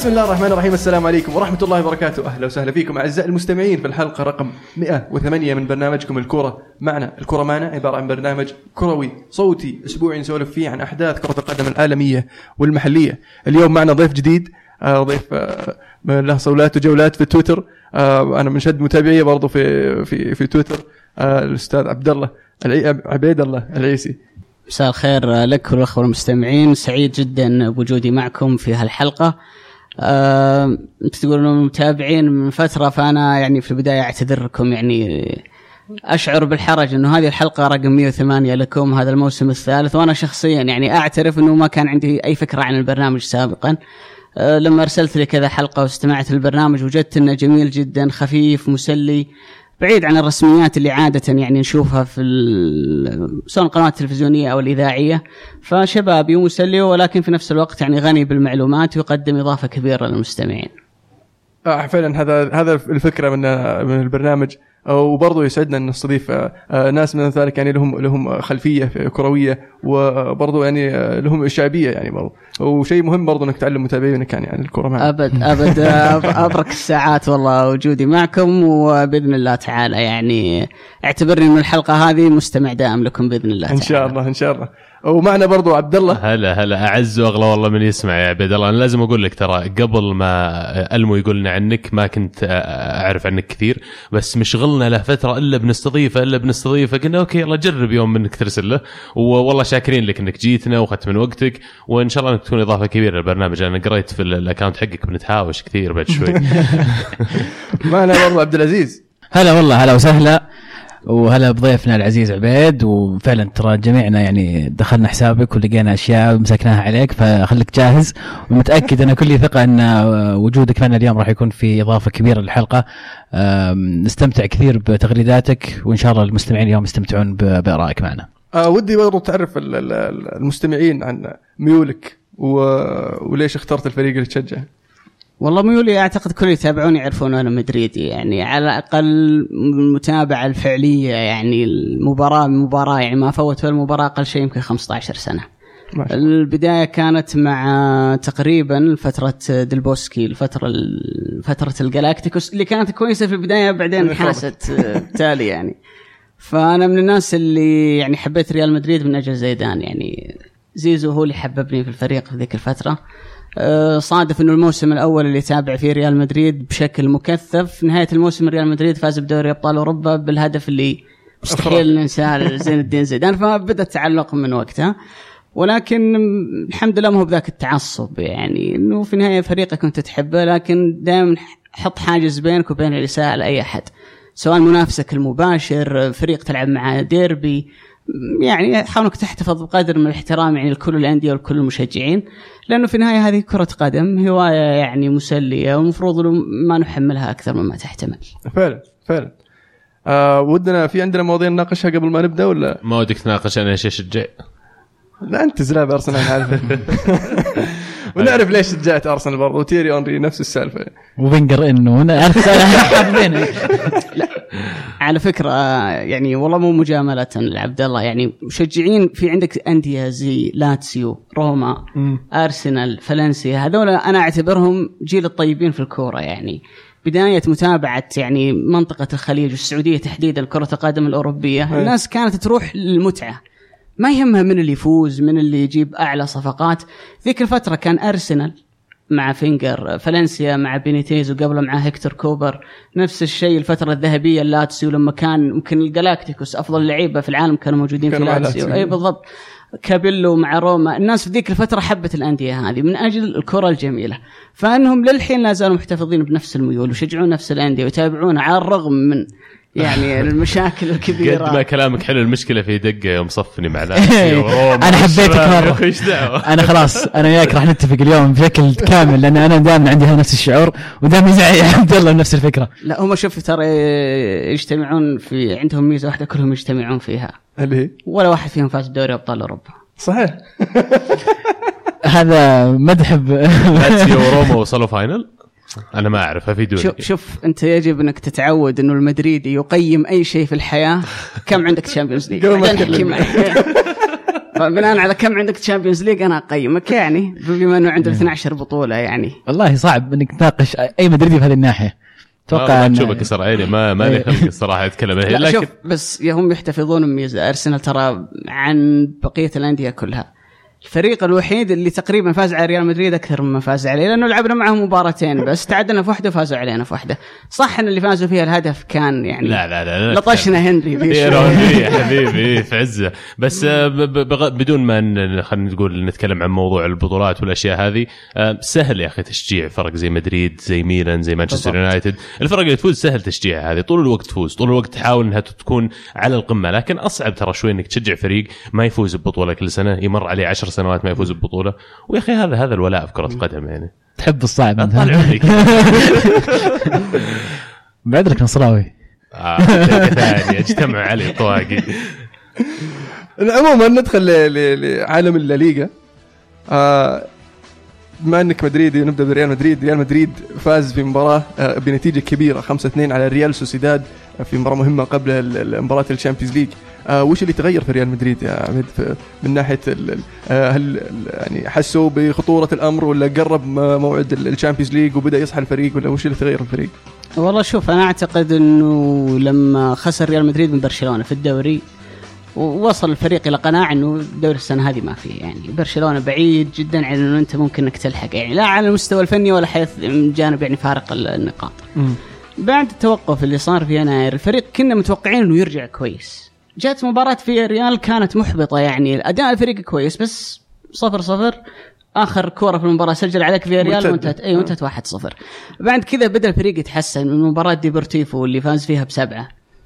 بسم الله الرحمن الرحيم. السلام عليكم ورحمة الله وبركاته. أهلا وسهلا فيكم أعزائي المستمعين في الحلقة رقم 108 من برنامجكم الكرة معنا. الكرة معنا عبارة عن برنامج كروي صوتي أسبوعي نسولف فيه عن أحداث كرة القدم العالمية والمحلية. اليوم معنا ضيف جديد، ضيف له صولات وجولات في تويتر. أنا من شد متابعية برضو في تويتر، الأستاذ عبيد الله العيسي. مساء الخير لك والأخوة المستمعين، سعيد جدا بوجودي معكم في هالحلقة. أنت تقولون متابعين من فترة، فأنا يعني في البداية أعتذر لكم، يعني أشعر بالحرج أنه هذه الحلقة رقم 108 لكم هذا الموسم الثالث، وأنا شخصيا يعني أعترف أنه ما كان عندي أي فكرة عن البرنامج سابقا. لما أرسلت لي كذا حلقة واستمعت البرنامج وجدت أنه جميل جدا، خفيف مسلي، بعيد عن الرسميات اللي عادة يعني نشوفها في سواء القنوات التلفزيونية أو الإذاعية. فشبابي ومسلي ولكن في نفس الوقت يعني غني بالمعلومات ويقدم إضافة كبيرة للمستمعين. فعلا هذا الفكرة من البرنامج، وبرضه يسعدنا أن نستضيف ناس من ذلك يعني لهم خلفية كروية، وبرضه يعني لهم شعبية يعني برضه، وشيء مهم برضه أنك تعلم متابعينك يعني عن الكرة معنا. أبد أبرك الساعات والله وجودي معكم، وبإذن الله تعالى يعني اعتبرني من الحلقة هذه مستمع دائم لكم بإذن الله تعالى. إن شاء الله. ومعنا برضو عبد الله. هلا أعز وأغلى والله من يسمع يا عبد الله. أنا لازم أقول لك ترى قبل ما ألمو يقولنا عنك ما كنت أعرف عنك كثير، بس مشغلنا له فترة إلا بنستضيفه قلنا أوكي يلا جرب يوم منك ترسل له، والله شاكرين لك إنك جيتنا وأخذت من وقتك، وإن شاء الله إنك تكون إضافة كبيرة للبرنامج. أنا قريت في الأكاونت حقك بنتهاوش كثير بعد شوي. معنا برضو عبد العزيز. هلا والله، هلا وسهلا، وهلا بضيفنا العزيز عبيد. وفعلا ترى جميعنا يعني دخلنا حسابك ولقينا أشياء ومسكناها عليك، فخليك جاهز ومتأكد أنا كل ثقة أن وجودك معنا اليوم راح يكون في إضافة كبيرة للحلقة. نستمتع كثير بتغريداتك، وإن شاء الله المستمعين اليوم يستمتعون بآرائك معنا. ودي برضو تعرف المستمعين عن ميولك وليش اخترت الفريق اللي تشجع. والله ميولي أعتقد كل يتابعوني يعرفون أنا مدريدي، يعني على الأقل المتابعة الفعلية، يعني المباراة يعني ما فوت المباراة أقل شيء يمكن 15 سنة. البداية كانت مع تقريبا فترة ديلبوسكي، فترة الجالاكتيكوس اللي كانت كويسة في البداية، بعدين انحرست بالتالي يعني. فأنا من الناس اللي يعني حبيت ريال مدريد من أجل زيدان، يعني زيزو هو اللي حببني في الفريق في ذيك الفترة. صادف انه الموسم الاول اللي تابع فيه ريال مدريد بشكل مكثف، في نهايه الموسم ريال مدريد فاز بدوري ابطال اوروبا بالهدف اللي مستحيل ننساه زين الدين زيدان، فبدا التعلق من وقتها. ولكن الحمد لله ما هو بذاك التعصب، يعني انه في النهايه فريقك كنت تحبه، لكن دائما حط حاجز بينك وبين الاساءه لاي احد، سواء منافسك المباشر، فريق تلعب معه ديربي، يعني حاولك تحتفظ بقدر من الاحترام يعني لكل الأندية ولكل المشجعين، لأنه في النهاية هذه كرة قدم، هواية يعني مسلية، والمفروض ما نحملها أكثر مما تحتمل. فعلا. ودنا عندنا مواضيع نناقشها قبل ما نبدأ، ولا ما ودك تناقش أنا ايش أشجع؟ لا أنت زلاب أرسنال عارف. ونعرف ليش شجعت أرسنال برضو، وتيري أونري نفس السالفة، وفينجر إنه أنا أعرف حابين. لا على فكرة يعني والله مو مجاملة لعبد الله، يعني مشجعين في عندك أندية زي لاتسيو، روما، أرسنال، فالنسيا، هذول أنا أعتبرهم جيل الطيبين في الكورة، يعني بداية متابعة يعني منطقة الخليج والسعودية تحديدا كرة القدم الأوروبية. الناس كانت تروح للمتعة، ما يهمها من اللي يفوز، من اللي يجيب أعلى صفقات. ذيك الفترة كان أرسنال مع فينجر، فالنسيا مع بينيتيز، وقبله مع هيكتور كوبر. نفس الشيء الفترة الذهبية لاتسيو، لما كان ممكن الجالاكتيكوس أفضل لعيبة في العالم كانوا موجودين في لاتسيو. أي بالضبط، كابيلو مع روما. الناس في ذيك الفترة حبت الأندية هذه من أجل الكرة الجميلة، فأنهم للحين لا زالوا محتفظين بنفس الميول ويشجعون نفس الأندية ويتابعون على الرغم من يعني المشاكل الكبيرة. قد ما كلامك حلو، المشكلة في دقة يوم صفني مع أنا حبيتك مرة. أنا خلاص أنا وياك راح نتفق اليوم بشكل كامل، لأن أنا دائما عندي نفس الشعور، ودائما زعي عبد الله نفس الفكرة. لا هم شوف ترى يجتمعون في عندهم ميزة واحدة كلهم يجتمعون فيها، اللي ولا واحد فيهم فاز بدوري أبطال أوروبا. صحيح. هذا مدحب. لاتسيو وروما وصلوا فاينل. أنا ما أعرف، أفيدوني. شوف أنت يجب أنك تتعود إنه المدريدي يقيم أي شيء في الحياة كم عندك تشامبيونز ليج. فبناء على كم عندك تشامبيونز ليج انا اقيمك يعني بما انه عنده 12 بطوله يعني. والله صعب انك تناقش اي مدريدي في هذه الناحيه. اتوقع تشوفك كسر عيني ما لي خلق الصراحه اتكلم عليه. لكن شوف بس هم يحتفظون بميزه ارسنال ترى عن بقيه الانديه كلها، الفريق الوحيد اللي تقريبا فاز على ريال مدريد اكثر مما فاز عليه، لانه لعبنا معهم مباراتين بس، تعادلنا في واحده وفازوا علينا في واحده. صح ان اللي فازوا فيها الهدف كان يعني لا لطشنا هنري في يا حبيبي في عزه، بس بدون ما خلينا نقول نتكلم عن موضوع البطولات والاشياء هذه. سهل يا اخي تشجيع فرق زي مدريد زي ميلان زي مانشستر يونايتد، الفرق اللي تفوز سهل تشجيعها، هذه طول الوقت تفوز، طول الوقت تحاول انها تكون على القمه. لكن اصعب ترى شوي انك تشجع فريق ما يفوز ببطوله كل سنه، يمر عليه 10 سنوات ما يفوز ببطوله. ويا اخي هذا الولاء في كره القدم يعني. تحب الصعب انت. طالع عليك بعد لك نصراوي ثاني اجتمع علي طواقي. عموما ندخل لعالم الليغا. بما انك مدريدي ونبدا بريال مدريد. ريال مدريد فاز في مباراه بنتيجه كبيره 5-2 على ريال سوسيداد في مباراه مهمه قبل مباراه الشامبيونز ليج. وش اللي تغير في ريال مدريد يا عبد من ناحيه هل يعني حسوا بخطوره الامر ولا قرب موعد الشامبيونز ليج وبدا يصحى الفريق، ولا وش اللي تغير الفريق؟ والله شوف انا اعتقد انه لما خسر ريال مدريد من برشلونه في الدوري ووصل الفريق الى قناعه انه الدوري السنه هذه ما فيه، يعني برشلونه بعيد جدا عن انه انت ممكن انك تلحق، يعني لا على المستوى الفني ولا حيث من جانب يعني فارق النقاط. بعد التوقف اللي صار في يناير الفريق كنا متوقعين انه يرجع كويس. جات مباراة في ريال كانت محبطة، يعني أداء الفريق كويس بس 0-0. آخر كورة في المباراة سجل عليك في ريال وانتهت 1-0. بعد كذا بدأ الفريق يتحسن من مباراة ديبورتيفو اللي فاز فيها ب7،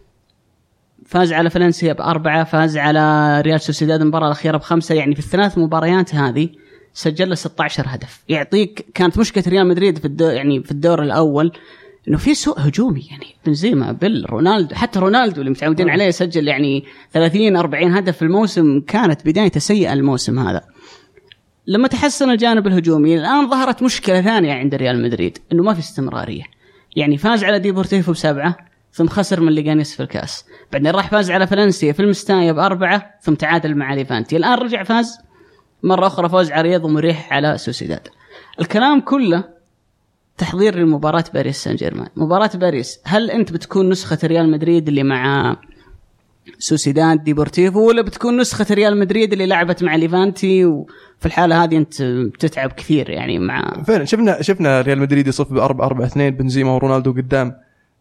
فاز على فالنسيا ب4، فاز على ريال سوسيداد المباراة الأخيرة ب5. يعني في الثلاث مباريات هذه سجل له 16 هدف. يعطيك كانت مشكلة ريال مدريد في الدور الأول انه في سوء هجومي، يعني بنزيما رونالدو، حتى رونالدو اللي متعودين عليه يسجل يعني 30-40 هدف في الموسم، كانت بدايته سيئة الموسم هذا. لما تحسن الجانب الهجومي الآن ظهرت مشكلة ثانية عند ريال مدريد، انه ما في استمرارية. يعني فاز على ديبورتيفو ب7 ثم خسر من ليغانيس في الكاس، بعدين راح فاز على فالنسيا في المستايا ب4 ثم تعادل مع ليفانتي، الآن رجع فاز مرة أخرى فوز على رياض ومريح على سوسيداد. الكلام كله تحضير للمباراة باريس سان جيرمان. مباراة باريس هل أنت بتكون نسخة ريال مدريد اللي مع سوسيداد ديبورتيفو، ولا بتكون نسخة ريال مدريد اللي لعبت مع ليفانتي؟ وفي الحالة هذه أنت بتتعب كثير يعني مع فعلا. شفنا ريال مدريد يصف ب4-4-2 بنزيما ورونالدو قدام.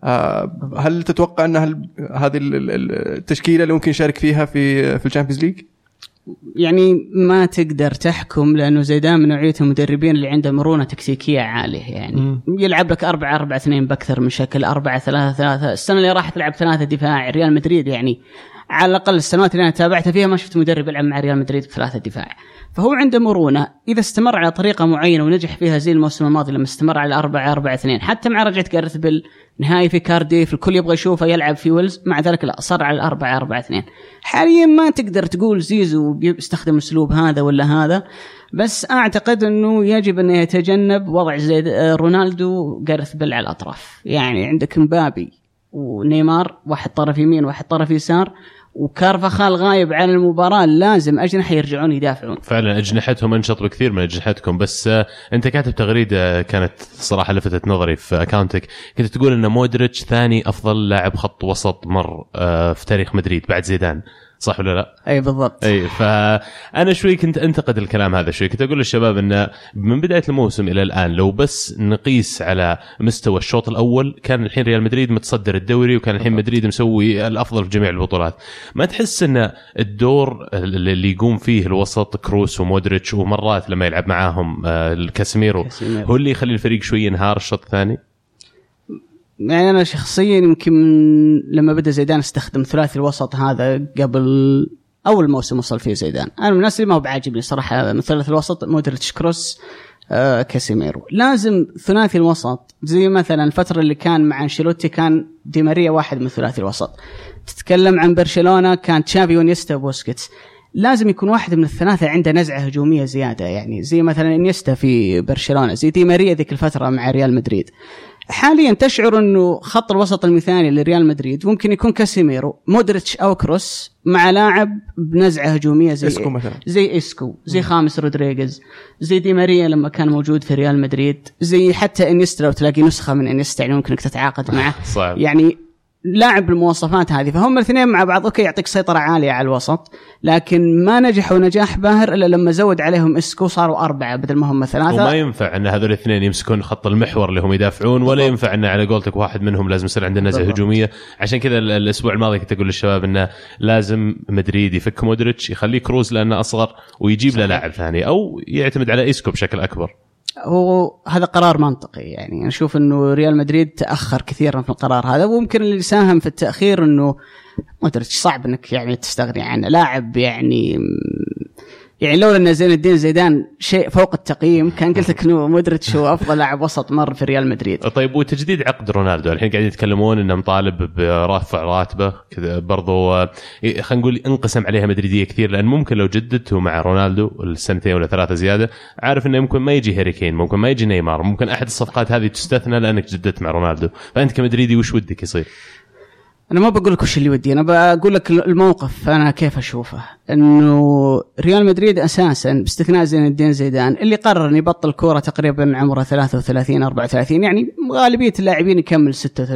هل تتوقع أن هذه التشكيلة اللي ممكن يشارك فيها في الشامبيونز ليج؟ يعني ما تقدر تحكم، لأنه زيدان من نوعية المدربين اللي عنده مرونة تكتيكية عالية، يعني يلعب لك 4-4-2 بأكثر من شكل، 4-3-3. السنة اللي راحت لعب 3 دفاع ريال مدريد، يعني على الأقل السنوات اللي أنا تابعتها فيها ما شفت مدرب يلعب مع ريال مدريد ب3 دفاع. فهو عنده مرونة، إذا استمر على طريقة معينة ونجح فيها زي الموسم الماضي لما استمر على 4-4-2، حتى مع رجعة جارث بيل نهائي في كارديف الكل يبغى يشوفه يلعب في ويلز، مع ذلك لا صار على 4-4-2. حاليا ما تقدر تقول زيزو بيستخدم الأسلوب هذا ولا هذا، بس أعتقد أنه يجب أن يتجنب وضع زي رونالدو جارث بيل على الأطراف. يعني عندك مبابي ونيمار، واحد طرف يمين واحد طرف يسار، وكارفاخال غايب عن المباراة، لازم أجنحة يرجعون يدافعون. فعلا أجنحتهم أنشط بكثير من أجنحتكم. بس أنت كاتب تغريدة كانت صراحة لفتت نظري في أكاونتك، كنت تقول أن مودريتش ثاني أفضل لاعب خط وسط مر في تاريخ مدريد بعد زيدان، صح ولا لا؟ أي بالضبط. أي، فأنا شوي كنت أنتقد الكلام هذا شوي، كنت أقول للشباب أن من بداية الموسم إلى الآن لو بس نقيس على مستوى الشوط الأول كان الحين ريال مدريد متصدر الدوري، وكان الحين مدريد مسوي الأفضل في جميع البطولات. ما تحس أن الدور اللي يقوم فيه الوسط كروس ومودريتش ومرات لما يلعب معاهم الكاسيميرو هو اللي يخلي الفريق شوي ينهار الشوط الثاني؟ يعني أنا شخصيا يمكن لما بدأ زيدان استخدم ثلاثي الوسط هذا قبل أول موسم وصل فيه زيدان، أنا من الناس اللي ما هو بعاجبني صراحة من ثلاثي الوسط مودريتش كروس كاسيميرو. لازم ثلاثي الوسط زي مثلا الفترة اللي كان مع أنشيلوتي كان دي ماريا واحد من ثلاثي الوسط. تتكلم عن برشلونة كان تشافي ونيستا وبوسكيتس. لازم يكون واحد من الثلاثة عنده نزعة هجومية زيادة، يعني زي مثلا إنيستا في برشلونة، زي دي ماريا ذيك الفترة مع ريال مدريد. حاليا تشعر انه خط الوسط المثالي لريال مدريد ممكن يكون كاسيميرو، مودريتش او كروس، مع لاعب بنزعه هجوميه زي إسكو، زي خامس رودريغيز، زي دي ماريا لما كان موجود في ريال مدريد، زي حتى انيستا لو تلاقي نسخه من انيستا يعني ممكن انك تتعاقد معه. صعب. يعني لاعب بالمواصفات هذه، فهم الاثنين مع بعض اوكي يعطيك سيطره عاليه على الوسط، لكن ما نجحوا نجاح باهر الا لما زود عليهم إسكو صاروا 4 بدل ما هم 3. وما ينفع ان هذول الاثنين يمسكون خط المحور اللي هم يدافعون، ولا ينفع ان على قولتك واحد منهم لازم يصير عنده نزعه هجوميه. عشان كذا الاسبوع الماضي كنت اقول للشباب انه لازم مدريد يفك مودريتش، يخليه كروز لانه اصغر، ويجيب له لاعب ثاني او يعتمد على إسكو بشكل اكبر. هو هذا قرار منطقي، يعني أنا أشوف إنه ريال مدريد تأخر كثيرا في القرار هذا، وممكن اللي ساهم في التأخير إنه مودريتش صعب إنك يعني تستغني عنه، لاعب يعني لولا إن زين الدين زيدان شيء فوق التقييم كان قلت لك إنه مودريتش هو أفضل لاعب وسط مر في ريال مدريد. طيب وتجديد عقد رونالدو الحين قاعدين يتكلمون إنه مطالب برفع راتبه كذا برضو، خلينا نقول انقسم عليها مدريدية كثير، لأن ممكن لو جددته مع رونالدو السنتين ولا 3 زيادة، عارف إنه ممكن ما يجي هاري كين، ممكن ما يجي نيمار، ممكن أحد الصفقات هذه تستثنى لأنك جددت مع رونالدو. فأنت كمدريدي وش ودك يصير؟ أنا ما بقول لك وش اللي ودي، أنا بقول لك الموقف أنا كيف أشوفه. إنه ريال مدريد أساساً باستثناء زين الدين زيدان اللي قرر أن يبطل كورة تقريباً عمره 33-34، يعني غالبية اللاعبين يكمل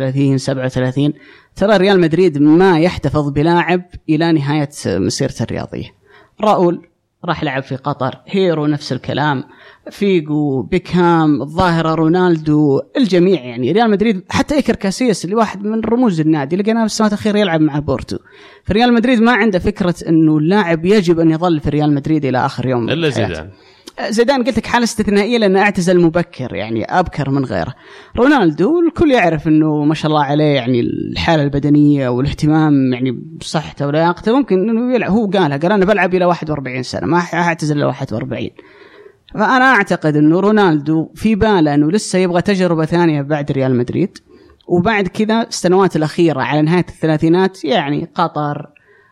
36-37. ترى ريال مدريد ما يحتفظ بلاعب إلى نهاية مسيرته الرياضية. راؤول راح لعب في قطر، هيرو نفس الكلام، فيجو، بيكهام، الظاهرة رونالدو، الجميع. يعني ريال مدريد حتى إيكر كاسياس اللي واحد من رموز النادي لقيناه في السنوات الأخيرة يلعب مع بورتو. فريال مدريد ما عنده فكرة إنه اللاعب يجب أن يظل في ريال مدريد إلى آخر يوم. إلا زيدان قلت لك حالة استثنائية لأنه اعتزل مبكر، يعني أبكر من غيره. رونالدو الكل يعرف إنه ما شاء الله عليه، يعني الحالة البدنية والاهتمام يعني بصحته ولياقته، ممكن إنه يلعب. هو قال أنا بلعب إلى 41 سنة، ما أعتزل إلى 41. فأنا أعتقد أنه رونالدو في باله أنه لسه يبغى تجربة ثانية بعد ريال مدريد، وبعد كذا السنوات الأخيرة على نهاية الثلاثينات يعني قطر،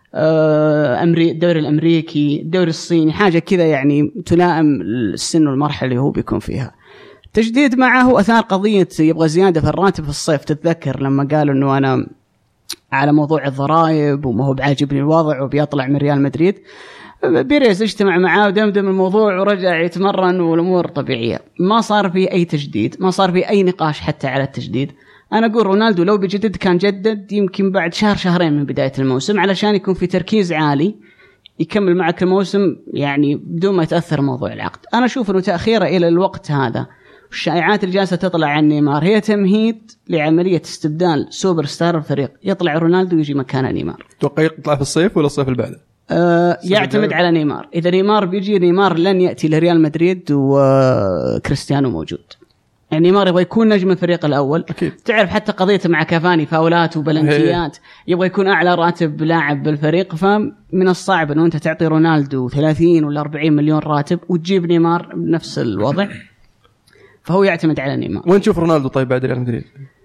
الدوري الأمريكي، الدوري الصيني، حاجة كذا يعني تلائم السن والمرحلة اللي هو بيكون فيها. تجديد معه أثار قضية يبغى زيادة في الراتب في الصيف. تتذكر لما قالوا أنه أنا على موضوع الضرائب وما هو بعاجبني الوضع وبيطلع من ريال مدريد، بيريز اجتمع معاه ودمدم الموضوع ورجع يتمرن والأمور طبيعية. ما صار في أي تجديد، ما صار في أي نقاش حتى على التجديد. أنا أقول رونالدو لو بجدد كان جدد يمكن بعد شهرين من بداية الموسم، علشان يكون في تركيز عالي يكمل معك الموسم يعني بدون ما يتأثر موضوع العقد. أنا أشوف أنه تأخيره إلى الوقت هذا والشائعات اللي جالسة تطلع عن نيمار هي تمهيد لعملية استبدال سوبر ستار الفريق، يطلع رونالدو ويجي مكانه نيمار. توقع يطلع في الصيف ولا الصيف اللي بعده؟ يعتمد على نيمار. إذا نيمار بيجي، نيمار لن يأتي لريال مدريد وكريستيانو موجود. يعني نيمار يبغى يكون نجم الفريق الأول أكيد. تعرف حتى قضيته مع كافاني، فاولات وبلنتيات، يبغى يكون أعلى راتب لاعب بالفريق. فمن الصعب أنه أنت تعطي رونالدو 30 ولا 40 مليون راتب وتجيب نيمار بنفس الوضع، فهو يعتمد على نيمار. وين تشوف رونالدو طيب بعد ريال مدريد؟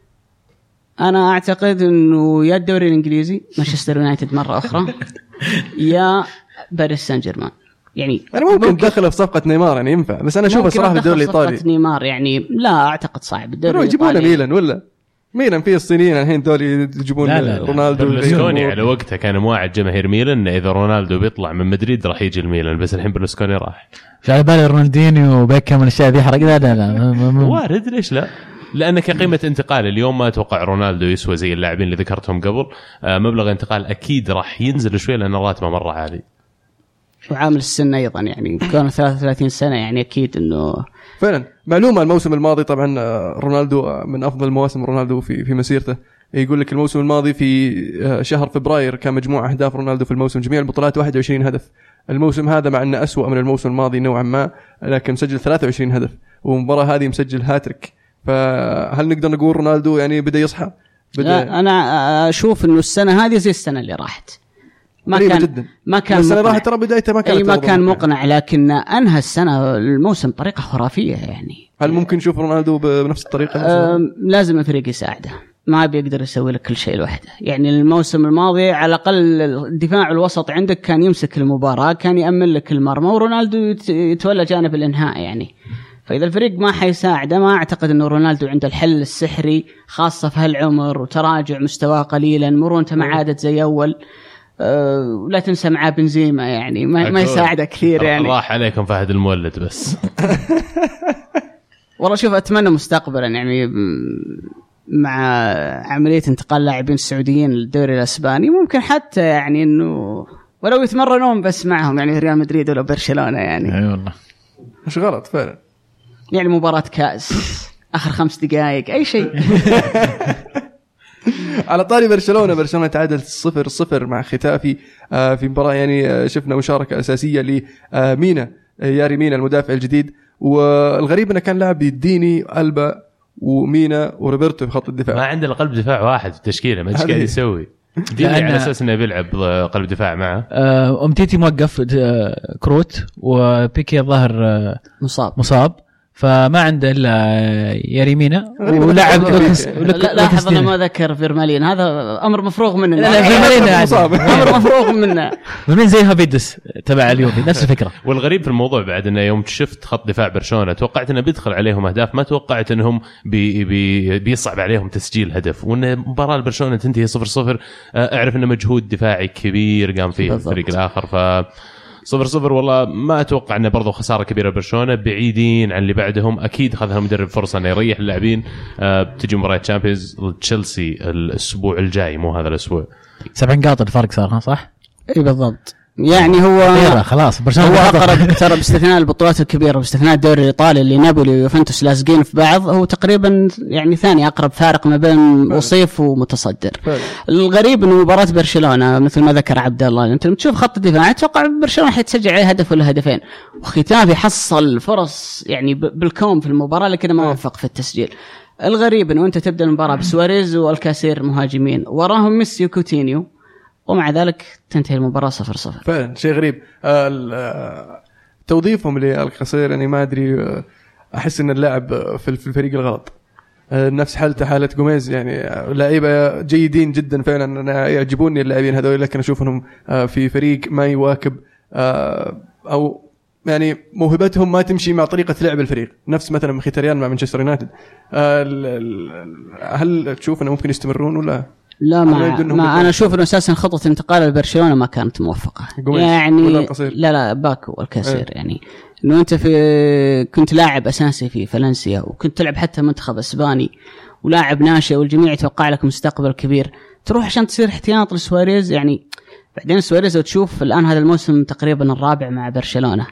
أنا أعتقد أنه يا الدوري الإنجليزي مانشستر يونايتد مرة أخرى يا باريس سان جيرمان. يعني أنا ممكن دخله في صفقة نيمار يعني ينفع، بس أنا أشوفه صراحة الدوري الإيطالي. صفقة نيمار يعني لا أعتقد صعب. الدوري يجيبونه ميلان ولا ميلان فيه الصينيين الحين دول يجيبون رونالدو. برلسكوني على وقتها كان مواعد جماهير ميلان إذا رونالدو بيطلع من مدريد راح يجي الميلان، بس الحين برلسكوني راح. شو على بالي رونالدينيو وبيكهام من الأشياء ذي حرق؟ لا وارد، ليش لا؟ لأنك قيمة انتقال اليوم ما أتوقع رونالدو يسوى زي اللاعبين اللي ذكرتهم قبل. مبلغ انتقال أكيد راح ينزل شوي لأن راتبه مرة عالي، وعامل السن أيضا يعني كان 33 سنة، يعني أكيد إنه فعلا. معلومة الموسم الماضي طبعا رونالدو من أفضل مواسم رونالدو في مسيرته. يقول لك الموسم الماضي في شهر فبراير كان مجموع أهداف رونالدو في الموسم جميع البطولات 21 هدف. الموسم هذا مع أنه أسوأ من الموسم الماضي نوعا ما، لكن مسجل 23 هدف، والمباراة هذه مسجل هاتريك. فهل نقدر نقول رونالدو يعني بدأ يصحى؟ أنا أشوف إنه السنة هذه زي السنة اللي راحت، ما كان السنة راحت ترى بدايته ما كان مقنع، لكن أنهى السنة الموسم بطريقة خرافية. يعني هل ممكن نشوف رونالدو بنفس الطريقة؟ لازم الفريق يساعده، ما بيقدر يسوي لك كل شيء لوحده. يعني الموسم الماضي على الأقل الدفاع الوسط عندك كان يمسك المباراة، كان يأمن لك المرمى، ورونالدو يتولى جانب الإنهاء. يعني فإذا الفريق ما حيساعده ما أعتقد أنه رونالدو عنده الحل السحري، خاصة في هالعمر وتراجع مستواه قليلا، مرونته ما عادت زي أول. ولا تنسى معاه بنزيما يعني ما يساعده كثير يعني. راح عليكم فهد المولد بس. والله شوف أتمنى مستقبلا يعني مع عملية انتقال لاعبين السعوديين للدوري الأسباني ممكن حتى يعني إنه ولو يتمرنون بس معهم يعني ريال مدريد ولا برشلونة يعني. أي والله مش غلط فعلا يعني مباراة كأس آخر 5 دقائق أي شيء. على طاري برشلونة تعادل 0-0 مع ختافي في مباراة يعني شفنا مشاركة أساسية لمينا ياري مينا المدافع الجديد. والغريب أنه كان لاعب يديني ألبا ومينا وروبرتو في خط الدفاع. ما عنده قلب دفاع واحد في التشكيلة، ما قاعد يسوي ديني على أساس أنه بيلعب قلب دفاع معه. أمتيتي موقف كروت وبيكي الظهر مصاب فما عنده إلا ياريمينا ولعب لاحظ أنا ما ذكر فيرمالين، هذا أمر مفروغ منه. لا فيرمالين مصاب أمر مفروغ منه. فيرمالين زي هافيدس تبع اليوفي نفس الفكرة. والغريب في الموضوع بعد أنه يوم شفت خط دفاع برشلونة توقعت أنه بيدخل عليهم أهداف، ما توقعت أنهم بيصعب عليهم تسجيل هدف، وأن مباراة برشلونة تنتهي 0-0. أعرف أنه مجهود دفاعي كبير قام فيه الفريق الآخر. 0-0 والله ما أتوقع أنه برضو خسارة كبيرة برشلونة، بعيدين عن اللي بعدهم. أكيد خذها المدرب فرصة أنه يريح اللاعبين. بتجي مباراة تشامبيونز تشيلسي الأسبوع الجاي، مو هذا الأسبوع. 7 نقاط الفرق صار صح؟ إيه بالضبط. يعني هو خلاص هو أقرب ترى باستثناء البطولات الكبيرة باستثناء الدوري الإيطالي اللي نابولي ويوفنتوس لازقين في بعض، هو تقريبا يعني ثاني أقرب فارق ما بين وصيف ومتصدر. الغريب إنه مباراة برشلونة مثل ما ذكر عبد الله، أنت لما تشوف خط الدفاع أتوقع برشلونة حيتسجل عليه هدف ولا هدفين، وختافي حصل فرص يعني بالكوم في المباراة لكن ما وفق في التسجيل. الغريب إنه أنت تبدأ المباراة بسواريز والكاسير مهاجمين، وراهم ميسي وكوتينيو، ومع ذلك تنتهي المباراة 0-0. فعلا شيء غريب. توظيفهم للقصير يعني ما أدري، أحس إن اللاعب في الفريق الغلط. نفس حالة جوميز يعني لاعيبة جيدين جدا فعلا، أنا يعجبوني اللاعبين هذول، لكن أشوف إنهم في فريق ما يواكب أو يعني موهبتهم ما تمشي مع طريقة لعب الفريق، نفس مثلا مخيتاريان مع مانشستر يونايتد. هل تشوف أنه ممكن يستمرون ولا؟ لا ما أنا أشوف إنه أساسا خطة انتقال لبرشلونة ما كانت موفقة يعني. لا باكو والكاسير يعني إنه أنت كنت لاعب أساسي في فالنسيا، وكنت تلعب حتى منتخب إسباني ولاعب ناشئ، والجميع يتوقع لك مستقبل كبير، تروح عشان تصير احتياط لسواريز يعني. بعدين سواريز وتشوف الآن هذا الموسم تقريبا الرابع مع برشلونة،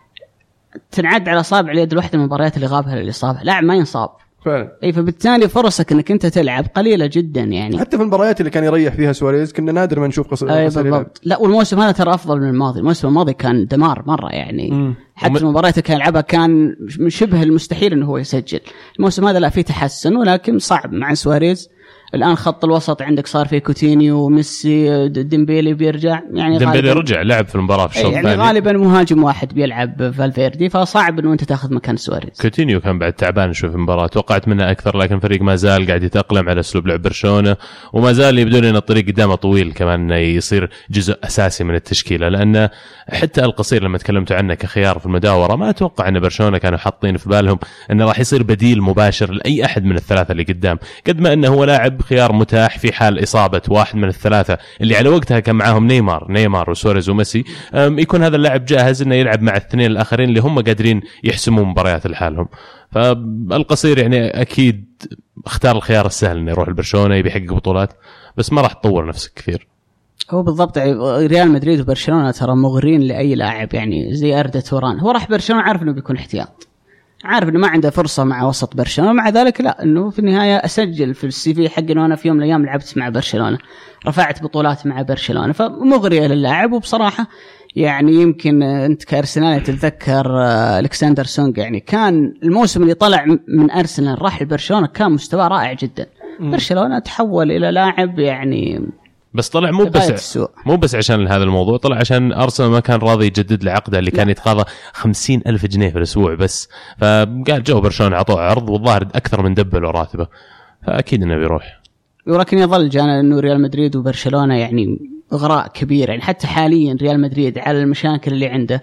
تنعد على أصابع اليد الواحدة المباريات اللي غابها للإصابة، لاعب ما ينصاب فعلا. اي فبالتالي فرصك انك انت تلعب قليله جدا يعني. حتى في المباريات اللي كان يريح فيها سواريز كنا نادر ما نشوف قصير. بالضبط. لا والموسم هذا ترى افضل من الماضي، الموسم الماضي كان دمار مره يعني. حتى المباريات اللي كان يلعبها كان شبه المستحيل انه هو يسجل. الموسم هذا لا فيه تحسن، ولكن صعب مع سواريز. الآن خط الوسط عندك صار فيه كوتينيو وميسي، ديمبيلي بيرجع يعني، ديمبيلي رجع لعب في المباراة في الشوط يعني غالبا مهاجم واحد بيلعب فالفيردي، فصعب انه انت تاخذ مكان سواريز. كوتينيو كان بعد تعبان شوي في المباراة، توقعت منه أكثر، لكن الفريق ما زال قاعد يتأقلم على أسلوب لعب برشلونة، وما زال يبدو لنا الطريق قدامه طويل كمان يصير جزء أساسي من التشكيلة. لأن حتى القصير لما تكلمت عنه كخيار في المداورة ما أتوقع أن برشلونة كانوا حاطين في بالهم أنه راح يصير بديل مباشر لأي أحد من الثلاثة اللي قدام، قد ما أنه هو لاعب خيار متاح في حال إصابة واحد من الثلاثة اللي على وقتها كان معهم نيمار وسواريز وميسي، يكون هذا اللاعب جاهز إنه يلعب مع الاثنين الآخرين اللي هم قادرين يحسموا مباريات لحالهم. فالقصير يعني أكيد اختار الخيار السهل إنه يروح البرشلونة يبي يحقق بطولات، بس ما راح تطور نفسك كثير. هو بالضبط ريال مدريد وبرشلونة ترى مغرين لأي لاعب يعني، زي أردة توران هو راح برشلونة عارف إنه بيكون احتياط، عارف انه ما عنده فرصه مع وسط برشلونه، مع ذلك لا انه في النهايه اسجل في السي في حق انه انا في يوم من الايام لعبت مع برشلونه، رفعت بطولات مع برشلونه، فمغريه للاعب. وبصراحه يعني يمكن انت كارسنال تتذكر الكسندر سونغ، يعني كان الموسم اللي طلع من ارسنال راح لبرشلونه كان مستوى رائع جدا. برشلونه تحول الى لاعب يعني، بس طلع مو بس عشان هذا الموضوع، طلع عشان أرسنال ما كان راضي يجدد العقد اللي كان يتقاضى 50,000 جنيه في الأسبوع بس، فقال جو برشلونة عطوه عرض والظاهر أكثر من دبل راتبه، فأكيد إنه بيروح. ولكن يظل جانا إنه ريال مدريد وبرشلونة يعني إغراء كبير يعني، حتى حاليا ريال مدريد على المشاكل اللي عنده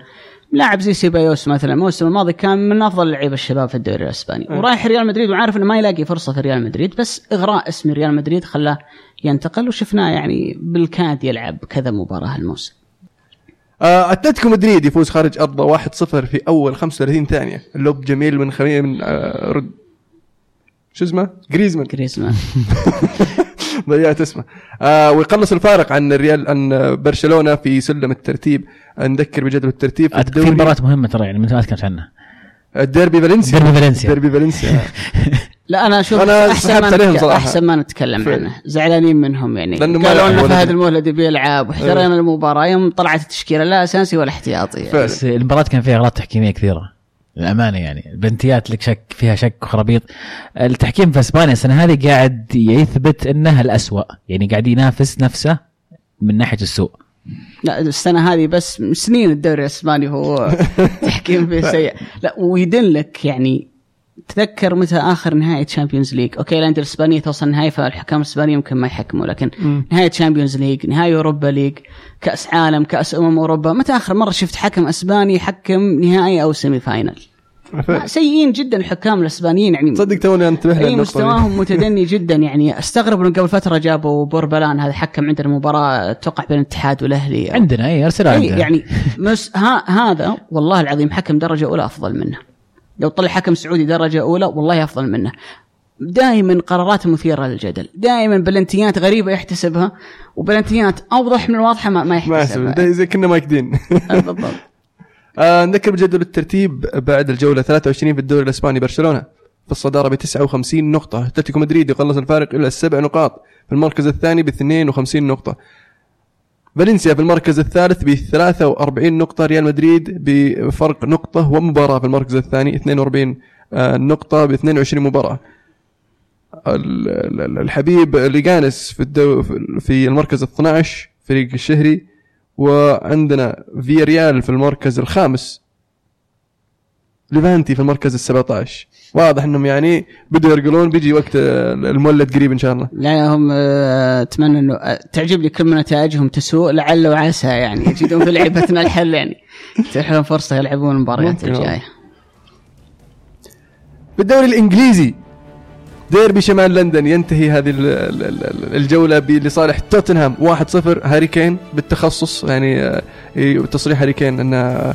لاعب زي سيبايوس مثلا الموسم الماضي كان من افضل لعيبه الشباب في الدوري الاسباني، ورايح ريال مدريد وعارف انه ما يلاقي فرصه في ريال مدريد، بس اغراء اسم ريال مدريد خلاه ينتقل، وشفناه يعني بالكاد يلعب كذا مباراه الموسم. اتلتيكو مدريد يفوز خارج ارضه 1-0 في اول 35 ثانيه، اللوب جميل من رد شو اسمه جريزمان ضيعت اسمه. ويقلص الفارق عن الريال عن برشلونه في سلم الترتيب. نذكر بجدول الترتيب في الدوري، في مباراه مهمه ترى يعني ما تكلمت عنها، ديربي فالنسيا لا انا اشوف احسن ما نتكلم عنه، زعلانين منهم يعني، قالوا ان فهد المولدي بيلعب واحترينا المباراه يوم طلعت التشكيله لا اساسي ولا احتياطي يعني. بس المباراه كان فيها اغلاط تحكيميه كثيره الأمانة، يعني بنتيات لك شك فيها شك وخرابيط. التحكيم في اسبانيا السنه هذه قاعد يثبت انها الأسوأ، يعني قاعد ينافس نفسه من ناحيه السوء. لا السنه هذه بس سنين الدوري الاسباني هو تحكيم فيه سيء. لا ويدلك يعني تذكر متى آخر نهاية تشامبيونز ليج، أوكي الأندية الإسبانية توصل نهاية فالحكام الإسبانيين يمكن ما يحكموا، لكن نهاية تشامبيونز ليج، نهاية أوروبا ليج، كأس عالم، كأس أوروبا، متى آخر مرة شفت حكم إسباني يحكم نهائي أو سيمي فاينل؟ سيئين جدا الحكام الإسبانيين يعني، صدق توني انتبه أي مستواهم متدني جدا يعني. استغرب إنه قبل فترة جابوا بوربلان هذا حكم عندنا مباراة توقع بين الاتحاد والأهلي عندنا أي أرسل عندنا يعني هذا والله العظيم حكم درجة أولى أفضل منه، لو طلع حكم سعودي درجة أولى والله أفضل منه. دائما قرارات مثيرة للجدل، دائما بلنتيات غريبة يحتسبها، وبلنتيات أوضح من الواضحة ما يحتسبها، زي كنا ماكدين. بالضبط. نذكر بجدول الترتيب بعد الجولة 23 في الدوري الإسباني. برشلونة في الصدارة ب59 نقطة، أتلتيكو مدريد يقلص الفارق إلى 7 نقاط في المركز الثاني ب52 نقطة، فالنسيا في المركز الثالث ب43 نقطة، ريال مدريد بفرق نقطة ومباراة في المركز الثاني 42 نقطة ب22 مباراة. الحبيب ليغانس في المركز 12 فريق الشهري، وعندنا فياريال في المركز الخامس، ليفانتي في المركز 17. واضح انهم يعني بدوا يرجلون، بيجي وقت المولد قريب ان شاء الله. لا هم اتمنى انه تعجبني كل نتائجهم تسوء، لعل وعسى يعني يجدون في لعبتنا الحل، يعني تحلم فرصه يلعبون المباريات الجايه. بالدوري الانجليزي ديربي شمال لندن ينتهي هذه الجوله لصالح توتنهام 1-0. هاري كين بالتخصص يعني تصريح هاري كين انه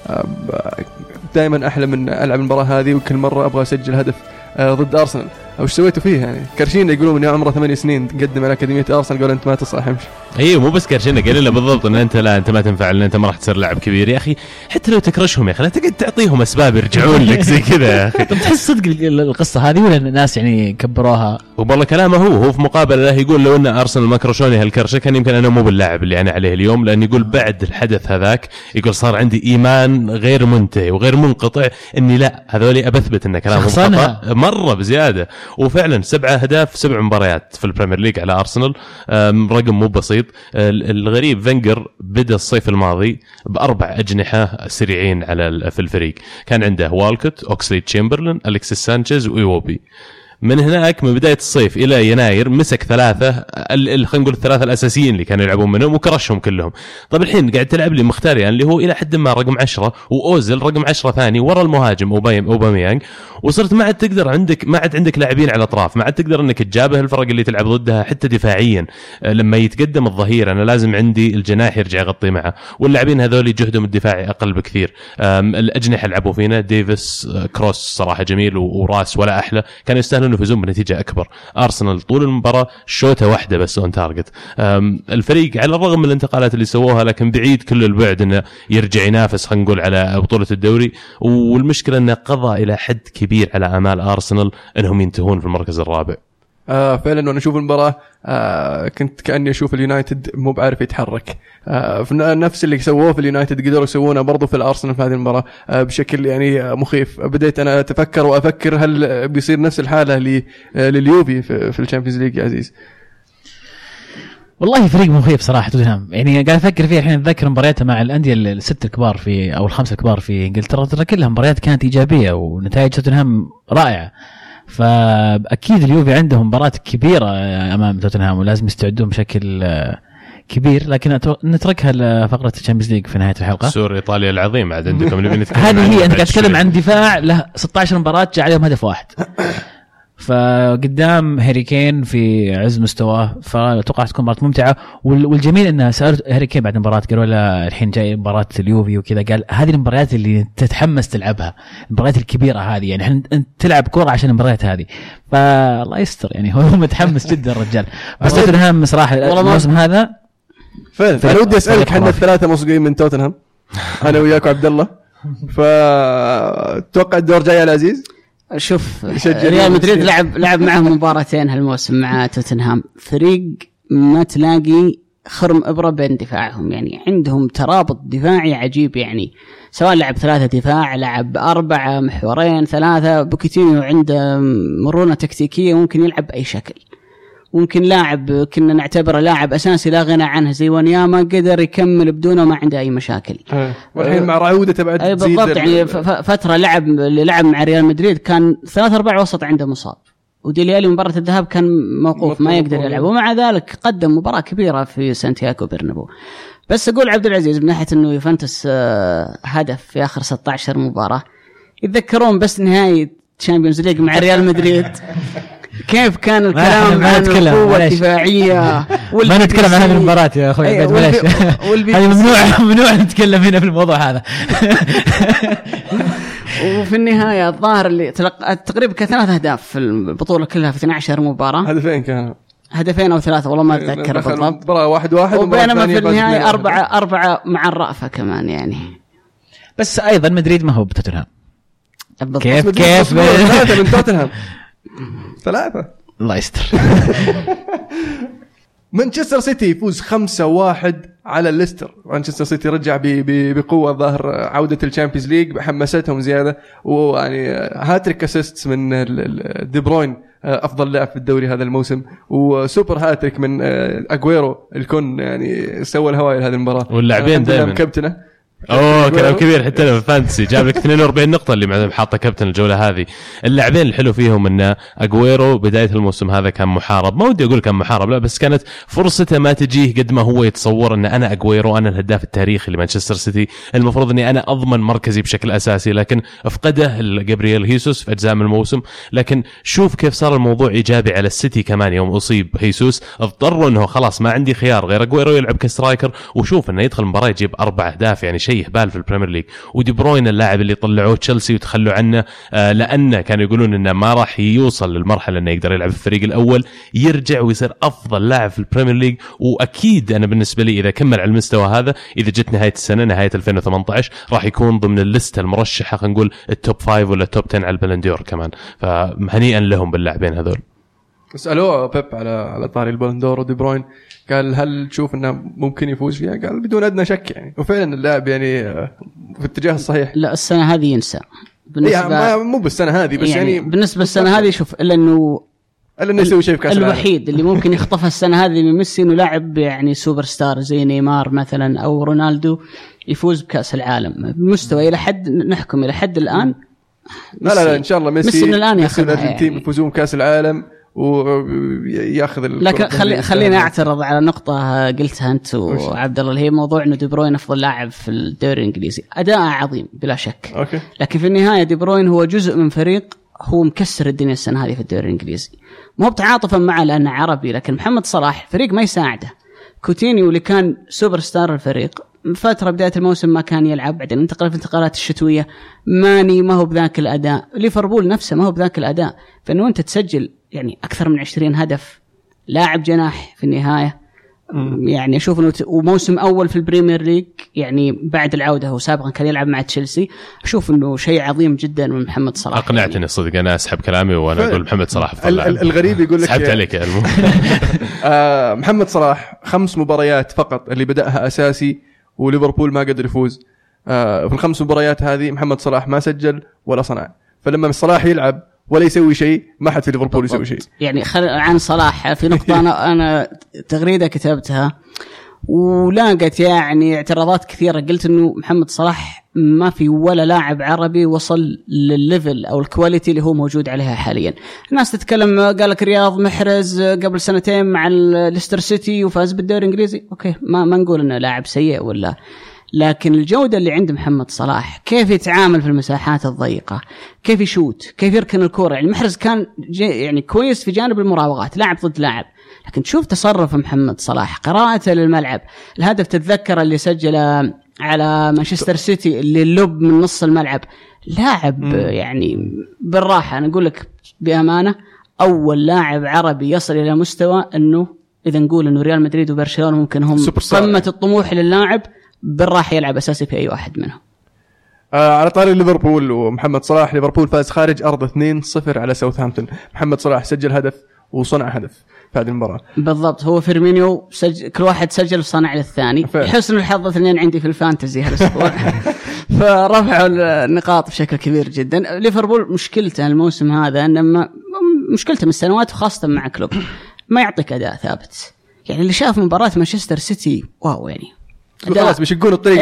دائما احلم من العب المباراه هذه وكل مره ابغى اسجل هدف ضد ارسنال. او ايش سويتوا فيه يعني؟ كرشين يقولون انه عمره 8 سنين تقدم على اكاديميه ارسنال، قال انت ما تصلح امشي. ايوه مو بس كرشين، قال له بالضبط ان انت لا انت ما تنفع، لان انت ما راح تصير لاعب كبير. يا اخي حتى لو تكرشهم يا اخي لا تقعد تعطيهم اسباب يرجعون لك زي كذا يا اخي. طب تحس صدق القصه هذه ولا الناس يعني كبروها؟ والله كلامه هو في مقابله له يقول لو ان ارسنال ما كرشوني هالكرشه كان يمكن انا مو باللاعب اللي انا عليه اليوم، لان يقول بعد الحدث هذاك يقول صار عندي ايمان غير منتهي وغير منقطع اني لا هذولي ابثبت ان كلامهم خطا مره بزياده. وفعلا 7 أهداف 7 مباريات في البريمير ليج على أرسنال، رقم مو بسيط. الغريب فينجر بدأ الصيف الماضي ب4 أجنحة سريعين في الفريق، كان عنده والكوت، أوكسلي تشامبرلين، أليكسيس سانشيز وإيوبي. من هناك من بداية الصيف إلى يناير مسك 3 خلينا نقول 3 الأساسيين اللي كانوا يلعبون منهم وكرشهم كلهم. طب الحين قاعد تلعب لي مختاريان اللي هو إلى حد ما رقم 10 وأوزل رقم 10 ثاني ورا المهاجم أوباميانغ، وصرت ما عاد تقدر ما عاد عندك لاعبين على الأطراف، ما عاد تقدر إنك تجابه الفرق اللي تلعب ضدها حتى دفاعيا. لما يتقدم الظهير أنا لازم عندي الجناح يرجع يغطي معه، واللاعبين هذول جهدهم الدفاعي أقل بكثير. الأجنحة لعبوا فينا ديفيس كروس صراحة جميل وراس ولا أحلى، كانوا يستاهلون يفوزون بنتيجة أكبر. أرسنال طول المباراة شوطة واحدة بس اون تارجت. الفريق على الرغم من الانتقالات اللي سووها لكن بعيد كل البعد انه يرجع ينافس خلينا نقول على بطولة الدوري، والمشكلة انه قضى الى حد كبير على آمال أرسنال انهم ينتهون في المركز الرابع. فعلا وانا اشوف المباراه كنت كاني اشوف اليونايتد مو بعارف يتحرك. نفس اللي سووه في اليونايتد قدروا يسوونه برضو في الارسنال في هذه المباراه بشكل يعني مخيف. بديت انا افكر هل بيصير نفس الحاله لليوفي في الشامبيونز ليج يا عزيز؟ والله فريق مخيف صراحه توتنهام، يعني قاعد افكر فيه الحين، اتذكر مبارياته مع الانديه ال6 الكبار في او ال5 الكبار في انجلترا، ترى كلها مباريات كانت ايجابيه ونتائج توتنهام رائعه. فاكيد اليوفي عندهم مباراه كبيره امام توتنهام ولازم يستعدون بشكل كبير، لكن نتركها لفقره الشامبيونز ليج في نهايه الحلقه. سور ايطاليا العظيم عاد عندكم اللي بنتكلم هذه هي. انت قاعد تتكلم عن دفاع له 16 مباراه جاء عليهم هدف واحد، فقدام هاري كين في عز مستواه، فاتوقع تكون مباراه ممتعه. والجميل انه سالت هاري كين بعد مباراه قالوا له الحين جاي مباراه اليوفي وكذا، قال هذه المباريات اللي تتحمس تلعبها، المباريات الكبيره هذه، يعني احنا تلعب كوره عشان المباريات هذه. فالله يستر يعني، هو متحمس جدا الرجال. بس توتنهام صراحه الموسم هذا فعلا. انا ودي اسالك، احنا الثلاثه مسجين من توتنهام، انا وياك وعبد الله، فتوقع الدور جاي على عزيز. شوف ريال مدريد لعب معهم مباراتين هالموسم مع توتنهام، فريق ما تلاقي خرم إبرة بين دفاعهم، يعني عندهم ترابط دفاعي عجيب، يعني سواء لعب 3 دفاع، لعب 4 محورين 3، بوكيتينيو عنده مرونة تكتيكية، ممكن يلعب بأي شكل. ممكن لاعب كنا نعتبره لاعب أساسي لا غنى عنه زي ونياما، قدر يكمل بدونه ما عنده أي مشاكل. والحين مع رعودة تبعت تزيد بالضبط. يعني فترة لعب مع ريال مدريد كان 3-4 وسط عنده مصاب، وديليالي مباراة الذهاب كان موقوف ما يقدر يلعب، ومع ذلك قدم مباراة كبيرة في سانتياغو برنابو. بس أقول عبد العزيز من ناحية أنه يوفنتوس هدف في آخر 16 مباراة، يتذكرون بس نهاية تشامبيونز ليج مع ريال مدريد كيف كان الكلام عن القوة الدفاعية ما نتكلم عن هذه المباراة يا أخوي. هذه ممنوع نتكلم هنا في الموضوع هذا. وفي النهاية الظاهر اللي تقريبا كان 3 أهداف في البطولة كلها في 12 مباراة. هدفين كانوا، 2 أو 3 والله ما أتذكر بالضبط. مباراة 1-1 وبينما في النهاية 4 مع الرأفة كمان يعني. بس أيضا مدريد ما هو بتوتنهام. كيف 3 من توتنهام 3. الله يستر. مانشستر سيتي يفوز 5-1 على الليستر. مانشستر سيتي رجع بقوة، ظاهر عودة الشامبيونز ليج حمستهم زيادة، ويعني هاتريك اسيستس من دي بروين أفضل لاعب في الدوري هذا الموسم، وسوبر هاتريك من أغويرو الكون، يعني سوى الهواية هذه المباراة. واللاعبين دائما كابتنه كلام كبير حتى لو فانتسي جاب لك 42 نقطة اللي معهم حاطة كابتن الجولة هذه. اللاعبين الحلو فيهم إن أغويرو بداية الموسم هذا كان محارب، ما ودي أقول كان محارب لا، بس كانت فرصته ما تجيه قد ما هو يتصور إن أنا أغويرو، أنا الهداف التاريخي لمانشستر سيتي، المفروض إني أنا أضمن مركزي بشكل أساسي، لكن أفقده جابرييل هيسوس في أجزاء من الموسم. لكن شوف كيف صار الموضوع إيجابي على السيتي كمان يوم أصيب هيسوس، اضطروا إنه خلاص ما عندي خيار غير أغويرو يلعب كسترايكر، وشوف إنه يدخل المباراة يجيب 4 أهداف، يعني شيء هبال في البريمير ليج. ودي بروين اللاعب اللي طلعوه تشيلسي وتخلوا عنه لأنه كانوا يقولون إنه ما راح يوصل للمرحلة إنه يقدر يلعب في الفريق الأول، يرجع ويصير أفضل لاعب في البريمير ليج. وأكيد أنا بالنسبة لي إذا كمل على المستوى هذا، إذا جت نهاية السنة نهاية 2018 راح يكون ضمن الليستة المرشحة، خلينا نقول التوب 5 ولا التوب 10 على البلندور كمان. فهنيئا لهم باللاعبين هذول. سألوه بيب على طاري البلندور ودي بروين، قال هل تشوف انه ممكن يفوز فيها؟ قال بدون ادنى شك يعني، وفعلا اللاعب يعني في الاتجاه الصحيح. لا السنه هذه ينسى بالنسبه مو بالسنه هذه بس يعني بالنسبه السنه هذه شوف الا انه يسوي شيء في كاس العالم. الوحيد اللي ممكن يخطفها السنه هذه من ميسي انه لاعب يعني سوبر ستار زي نيمار مثلا او رونالدو يفوز بكاس العالم بمستوى الى حد نحكم الى حد الان. لا ان شاء الله ميسي من الان ياخذ الارجنتين يعني. يفوزون بكاس العالم وياخذ لكن خلينا اعترض على نقطه قلتها انت وعبد الله، اللي هي موضوع انه دي بروين افضل لاعب في الدوري الانجليزي. اداء عظيم بلا شك أوكي. لكن في النهايه دي بروين هو جزء من فريق هو مكسر الدنيا السنه هذه في الدوري الانجليزي، مو بتعاطفا معه لانه عربي، لكن محمد صلاح فريق ما يساعده. كوتينيو اللي كان سوبر ستار الفريق فترة بداية الموسم ما كان يلعب، بعدين انتقل في الانتقالات الشتوية. ماني ما هو بذاك الأداء، ليفربول نفسه ما هو بذاك الأداء. فإنه أنت تسجل يعني أكثر من 20 هدف لاعب جناح في النهاية. يعني أشوف إنه وموسم أول في البريمير ليج يعني بعد العودة، هو سابقا كان يلعب مع تشيلسي. أشوف إنه شيء عظيم جدا من محمد صلاح. أقنعتني يعني. صدق أنا أسحب كلامي وأنا أقول محمد صلاح الغريب يقول لك سحبت عليك محمد صلاح 5 مباريات فقط اللي بدأها أساسي وليفربول ما قدر يفوز. في ال5 مباريات هذه محمد صلاح ما سجل ولا صنع. فلما صلاح يلعب ولا يسوي شيء ما حد في ليفربول يسوي شيء. يعني عن صلاح في نقطة أنا تغريدة كتبتها ولاقت يعني اعتراضات كثيرة. قلت إنه محمد صلاح ما في ولا لاعب عربي وصل للليفل أو الكواليتي اللي هو موجود عليها حاليا. الناس تتكلم، قال لك رياض محرز قبل سنتين مع ليستر سيتي وفاز بالدوري الإنجليزي، أوكي ما نقول إنه لاعب سيء ولا، لكن الجودة اللي عند محمد صلاح، كيف يتعامل في المساحات الضيقة، كيف يشوت، كيف يركن الكرة. يعني محرز كان يعني كويس في جانب المراوغات، لاعب ضد لاعب، لكن تشوف تصرف محمد صلاح، قراءته للملعب. الهدف تتذكر اللي سجله على مانشستر سيتي اللي اللب من نص الملعب، لاعب يعني بالراحة. أنا أقول لك بأمانة، أول لاعب عربي يصل إلى مستوى أنه إذا نقول أنه ريال مدريد وبرشلونة ممكن هم قمة الطموح للاعب، بالراحة يلعب أساسي في أي واحد منهم. على طاري ليفربول ومحمد صلاح، ليفربول فاز خارج أرض 2-0 على ساوثهامبتون. محمد صلاح سجل هدف وصنع هدف في هذه المباراة. بالضبط، هو فيرمينيو كل واحد سجل وصنع للثاني. حسن الحظ اثنين عندي في الفانتزي هالأسبوع فرفعوا النقاط بشكل كبير جدا. ليفربول مشكلته الموسم هذا أنه مشكلته من السنوات، وخاصة مع كلوب، ما يعطيك أداء ثابت. يعني اللي شاف مباراة مانشستر سيتي واو، يعني خلاص بيشقون الطريق.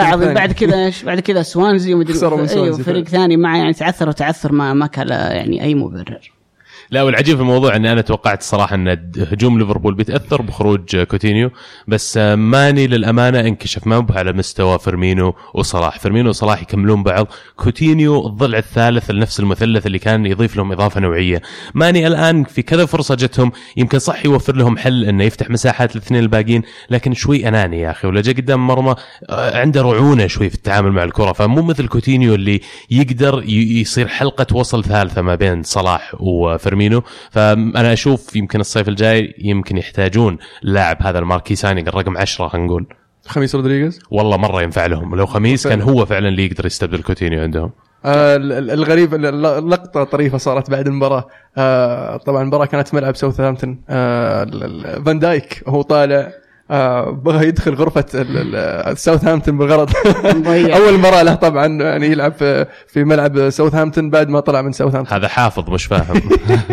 بعد كذا سوانزي ومدري فريق ثاني مع يعني تعثر ما كان يعني أي مبرر. لا، والعجيب في الموضوع أن أنا توقعت الصراحة أن هجوم ليفربول بيتأثر بخروج كوتينيو، بس ماني للأمانة انكشف ما به على مستوى فيرمينو وصلاح. فيرمينو وصلاح يكملون بعض، كوتينيو الضلع الثالث لنفس المثلث اللي كان يضيف لهم إضافة نوعية. ماني الآن في كذا فرصة جتهم، يمكن صح يوفر لهم حل أنه يفتح مساحات الاثنين الباقين، لكن شوي أناني يا أخي، ولا جاء قدام مرمى عنده رعونة شوي في التعامل مع الكرة، فمو مثل كوتينيو اللي يقدر يصير حلقة وصل ثالثة ما بين صلاح وفيرمينو. فأنا أشوف يمكن الصيف الجاي يمكن يحتاجون لاعب هذا الماركي ساينينج الرقم 10 هنقول خميس رودريغيز. والله مرة ينفع لهم، لو خميس كان هو فعلا اللي يقدر يستبدل كوتينيو عندهم. الغريب اللقطة طريفة صارت بعد المباراة. طبعا المباراة كانت في ملعب ساوثهامبتون. فان دايك هو طالع بغى يدخل غرفة ساوثهامبتون بالغلط. أول مرة له طبعا يعني يلعب في ملعب ساوثهامبتون بعد ما طلع من ساوثهامبتون. هذا حافظ مش فاهم.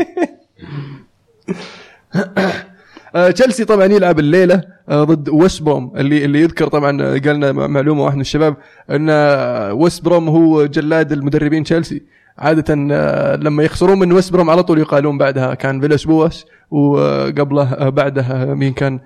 تشيلسي طبعا يلعب الليلة ضد ويست بروم، اللي يذكر طبعا قالنا معلومة واحد من الشباب أن ويست بروم هو جلاد المدربين تشيلسي. عادة لما يخسرون من ويست بروم على طول يقالون بعدها كان فيلاس بوس، وقبله بعدها مين كان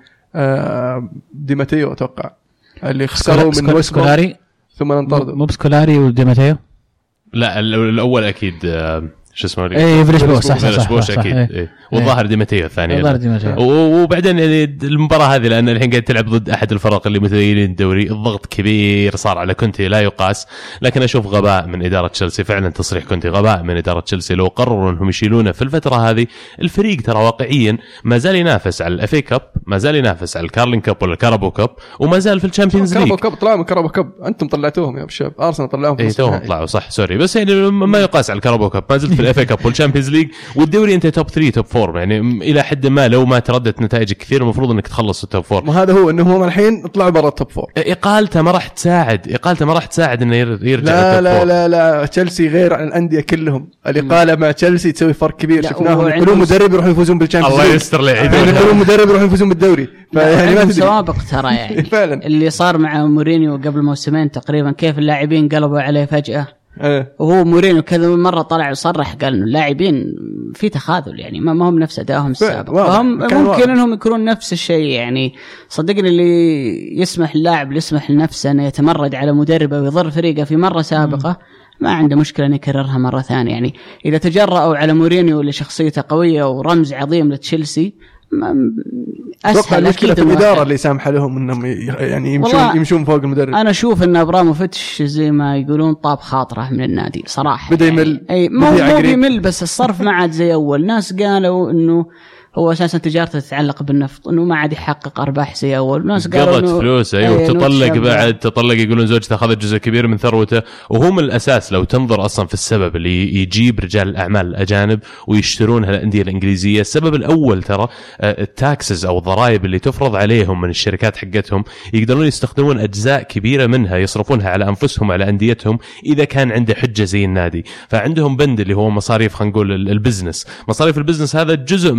ديماتيو أتوقع اللي خسروا من ويست بروم ثم انطردوا. مو بسكولاري وديماتيو؟ لا الأول أكيد شو اسمه فيلاس بوس صح اكيد إيه. والظاهر ديماتيو الثاني وبعدين المباراه هذه لان الحين قاعد تلعب ضد احد الفرق اللي متأهلين الدوري، الضغط كبير صار على كونتي لا يقاس. لكن اشوف غباء من اداره تشيلسي، فعلا تصريح كونتي غباء من اداره تشيلسي. لو قرروا انهم يشيلونه في الفتره هذه، الفريق ترى واقعيا ما زال ينافس على الافي كاب، ما زال ينافس على الكارلين كاب ولا الكارابو كاب، وما زال في الشامبيونز ليج. كارابو كاب طلعوا من كارابو كاب، انتم طلعتوهم يا شباب. ارسنال طلعوهم اي توهم طلعوا صح سوري، بس يعني ما يقاس على الكارابو كاب. ما زلت في الافي كاب والشامبيونز ليج والدوري انت توب 3 توب 4، يعني الى حد ما لو ما تردت نتائج كثير المفروض انك تخلص التوب 4. وهذا هو انه هم الحين طلعوا برا التوب 4. اقالته ما راح تساعد انه يرجع لا لا لا لا تشيلسي غير عن الانديه كلهم. الاقاله مع تشيلسي تسوي فرق كبير. شفناهم يقولون مدرب يروحوا يفوزون بالشامبيونز الله يستر لي يقولون مدرب يروحوا يفوزون بالدوري. يعني ما سوابق ترى يعني فعلا اللي صار مع مورينيو قبل موسمين تقريبا، كيف اللاعبين قلبوا عليه فجأة. وهو مورينيو كذا مرة طلع وصرح قال إنه اللاعبين في تخاذل، يعني ما هم نفس أدائهم السابق. هم ممكن إنهم يكونون نفس الشيء. يعني صدقني اللي يسمح اللاعب اللي يسمح لنفسه أنه يتمرد على مدربه ويضر فريقه في مرة سابقة ما عنده مشكلة أن يكررها مرة ثانية. يعني إذا تجرأوا على مورينيو اللي شخصيته قوية ورمز عظيم لتشيلسي، أسهل مشكلة الإدارة اللي سامحة لهم إنهم يعني يمشون فوق المدرب. أنا أشوف إن أبراموفيتش زي ما يقولون طاب خاطره من النادي صراحة. بدأ يمل يعني مو بيمل، بس الصرف ما عاد زي أول. ناس قالوا إنه هو أساسا تجارته تتعلق بالنفط، إنه ما عاد يحقق أرباح زي أول. ناس قالوا قضت فلوس تطلق بعد تطلق، يقولون زوجته أخذت جزء كبير من ثروته. وهو من الأساس لو تنظر أصلا في السبب اللي يجيب رجال الأعمال الأجانب ويشترونها الأندية الإنجليزية، السبب الأول ترى التاكسز أو الضرائب اللي تفرض عليهم من الشركات حقتهم. يقدرون يستخدمون أجزاء كبيرة منها يصرفونها على أنفسهم على أنديتهم إذا كان عنده حجة زي النادي. فعندهم بند اللي هو مصاريف، خلينا نقول البزنس، مصاريف البزنس هذا جزء من التاكس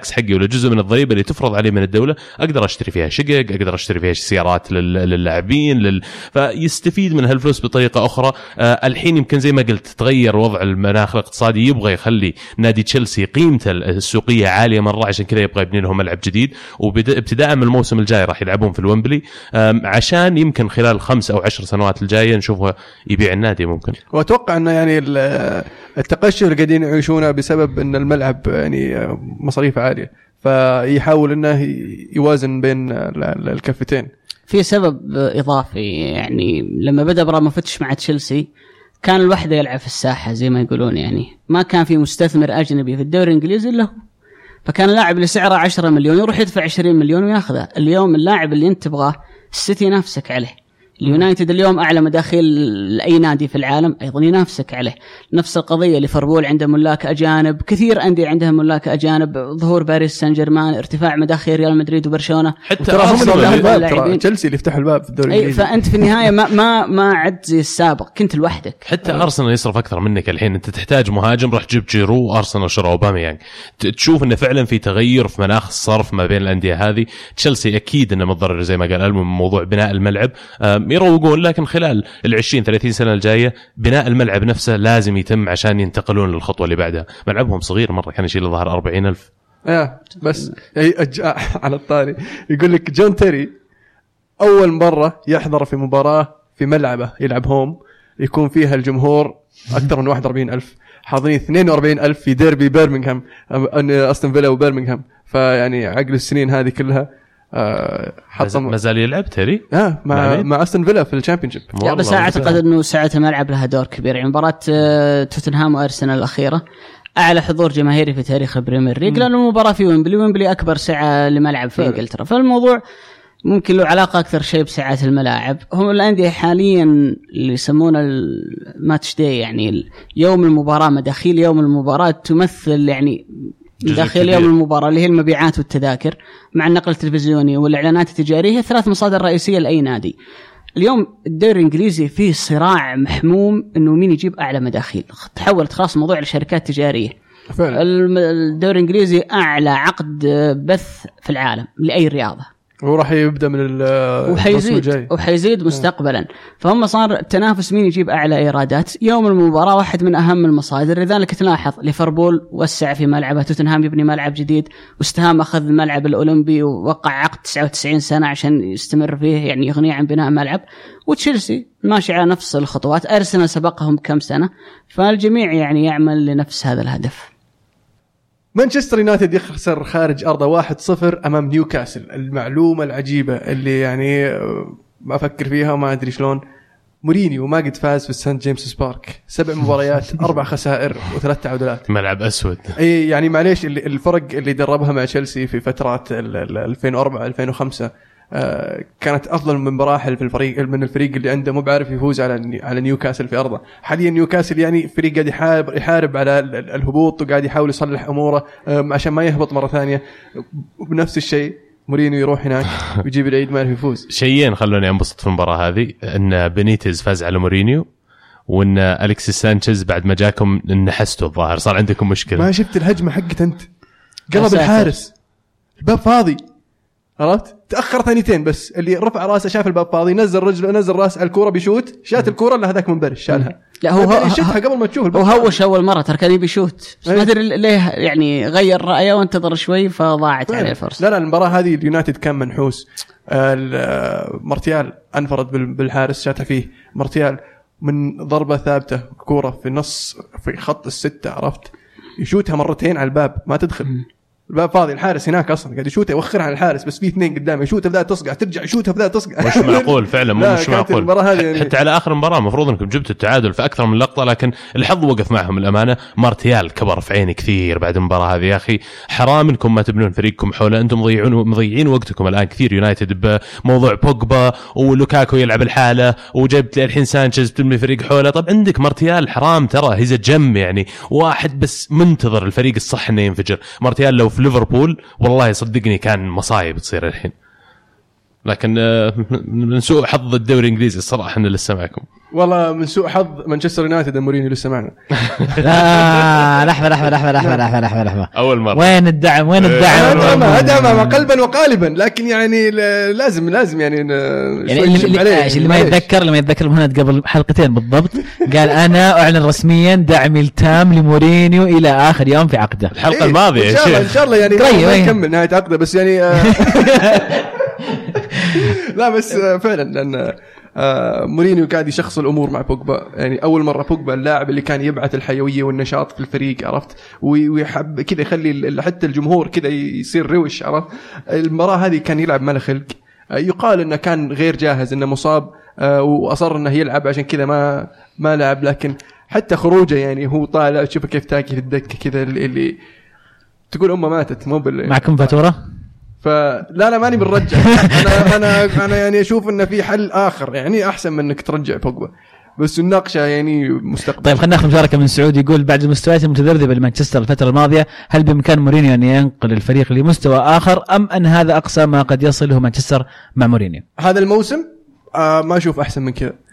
التاكس حقي ولا جزء من الضريبه اللي تفرض عليه من الدوله اقدر اشتري فيها شقق، اقدر اشتري فيها سيارات للاعبين فيستفيد من هالفلوس بطريقه اخرى. الحين يمكن زي ما قلت تغير وضع المناخ الاقتصادي، يبغى يخلي نادي تشيلسي قيمته السوقيه عاليه مره، عشان كذا يبغى يبني لهم ملعب جديد، وابتداء من الموسم الجاي راح يلعبون في الويمبلي، عشان يمكن خلال 5 أو 10 سنوات الجايه نشوفه يبيع النادي ممكن. واتوقع انه يعني التقشف اللي قاعدين يعيشونه بسبب ان الملعب يعني مصاريفه عاليه، فيحاول انه يوازن بين الكفتين. في سبب اضافي، يعني لما بدا ابراموفيتش مع تشيلسي كان الوحده يلعب في الساحه زي ما يقولون، يعني ما كان في مستثمر اجنبي في الدوري الانجليزي الا هو، فكان اللاعب اللي سعره 10 مليون يروح يدفع 20 مليون وياخذه. اليوم اللاعب اللي انت تبغاه السيتي ينافسك عليه، اليونايتد اليوم أعلى مداخيل أي نادي في العالم أيضا ينافسك عليه. نفس القضية ليفربول عنده ملاك أجانب، كثير أندية عندها ملاك أجانب، ظهور باريس سان جيرمان، ارتفاع مداخيل ريال مدريد وبرشلونة، حتى أرسنال تشيلسي اللي يفتح الباب في الدوري الإنجليزي. فأنت في النهاية ما عد زي السابق، كنت لوحدك. حتى أرسنال يصرف أكثر منك الحين، أنت تحتاج مهاجم راح تجيب جيرو، وأرسنال شرى أوباميانغ. تشوف إنه فعلا في تغير في مناخ الصرف ما بين الأندية هذه. تشيلسي أكيد إنه متضرر زي ما قال من موضوع بناء الملعب، يروقون، لكن خلال 20-30 سنة الجاية بناء الملعب نفسه لازم يتم عشان ينتقلون للخطوة اللي بعدها. ملعبهم صغير مرة، كان يشيل الظهر 40,000. بس على الطاري يقول لك جون تيري أول مرة يحضر في مباراة في ملعبه يلعب هوم يكون فيها الجمهور أكثر من 41,000، حاضرين 42,000 في ديربي بيرمنغهام، أستون فيلا وبيرمنغهام. فيعني عقل السنين هذه كلها ما زال يلعب تيري مع أستون فيلا في الشامبيونشيب. بس أعتقد أنه ساعة الملعب لها دور كبير. يعني مباراة توتنهام وأرسنال الأخيرة أعلى حضور جماهيري في تاريخ البريمير ليج، لأنه المباراة في ويمبلي أكبر سعة لملعب في إنجلترا، فالموضوع ممكن له علاقة أكثر شيء بسعة الملاعب. هم الأندية حاليا اللي يسمونه الماتش داي، يعني يوم المباراة، مداخيل يوم المباراة تمثل يعني داخل يوم المباراة اللي هي المبيعات والتذاكر مع النقل التلفزيوني والإعلانات التجارية، هي 3 مصادر رئيسية لأي نادي. اليوم الدوري الإنجليزي فيه صراع محموم إنه مين يجيب أعلى مداخيل، تحولت خلاص موضوع لشركات تجارية. الدوري الإنجليزي أعلى عقد بث في العالم لأي رياضة، وراح يبدأ من وحيزيد مستقبلا. فهم صار التنافس مين يجيب أعلى إيرادات. يوم المباراة واحد من أهم المصادر، لذلك تلاحظ ليفربول وسع في ملعبه، توتنهام يبني ملعب جديد، واستهام أخذ الملعب الأولمبي ووقع عقد 99 سنة عشان يستمر فيه، يعني يغني عن بناء ملعب. وتشيلسي ماشي على نفس الخطوات، أرسنال سبقهم كم سنة، فالجميع يعني يعمل لنفس هذا الهدف. مانشستر يونايتد يخسر خارج أرضه 1-0 أمام نيوكاسل. المعلومة العجيبة اللي يعني ما أفكر فيها وما أدري شلون، مورينيو ما قد فاز في السانت جيمس بارك، 7 مباريات 4 خسائر و3 تعادلات. ملعب أسود. أي يعني معليش، الفرق اللي دربها مع تشيلسي في فترات 2004-2005 كانت أفضل من مراحل في الفريق، من الفريق اللي عنده مو بعرف يفوز على نيوكاسل في أرضه. حاليا نيوكاسل يعني فريق قاعد يحارب على الهبوط، وقاعد يحاول يصلح أموره عشان ما يهبط مرة ثانية. بنفس الشيء مورينيو يروح هناك ويجيب العيد ما يعرف يفوز. شيئين خلوني أنبسط في المباراة هذه، إن بينيتز فاز على مورينيو، وإن أليكسيس سانشيز بعد ما جاكم نحستوا الظاهر صار عندكم مشكلة. ما شفت الهجمة حقت أنت؟ قلب الحارس، الباب فاضي، عرفت؟ تأخر ثانيتين بس، اللي رفع راسه شاف الباب فاضي، نزل رجله، نزل راس الكرة بيشوت، شات الكرة اللي هذاك منبرش شالها. لا هو شتها قبل ما تشوف الباب. وهوش أول مرة ترى كان بيشوت، بس ما أدري ليه يعني غير رأيه وانتظر شوي فضاعت عليه الفرصة. لا المباراة هذه اليونايتد كان منحوس. مارتيال انفرد بالحارس، شاتها فيه مارتيال من ضربة ثابتة، كرة في خط الستة، عرفت؟ يشوتها مرتين على الباب ما تدخل. الباب فاضي، الحارس هناك اصلا قاعد يشوتها، يوخرها على الحارس، بس في 2 قدامه، يشوتها بدأ تصقع، ترجع يشوتها بدأ تصقع. مش معقول فعلا، مش معقول. يعني حتى على اخر المباراه المفروض انكم جبتوا التعادل في اكثر من لقطه، لكن الحظ وقف معهم الامانه. مارتيال كبر في عيني كثير بعد المباراه هذه. يا اخي حرام انكم ما تبنون فريقكم حوله، انتم مضيعين وقتكم الان كثير يونايتد بموضوع بوجبا ولوكاكو يلعب الحاله، وجبت الحين سانشيز تبني فريق حوله. طب عندك مارتيال، حرام ترى، هيز جم يعني واحد بس منتظر الفريق الصح انه ينفجر. مارتيال لو في ليفربول والله صدقني كان مصايب تصير الحين. لكن من سوء حظ الدوري الانجليزي الصراحه احنا لسه معكم. والله من سوء حظ مانشستر يونايتد مورينيو لسه معنا. لا لحظه اول مره. وين الدعم أدعم قلبا وقالبا، لكن يعني لازم يعني اللي ما يتذكر هنا قبل حلقتين بالضبط قال انا اعلن رسميا دعمي التام لمورينيو الى اخر يوم في عقده. الحلقه الماضيه ان شاء الله يعني ما يكمل نهايه عقده بس يعني لا بس فعلا لان مورينيو قاعد يشخص الامور مع بوجبا. يعني اول مره بوجبا اللاعب اللي كان يبعث الحيويه والنشاط في الفريق، عرفت، ويحب كذا يخلي حتى الجمهور كذا يصير روش، عرفت. المباراه هذه كان يلعب ما له خلق، يقال انه كان غير جاهز، انه مصاب واصر انه يلعب عشان كذا ما لعب. لكن حتى خروجه يعني هو طالع تشوفه كيف تاكي في الدكه كذا اللي تقول امه ماتت مو معكم فاتوره. فلا ماني بنرجع. انا يعني اشوف انه في حل اخر يعني احسن من انك ترجع بوجبا، بس الناقشه يعني مستقبل. طيب خلينا ناخذ مشاركه من سعود يقول بعد المستويات المتذبذبه لمانشستر الفتره الماضيه هل بامكان مورينيو ان ينقل الفريق لمستوى اخر ام ان هذا اقصى ما قد يصله مانشستر مع مورينيو هذا الموسم؟ ما اشوف احسن من كذا.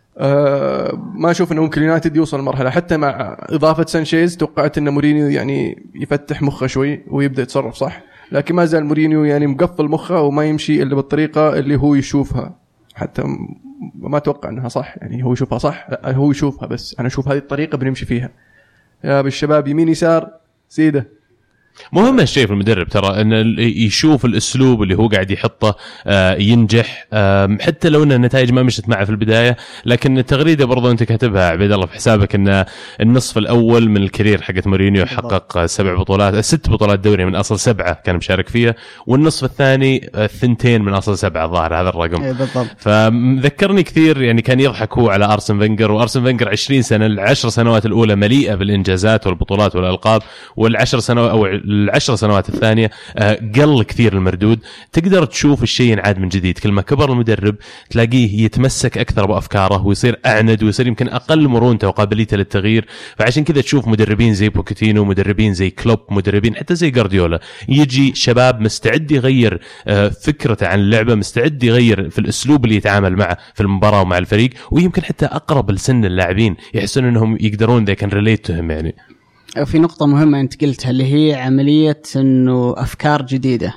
ما اشوف انه ممكن يونايتد يوصل مرحله حتى مع اضافه سانشيز. توقعت ان مورينيو يعني يفتح مخه شوي ويبدا يتصرف صح، لكن ما زال مورينيو يعني مقفل مخه وما يمشي الا بالطريقه اللي هو يشوفها. حتى ما اتوقع انها صح، يعني هو يشوفها صح، لا هو يشوفها، بس انا اشوف هذه الطريقه بنمشي فيها يا بالشباب، يمين يسار سيده. مهم الشيء في المدرب ترى ان يشوف الاسلوب اللي هو قاعد يحطه ينجح، حتى لو ان النتائج ما مشت معه في البدايه. لكن التغريده برضو انت كاتبها عبيد الله في حسابك ان النصف الاول من الكارير حقت مورينيو حقق 6 بطولات دوري من اصل 7 كان مشارك فيها، والنصف الثاني 2 من اصل 7 ظاهر هذا الرقم. فذكرني كثير يعني كان يضحك هو على أرسن فينجر، وأرسن فينجر 20 سنه ال10 سنوات الاولى مليئه بالانجازات والبطولات والالقاب، وال10 سنوات او ال10 سنوات الثانية قل كثير المردود. تقدر تشوف الشيء ينعاد من جديد. كل ما كبر المدرب تلاقيه يتمسك أكثر بأفكاره ويصير أعند ويصير يمكن أقل مرونته وقابليته للتغيير. فعشان كذا تشوف مدربين زي بوكيتينو، مدربين زي كلوب، مدربين حتى زي غارديولا يجي شباب مستعد يغير فكرته عن اللعبة، مستعد يغير في الأسلوب اللي يتعامل معه في المباراة ومع الفريق، ويمكن حتى أقرب لسن اللاعبين يحسون أنهم يقدرون they can relate to him. يعني في نقطة مهمة أنت قلتها اللي هي عملية أنه أفكار جديدة.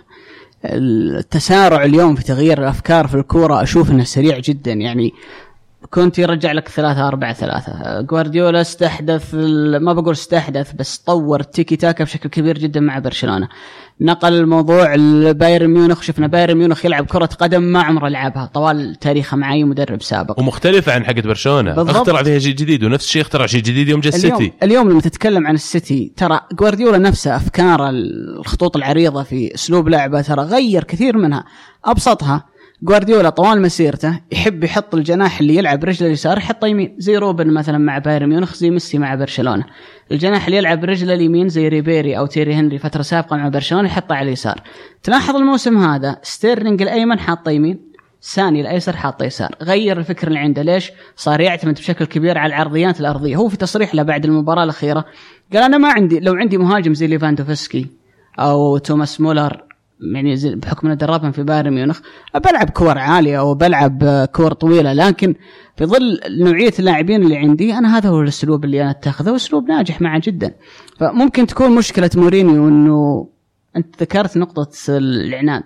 التسارع اليوم في تغيير الأفكار في الكورة أشوف أنه سريع جدا. يعني كنت يرجع لك 3-4-3. غوارديولا استحدث، ما بقول استحدث بس طور تيكي تاكا بشكل كبير جدا مع برشلونة. نقل الموضوع لبايرن ميونخ، شفنا بايرن ميونخ يلعب كرة قدم ما عمره لعبها طوال تاريخه مع أي مدرب سابق، ومختلفة عن حقت برشلونة. اخترع فيها شيء جديد، ونفس الشيء اخترع شيء جديد يوم جاء السيتي. اليوم لما تتكلم عن السيتي ترى غوارديولا نفسه أفكار الخطوط العريضة في أسلوب لعبه ترى غير كثير منها. أبسطها غوارديولا طوال مسيرته يحب يحط الجناح اللي يلعب رجله اليسار يحطه يمين، زي روبن مثلا مع بايرن ميونخ، زي ميسي مع برشلونة. الجناح اللي يلعب رجله اليمين زي ريبيري أو تيري هنري فترة سابقة مع برشلونة يحطه على اليسار. تلاحظ الموسم هذا ستيرلينج الأيمن حاطه يمين، ساني الأيسر حاطه يسار. غير الفكر اللي عنده. ليش؟ صار يعتمد بشكل كبير على العرضيات الأرضية. هو في تصريح له بعد المباراة الأخيرة قال أنا ما عندي، لو عندي مهاجم زي ليفاندوفسكي أو توماس مولر يعني بحكم أن دربهم في بايرن ميونخ بلعب كور عالية أو بلعب كور طويلة، لكن في ظل نوعية اللاعبين اللي عندي أنا هذا هو الأسلوب اللي أنا أتخذه، وأسلوب ناجح معه جدا. فممكن تكون مشكلة مورينيو أنه أنت ذكرت نقطة العناد،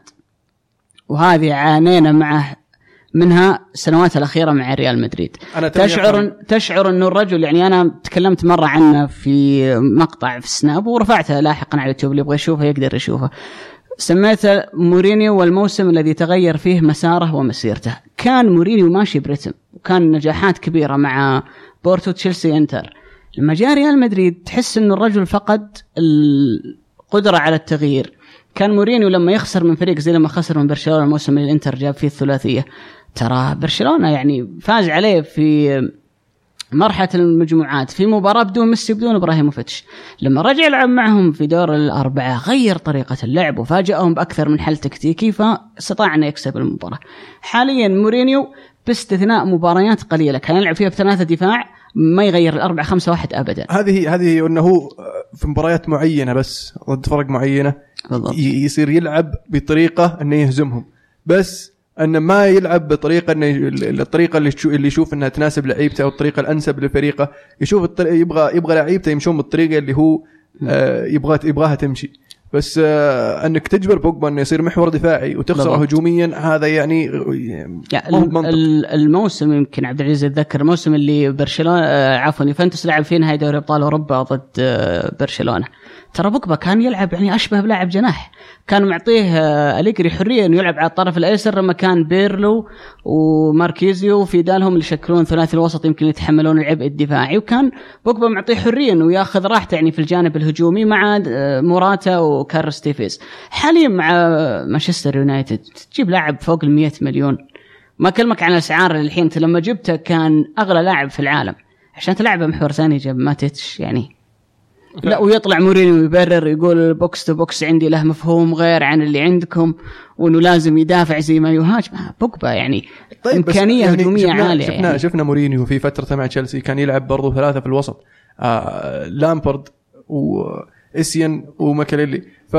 وهذه عانينا معه منها السنوات الأخيرة مع ريال مدريد. تشعر أنه الرجل، يعني أنا تكلمت مرة عنه في مقطع في السناب ورفعته لاحقا على اليوتيوب، اللي يبغى يشوفه يقدر يشوفه. سميته مورينيو والموسم الذي تغير فيه مساره ومسيرته. كان مورينيو ماشي برتم وكان نجاحات كبيرة مع بورتو، تشيلسي، انتر. لما جاء ريال مدريد تحس أن الرجل فقد القدرة على التغيير. كان مورينيو لما يخسر من فريق زي لما خسر من برشلونة الموسم اللي الانتر جاب فيه الثلاثية، ترى برشلونة يعني فاز عليه في مرحلة المجموعات في مباراة بدون ميسي بدون إبراهيموفيتش. لما رجع يلعب معهم في دور الأربعة غير طريقة اللعب وفاجأهم بأكثر من حل تكتيكي، فاستطاع أن يكسب المباراة. حاليا مورينيو باستثناء مباريات قليلة كان يلعب فيها ب3 دفاع ما يغير 4-5-1 أبدا. هذه أنه في مباريات معينة بس ضد فرق معينة بالضبط. يصير يلعب بطريقة أنه يهزمهم، بس أن ما يلعب بطريقة إنه الطريقة اللي يشوف إنها تناسب لعيبته أو الطريقة الأنسب لفريقه. يشوف يبغى لعيبته يمشون بالطريقة اللي هو يبغاها تمشي. بس انك تجبر بوجبا انه يصير محور دفاعي وتخسره هجوميا، هذا يعني الموسم يمكن عبد العزيز اتذكر الموسم اللي برشلونه عفوا يوفنتوس لعب فيه نهائي دوري ابطال اوروبا ضد برشلونه، ترى بوجبا كان يلعب يعني اشبه بلاعب جناح، كان معطيه أليجري حريه انه يلعب على الطرف الايسر مكان بيرلو وماركيزيو في دالهم اللي يشكلون ثلاثي الوسط يمكن يتحملون العبء الدفاعي، وكان بوجبا معطيه حريه انه ياخذ راحته يعني في الجانب الهجومي مع موراتا وكارلوس تيفيز. حاليا مع مانشستر يونايتد تجيب لاعب فوق 100 مليون، ما كلمك عن الاسعار الحين، انت لما جبته كان اغلى لاعب في العالم عشان تلعبه محور ثاني جاب ماتيتش يعني. لا ويطلع مورينيو يبرر يقول بوكس تو بوكس عندي له مفهوم غير عن اللي عندكم وانه لازم يدافع زي ما يهاجم. بوجبا يعني طيب امكانيه يعني هجوميه عاليه. شفنا مورينيو في فتره مع تشيلسي كان يلعب برضو ثلاثه في الوسط، لامبرد وإسيان وماكاليلي، ف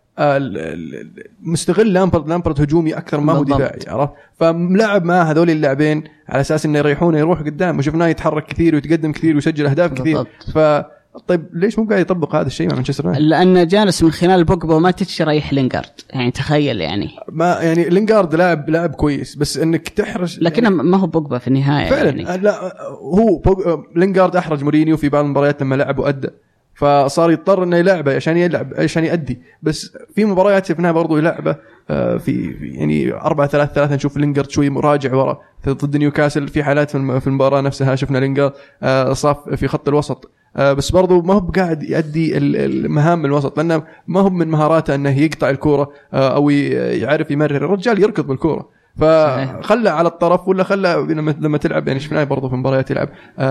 مستغل لامبرد هجومي اكثر ما هو دفاعي، عرفت؟ فملعب مع هذول اللاعبين على اساس انه يريحونه يروح قدام، وشفناه يتحرك كثير ويتقدم كثير ويسجل اهداف كثير. طيب ليش مو قاعد يطبق هذا الشيء مع مانشستر يونايتد؟ لأنه جالس من خلال بوجبا وما تشريح لينغارد، يعني تخيل يعني ما يعني لينغارد لاعب كويس، بس انك تحرج لكنه يعني ما هو بوجبا في النهايه فعلا يعني. لا هو لينغارد احرج مورينيو في بعض المباريات لما لعب وادى، فصار يضطر انه يلعبه عشان يؤدي. بس في مباريات شفناها برضو يلعبه في يعني 4-3-3 نشوف لينغارد شوي مراجع ورا ضد نيوكاسل، في حالات في المباراه نفسها شفنا لينغارد صاف في خط الوسط، بس برضو ما هو قاعد يؤدي المهام الوسط، لأنه ما هو من مهاراته أنه يقطع الكرة أو يعرف يمرر، الرجال يركض بالكرة، فخلى على الطرف ولا خلى لما تلعب يعني شفناه برضو في مباريات يلعب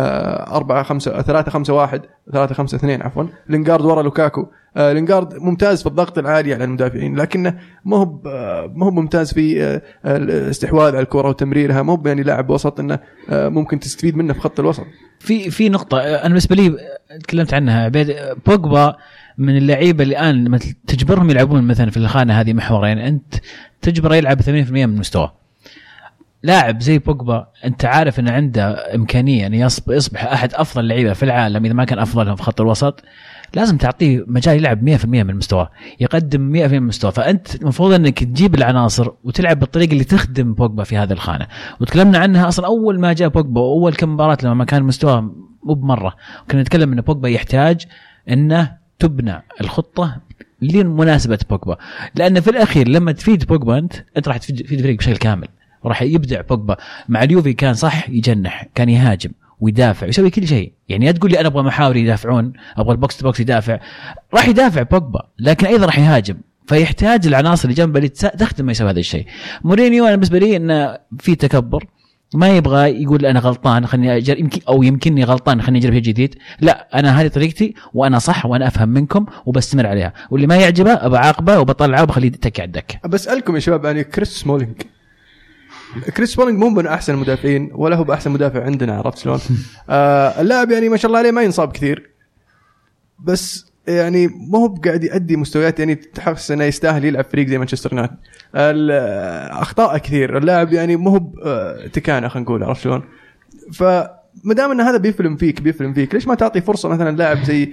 3-5-1 عفوا لينغارد ورا لوكاكو. لينغارد ممتاز في الضغط العالي على المدافعين، لكنه ما هو ممتاز في الاستحواذ على الكرة وتمريرها، ما هو يعني لاعب وسط انه ممكن تستفيد منه في خط الوسط. في نقطة أنا بالنسبة لي تكلمت عنها عبيد، بوجبا من اللعيبة اللي الآن لما تجبرهم يلعبون مثلا في الخانة هذه محورين، أنت تجبره يلعب 80% من مستواه. لاعب زي بوجبا أنت عارف أنه عنده إمكانية أن يصبح أحد أفضل اللعيبة في العالم إذا ما كان أفضلهم في خط الوسط، لازم تعطيه مجال يلعب 100% من مستواه، يقدم 100% من مستواه. فأنت المفروض أنك تجيب العناصر وتلعب بالطريقة اللي تخدم بوجبا في هذه الخانة، وتكلمنا عنها أصلا أول ما جاء بوجبا وأول كم مباراة لما كان مستواه مو بمرة، وكنا نتكلم أن بوجبا يحتاج أنه تبنى الخطة لمناسبة بوجبا، لأن في الأخير لما تفيد بوجبا أنت راح تفيد الفريق بشكل كامل، وراح يبدع بوجبا. مع اليوفي كان صح يجنح، كان يهاجم ويدافع يسوي كل شيء، يعني لا تقول لي أنا أبغى محاور يدافعون، أبغى البوكس تو بوكس يدافع، راح يدافع بوجبا لكن أيضا راح يهاجم، فيحتاج العناصر اللي جنبه اللي تخدم ما يسوي هذا الشيء. مورينيو أنا بالنسبة لي إنه في تكبر، ما يبغى يقول أنا غلطان خلني يمكنني غلطان خلني أجرب شيء جديد، لا أنا هذه طريقتي وأنا صح وأنا أفهم منكم وبستمر عليها، واللي ما يعجبه أبعاقبه وبطلعه وبخليه يتكي على الدكة. بسألكم يا شباب، يعني كريس سمولينج مو من أحسن المدافعين ولا هو بأحسن مدافع عندنا، عرفت شلون؟ اللاعب يعني ما شاء الله عليه ما ينصاب كثير، بس يعني ما هو قاعد يؤدي مستويات يعني تحس انه يستاهل يلعب فريق زي مانشستر يونايتد. اخطاء كثير اللاعب، يعني ما هو تكانه خلينا نقول، عرفت شلون؟ فمدام ان هذا بيفلم فيك ليش ما تعطي فرصه مثلا لاعب زي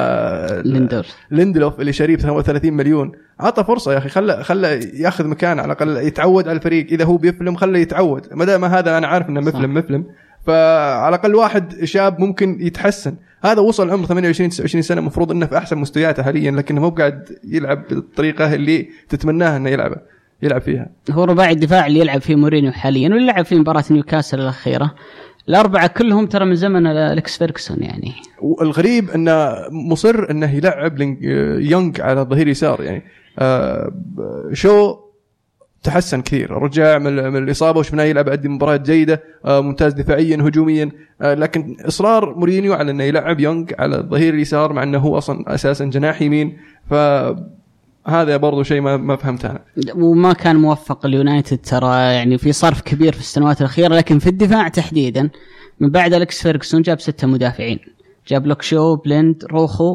ليندلوف اللي شاريه 30 مليون، عطى فرصه يا اخي، خلى ياخذ مكان على الاقل يتعود على الفريق، اذا هو بيفلم خليه يتعود، ما دام هذا انا عارف انه مفلم فعلى الاقل واحد شاب ممكن يتحسن. هذا وصل عمره 28-29 سنه، مفروض انه في احسن مستوياته حاليا، لكنه مو قاعد يلعب بالطريقه اللي تتمناها انه يلعب فيها. هو رباعي الدفاع اللي يلعب فيه مورينيو حاليا واللي لعب في مباراه نيوكاسل الاخيره، الاربعه كلهم ترى من زمن أليكس فيرغسون يعني. والغريب انه مصر انه يلعب يونغ على ظهير يسار، يعني شو تحسن كثير، رجع من الإصابة وشفناه يلعب أدي مباريات جيدة، ممتاز دفاعيا هجوميا، لكن إصرار مورينيو على أنه يلعب يونغ على الظهير اليسار مع أنه هو أصلا أساسا جناح يمين، فهذا برضو شيء ما فهمته أنا. وما كان موفق اليونايتد ترى، يعني في صرف كبير في السنوات الأخيرة، لكن في الدفاع تحديدا من بعد أليكس فيرغسون جاب 6 مدافعين، جاب لوكشو، بليند، روخو،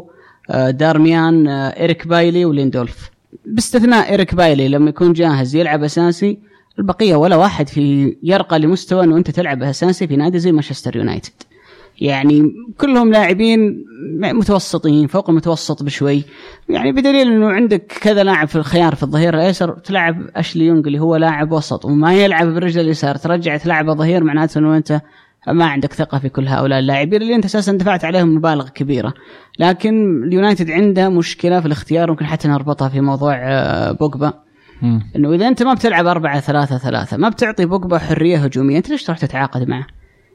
دارميان، إيريك بايلي وليندولف، باستثناء إيريك بايلي لما يكون جاهز يلعب أساسي البقيه ولا واحد في يرقى لمستوى انه انت تلعب اساسي في نادي زي مانشستر يونايتد. يعني كلهم لاعبين متوسطين فوق المتوسط بشوي، يعني بدليل انه عندك كذا لاعب في الخيار في الظهير الايسر، تلعب اشلي يونغ اللي هو لاعب وسط وما يلعب بالرجل اليسار، ترجع تلعبه ظهير، معناته انه انت ما عندك ثقة في كل هؤلاء اللاعبين اللي انت اساسا دفعت عليهم مبالغ كبيرة. لكن اليونايتد عنده مشكلة في الاختيار، ممكن حتى نربطها في موضوع بوجبا، انه اذا انت ما بتلعب 4-3-3 ما بتعطي بوجبا حرية هجومية، انت ليش تروح تتعاقد معه؟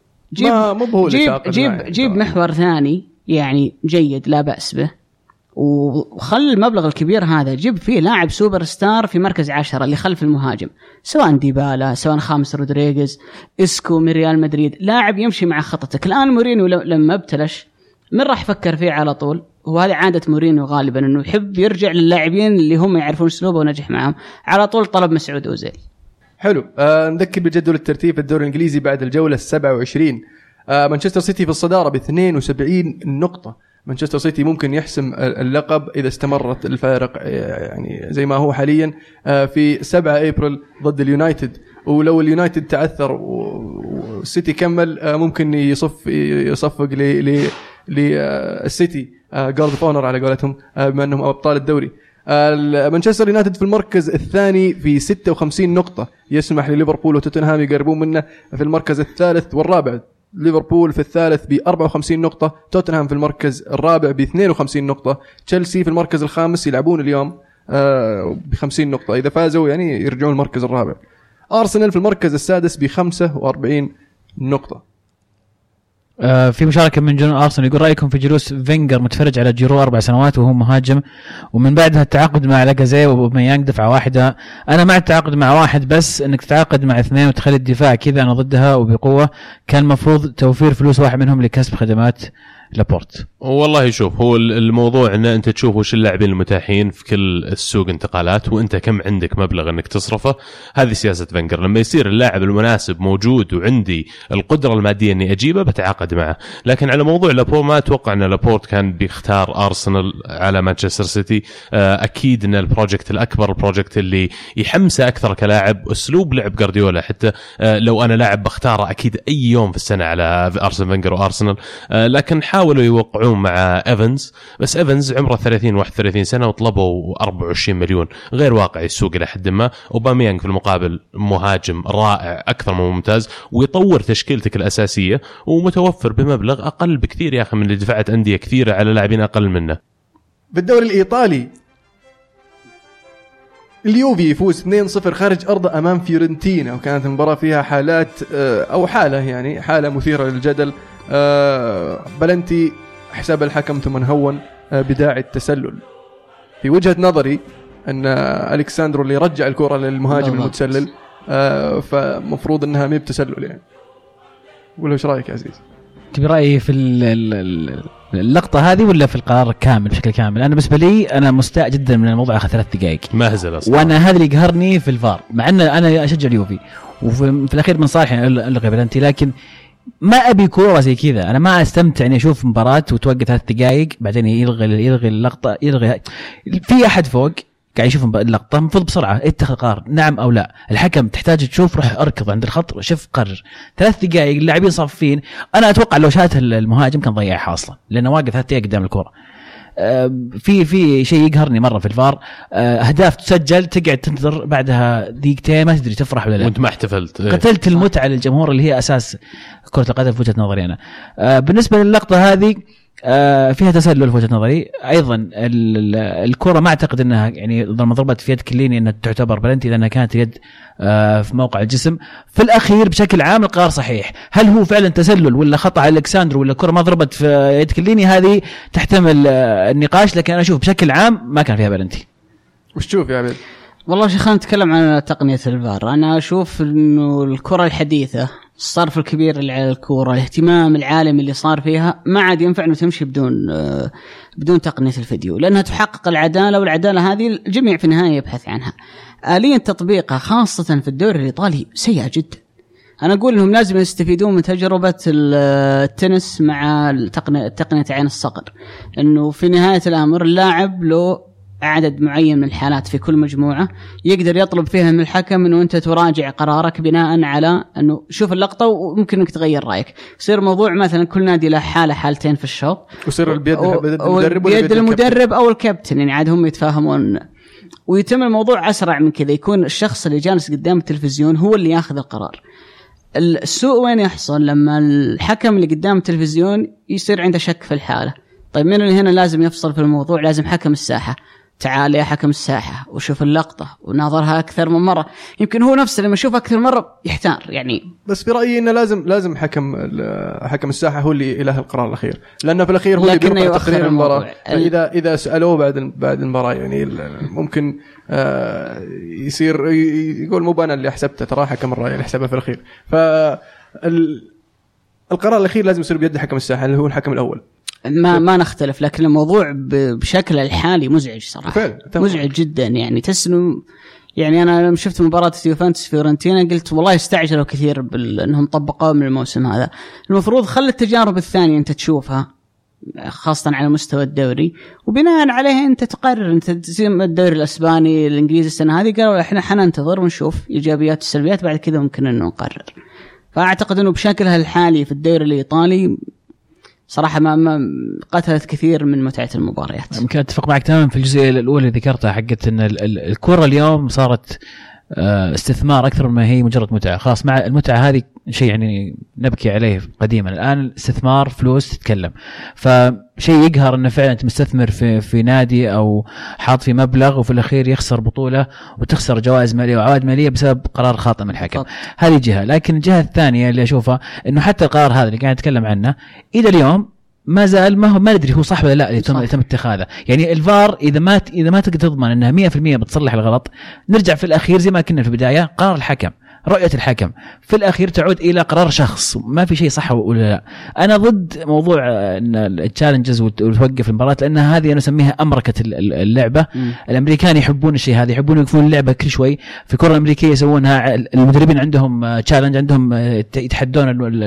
جيب محور ثاني يعني جيد لا بأس به، وخل المبلغ الكبير هذا جيب فيه لاعب سوبر ستار في مركز 10 اللي خلف المهاجم، سواء ديبالا سواء خامس رودريغيز اسكو من ريال مدريد، لاعب يمشي مع خطتك. الآن مورينيو لما ابتلش من راح يفكر فيه على طول، وهذه عادة مورينيو غالبا انه يحب يرجع للاعبين اللي هم يعرفون اسلوبه ونجح معهم، على طول طلب مسعود أوزيل. حلو. نذكر بجدول الترتيب في الدوري الإنجليزي بعد الجولة 27. مانشستر سيتي في الصدارة ب72 نقطة. مانشستر سيتي ممكن يحسم اللقب إذا استمرت الفارق يعني زي ما هو حاليا في 7 أبريل ضد اليونايتد، ولو اليونايتد تعثر والسيتي كمل ممكن يصفق للسيتي جارد اوف اونر على قولتهم بما أنهم أبطال الدوري. مانشستر يونايتد في المركز الثاني في 56 نقطة، يسمح لليفربول وتوتنهام يقربون منه في المركز الثالث والرابع. ليفربول في الثالث ب54 نقطة، توتنهام في المركز الرابع ب52 نقطة، تشيلسي في المركز الخامس يلعبون اليوم ب50 نقطة، إذا فازوا يعني يرجعون المركز الرابع. أرسنال في المركز السادس ب45 نقطة. في مشاركة من جنون أرسنال يقول رأيكم في جلوس فينجر متفرج على جيرو 4 سنوات وهو مهاجم، ومن بعدها التعاقد مع لاكازيه وأوباميانغ دفعة واحدة. أنا مع التعاقد مع واحد، بس إنك تتعاقد مع 2 وتخلي الدفاع كذا أنا ضدها وبقوة. كان مفروض توفير فلوس واحد منهم لكسب خدمات لابورت. والله شوف، هو الموضوع ان انت تشوف وش اللاعبين المتاحين في كل السوق انتقالات وانت كم عندك مبلغ انك تصرفه. هذه سياسة فينجر، لما يصير اللاعب المناسب موجود وعندي القدرة المادية اني اجيبه بتعاقد معه. لكن على موضوع لابورت ما اتوقع ان لابورت كان بيختار ارسنال على مانشستر سيتي. اكيد ان البروجكت الاكبر، البروجكت اللي يحمسه اكثر كلاعب، اسلوب لعب جارديولا. حتى لو انا لاعب بختاره اكيد اي يوم في السنة على ارسن فينجر وارسنال. لكن حاولوا يوقعون مع ايفنز، بس ايفنز عمره 30-31 سنه وطلبوا 24 مليون، غير واقعي السوق الى حد ما. اوباميانغ في المقابل مهاجم رائع اكثر من ممتاز، ويطور تشكيلتك الاساسيه ومتوفر بمبلغ اقل بكثير يا اخي من اللي دفعت انديه كثيره على لاعبين اقل منه. بالدوري الايطالي اليوفي يفوز 2-0 خارج أرضه أمام فيورنتينا، وكانت المباراة فيها حالات أو حالة يعني حالة مثيرة للجدل. بلنتي حساب الحكم ثم هون بداعي التسلل. في وجهة نظري أن ألكساندرو اللي رجع الكرة للمهاجم المتسلل، فمفروض أنها مي بتسلل يعني. ولا ايش رايك يا عزيز؟ تبي رايي في اللقطه هذه ولا في القرار كامل بشكل كامل؟ انا بالنسبه لي انا مستاء جدا من الموضوع، اخذ 3 دقائق مهزله اصلا، وانا هذا اللي يقهرني في الفار، مع ان انا اشجع اليوفي وفي الاخير من صالحي الغي بلنتي، لكن ما ابي كوره زي كذا. انا ما استمتع اني اشوف مباراه وتوقف 3 دقائق بعدين يلغي اللقطه، يلغي. في احد فوق قاعد يشوف اللقطه، المفروض بسرعه اتخذ قرار نعم او لا. الحكم تحتاج تشوف، روح اركض عند الخط وشوف قرر. 3 دقائق اللاعبين صافين. انا اتوقع لو شات المهاجم كان ضيعها اصلا، لانه واقف 3 دقائق قدام الكره. في شيء يقهرني مره في الفار، اهداف تسجل تقعد تنتظر بعدها دقيقتين ما تدري تفرح ولا لا، وانت ما احتفلت. قتلت المتعه للجمهور اللي هي اساس كره القدم في وجهه نظري انا. بالنسبه للقطه هذه فيها تسلل في وجهة نظري ايضا. الكرة ما اعتقد انها يعني لما ضربت في يد كليني انها تعتبر بلنتي، لانها كانت يد في موقع الجسم. في الاخير بشكل عام القرار صحيح. هل هو فعلا تسلل ولا خطأ الكساندر ولا الكرة ما ضربت في يد كليني؟ هذه تحتمل النقاش، لكن انا اشوف بشكل عام ما كان فيها بلنتي. وش تشوف يا عبيد؟ والله شيخ خلينا نتكلم عن تقنية الفار. أنا أشوف إنه الكرة الحديثة، الصرف الكبير اللي على الكرة، الاهتمام العالمي اللي صار فيها، ما عاد ينفع إنه تمشي بدون تقنية الفيديو، لأنها تحقق العدالة، والعدالة هذه الجميع في النهاية يبحث عنها. آلية تطبيقها خاصة في الدوري الإيطالي سيئة جدا. أنا أقول إنهم لازم يستفيدون من تجربة التنس مع تقنية عين الصقر، إنه في نهاية الأمر اللاعب له عدد معين من الحالات في كل مجموعة يقدر يطلب فيها من الحكم أنه أنت تراجع قرارك بناء على أنه شوف اللقطة وممكن أنك تغير رأيك. يصير موضوع مثلا كل نادي له حالة حالتين في الشوط ويصير بيد المدرب أو الكابتن، يعني عاد هم يتفاهمون، ويتم الموضوع أسرع من كذا. يكون الشخص اللي جالس قدام التلفزيون هو اللي ياخذ القرار. السوء وين يحصل؟ لما الحكم اللي قدام التلفزيون يصير عنده شك في الحالة. طيب من اللي هنا لازم يفصل في الموضوع؟ لازم حكم الساحة. تعال يا حكم الساحة وشوف اللقطة وناظرها أكثر من مرة. يمكن هو نفسه لما يشوف أكثر مرة يحتار يعني. بس في رأيي إنه لازم حكم الساحة هو اللي له القرار الأخير، لأنه في الأخير هو اللي بيرفع تقرير المباراة. إذا سألوه بعد المباراة يعني ممكن يصير يقول مو أنا اللي حسبته، ترى حكم الرأي اللي حسبه في الأخير. فالقرار الأخير لازم يصير بيد حكم الساحة اللي هو الحكم الأول. ما نختلف، لكن الموضوع بشكل الحالي مزعج صراحة، مزعج جدا. يعني تسنو يعني أنا لما شفت مباراة يوفنتوس فيورنتينا قلت والله استعجلوا كثير أنهم طبقوها من الموسم هذا. المفروض خلي التجارب الثانية أنت تشوفها خاصة على مستوى الدوري، وبناء عليها أنت تقرر. أنت تزيم الدوري الأسباني الإنجليزي السنة هذه قالوا إحنا حننتظر ونشوف إيجابيات والسلبيات، بعد كذا ممكن أنه نقرر. فأعتقد أنه بشكلها الحالي في الدوري الإيطالي صراحة ما قتلت كثير من متعة المباريات. يمكن أتفق معك تماما في الجزئية الأولى اللي ذكرتها، حقت أن الكرة اليوم صارت استثمار أكثر ما هي مجرد متعة. خلاص مع المتعة هذه شيء يعني نبكي عليه قديما، الآن استثمار فلوس تتكلم. فشيء يقهر أنه فعلا أنت مستثمر في نادي أو حاط في مبلغ وفي الأخير يخسر بطولة وتخسر جوائز مالية وعوائد مالية بسبب قرار خاطئ من الحكم. هذه جهة. لكن الجهة الثانية اللي أشوفها أنه حتى القرار هذا اللي قاعد نتكلم عنه إلى اليوم ما زال ما ندري هو صح ولا لا اللي تم اتخاذه. يعني الفار إذا ما تقدر تضمن أنها 100% بتصلح الغلط، نرجع في الأخير زي ما كنا في البداية، قرار الحكم، رؤية الحكم في الأخير تعود إلى قرار شخص، ما في شيء صح ولا لا. أنا ضد موضوع أن التشالنجز وتوقف المباراة، لأن هذه أنا أسميها أمركة اللعبة. الأمريكان يحبون الشيء هذا، يحبون يوقفون اللعبة كل شوي. في الكرة الأمريكية يسوونها، المدربين عندهم تشالنج، عندهم يتحدون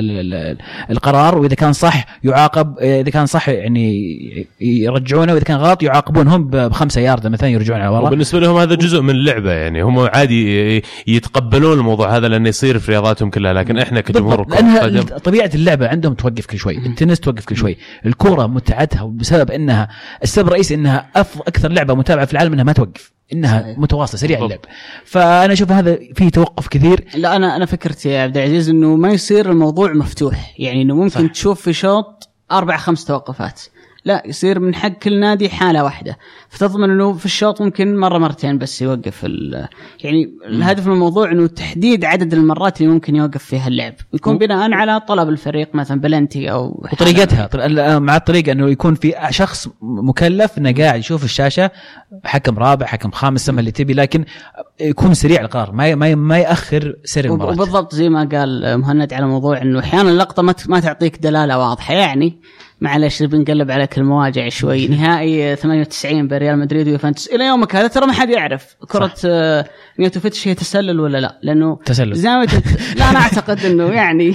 القرار، وإذا كان صح يعاقب، إذا كان صح يعني يرجعونه، وإذا كان غلط يعاقبونهم ب5 ياردة مثلا يرجعون على وراء. وبالنسبة لهم هذا جزء من اللعبة، يعني هم عادي يتقبلون الموضوع هذا لأنه يصير في رياضاتهم كلها. لكن إحنا كجمهور طبيعة اللعبة عندهم توقف كل شوي، التنس توقف كل شوي، الكرة متعتها بسبب إنها السبب الرئيسي إنها أكثر لعبة متابعة في العالم إنها ما توقف، إنها متواصلة سريع اللعب. فأنا أشوف هذا فيه توقف كثير. لا أنا فكرت يا عبد العزيز إنه ما يصير الموضوع مفتوح، يعني إنه ممكن صح. تشوف في شوط 4-5 توقفات، لا يصير من حق كل نادي حالة واحدة، فتضمن أنه في الشوط ممكن مرتين بس يوقف يعني الهدف من الموضوع أنه تحديد عدد المرات اللي ممكن يوقف فيها اللعب، يكون بناء على طلب الفريق مثلا بلنتي أو وطريقتها مع الطريقة أنه يكون في شخص مكلف أنه قاعد يشوف الشاشة، حكم رابع حكم خامس سمى اللي تبي، لكن يكون سريع القرار، ما يأخر سير المباراة. وبالضبط زي ما قال مهند على موضوع أنه أحيانا اللقطة ما تعطيك دلالة واضحة. يعني معلش بنقلب عليك المواجع شوي، نهائي 98 بريال مدريد ويوفنتوس إلى يومك هذا ترى ما حد يعرف كرة نيوتوفيتش هي تسلل ولا لا، لأنه زي ما لا أنا أعتقد إنه يعني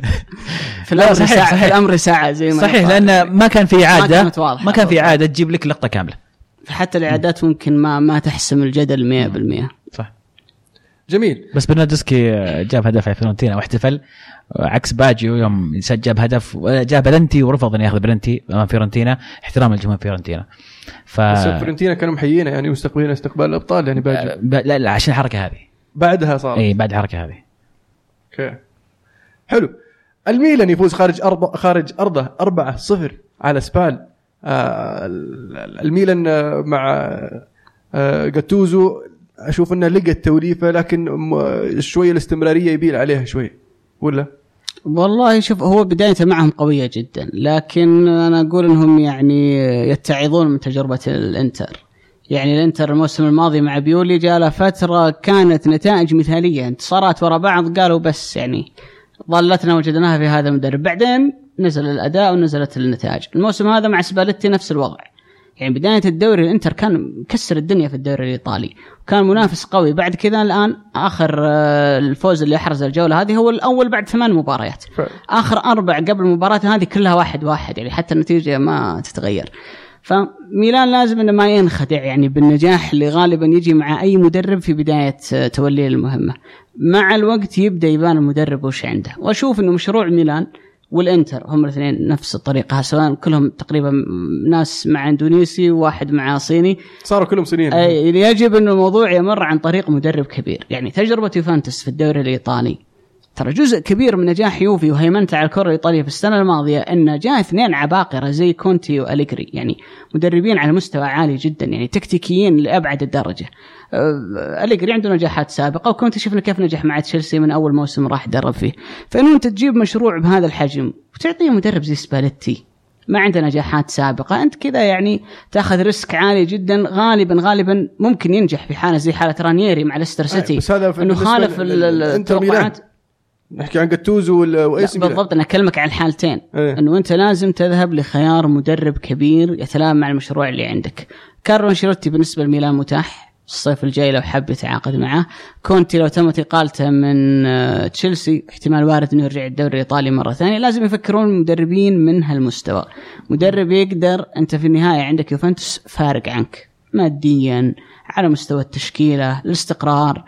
في الأمر صحيح. في الأمر ساعة زي ما صحيح، لأن ما كان في عادة، ما كان في عادة تجيب لك لقطة كاملة. حتى الإعادات ممكن ما تحسم الجدل 100%. صح. جميل. بس برناردسكي جاب هدف على فيورنتينا واحتفل، عكس باجيو يوم جاب هدف جاب بلنتي ورفض أن يأخذ بلنتي أمام فيورنتينا احترام الجمهور فيورنتينا. بس فيورنتينا كانوا محيينه يعني مستقبلين استقبال الأبطال يعني باجيو. لا عشان الحركة هذه بعدها صار. إيه بعد الحركة هذه. اوكي حلو. الميلان يفوز خارج أرضه 4-0 على سبال. الميلان مع جاتوزو أشوف أنه لقى التوليفة، لكن شوية الاستمرارية يبيل عليها شوي ولا؟ والله شوف هو بدايته معهم قوية جدا، لكن أنا أقول أنهم يعني يتعظون من تجربة الإنتر. يعني الإنتر الموسم الماضي مع بيولي جاء فترة كانت نتائج مثالية، انتصارات وراء بعض، قالوا بس يعني ظلتنا وجدناها في هذا المدرب، بعدين نزل الأداء ونزلت النتائج. الموسم هذا مع سباليتي نفس الوضع، يعني بداية الدوري الانتر كان مكسر الدنيا في الدوري الإيطالي وكان منافس قوي. بعد كذا الآن آخر الفوز اللي أحرز الجولة هذه هو الأول بعد 8 مباريات، آخر 4 قبل المباراة هذه كلها 1-1، يعني حتى النتيجة ما تتغير. فميلان لازم انه ما ينخدع يعني بالنجاح اللي غالبا يجي مع اي مدرب في بدايه توليه المهمه. مع الوقت يبدا يبان المدرب وش عنده. واشوف انه مشروع ميلان والانتر هم الاثنين نفس الطريقه، سواء كلهم تقريبا ناس مع اندونيسي وواحد مع صيني، صاروا كلهم صينيين. يجب انه الموضوع يمر عن طريق مدرب كبير. يعني تجربه يوفنتوس في الدوري الايطالي ترى جزء كبير من نجاح يوفي وهيمنته على الكره الايطاليه في السنه الماضيه ان جاء اثنين عباقره زي كونتي واليجري، يعني مدربين على مستوى عالي جدا، يعني تكتيكيين لابعد الدرجه. أليجري عنده نجاحات سابقة، وكنت شفنا كيف نجح مع تشيلسي من أول موسم راح درب فيه. فإنه أنت تجيب مشروع بهذا الحجم وتعطيه مدرب زي سباليتي ما عنده نجاحات سابقة، أنت كذا يعني تأخذ ريسك عالي جدا. غالبا ممكن ينجح في حالة زي حالة رانييري مع ليستر سيتي، إنه خالف التوقعات. نحكي عن جاتوزو وإيسي بالضبط. أنا أكلمك عن الحالتين، إنه أنت لازم تذهب لخيار مدرب كبير يتلائم مع المشروع اللي عندك. كارلو أنشيلوتي بالنسبة لميلان متاح الصيف الجاي لو حب يتعاقد معه. كونتي لو تمت إقالته من تشيلسي احتمال وارد إنه يرجع الدوري الإيطالي مرة ثانية. لازم يفكرون مدربين من هالمستوى، مدرب يقدر. أنت في النهاية عندك يوفنتوس فارق عنك ماديا على مستوى التشكيلة، الاستقرار،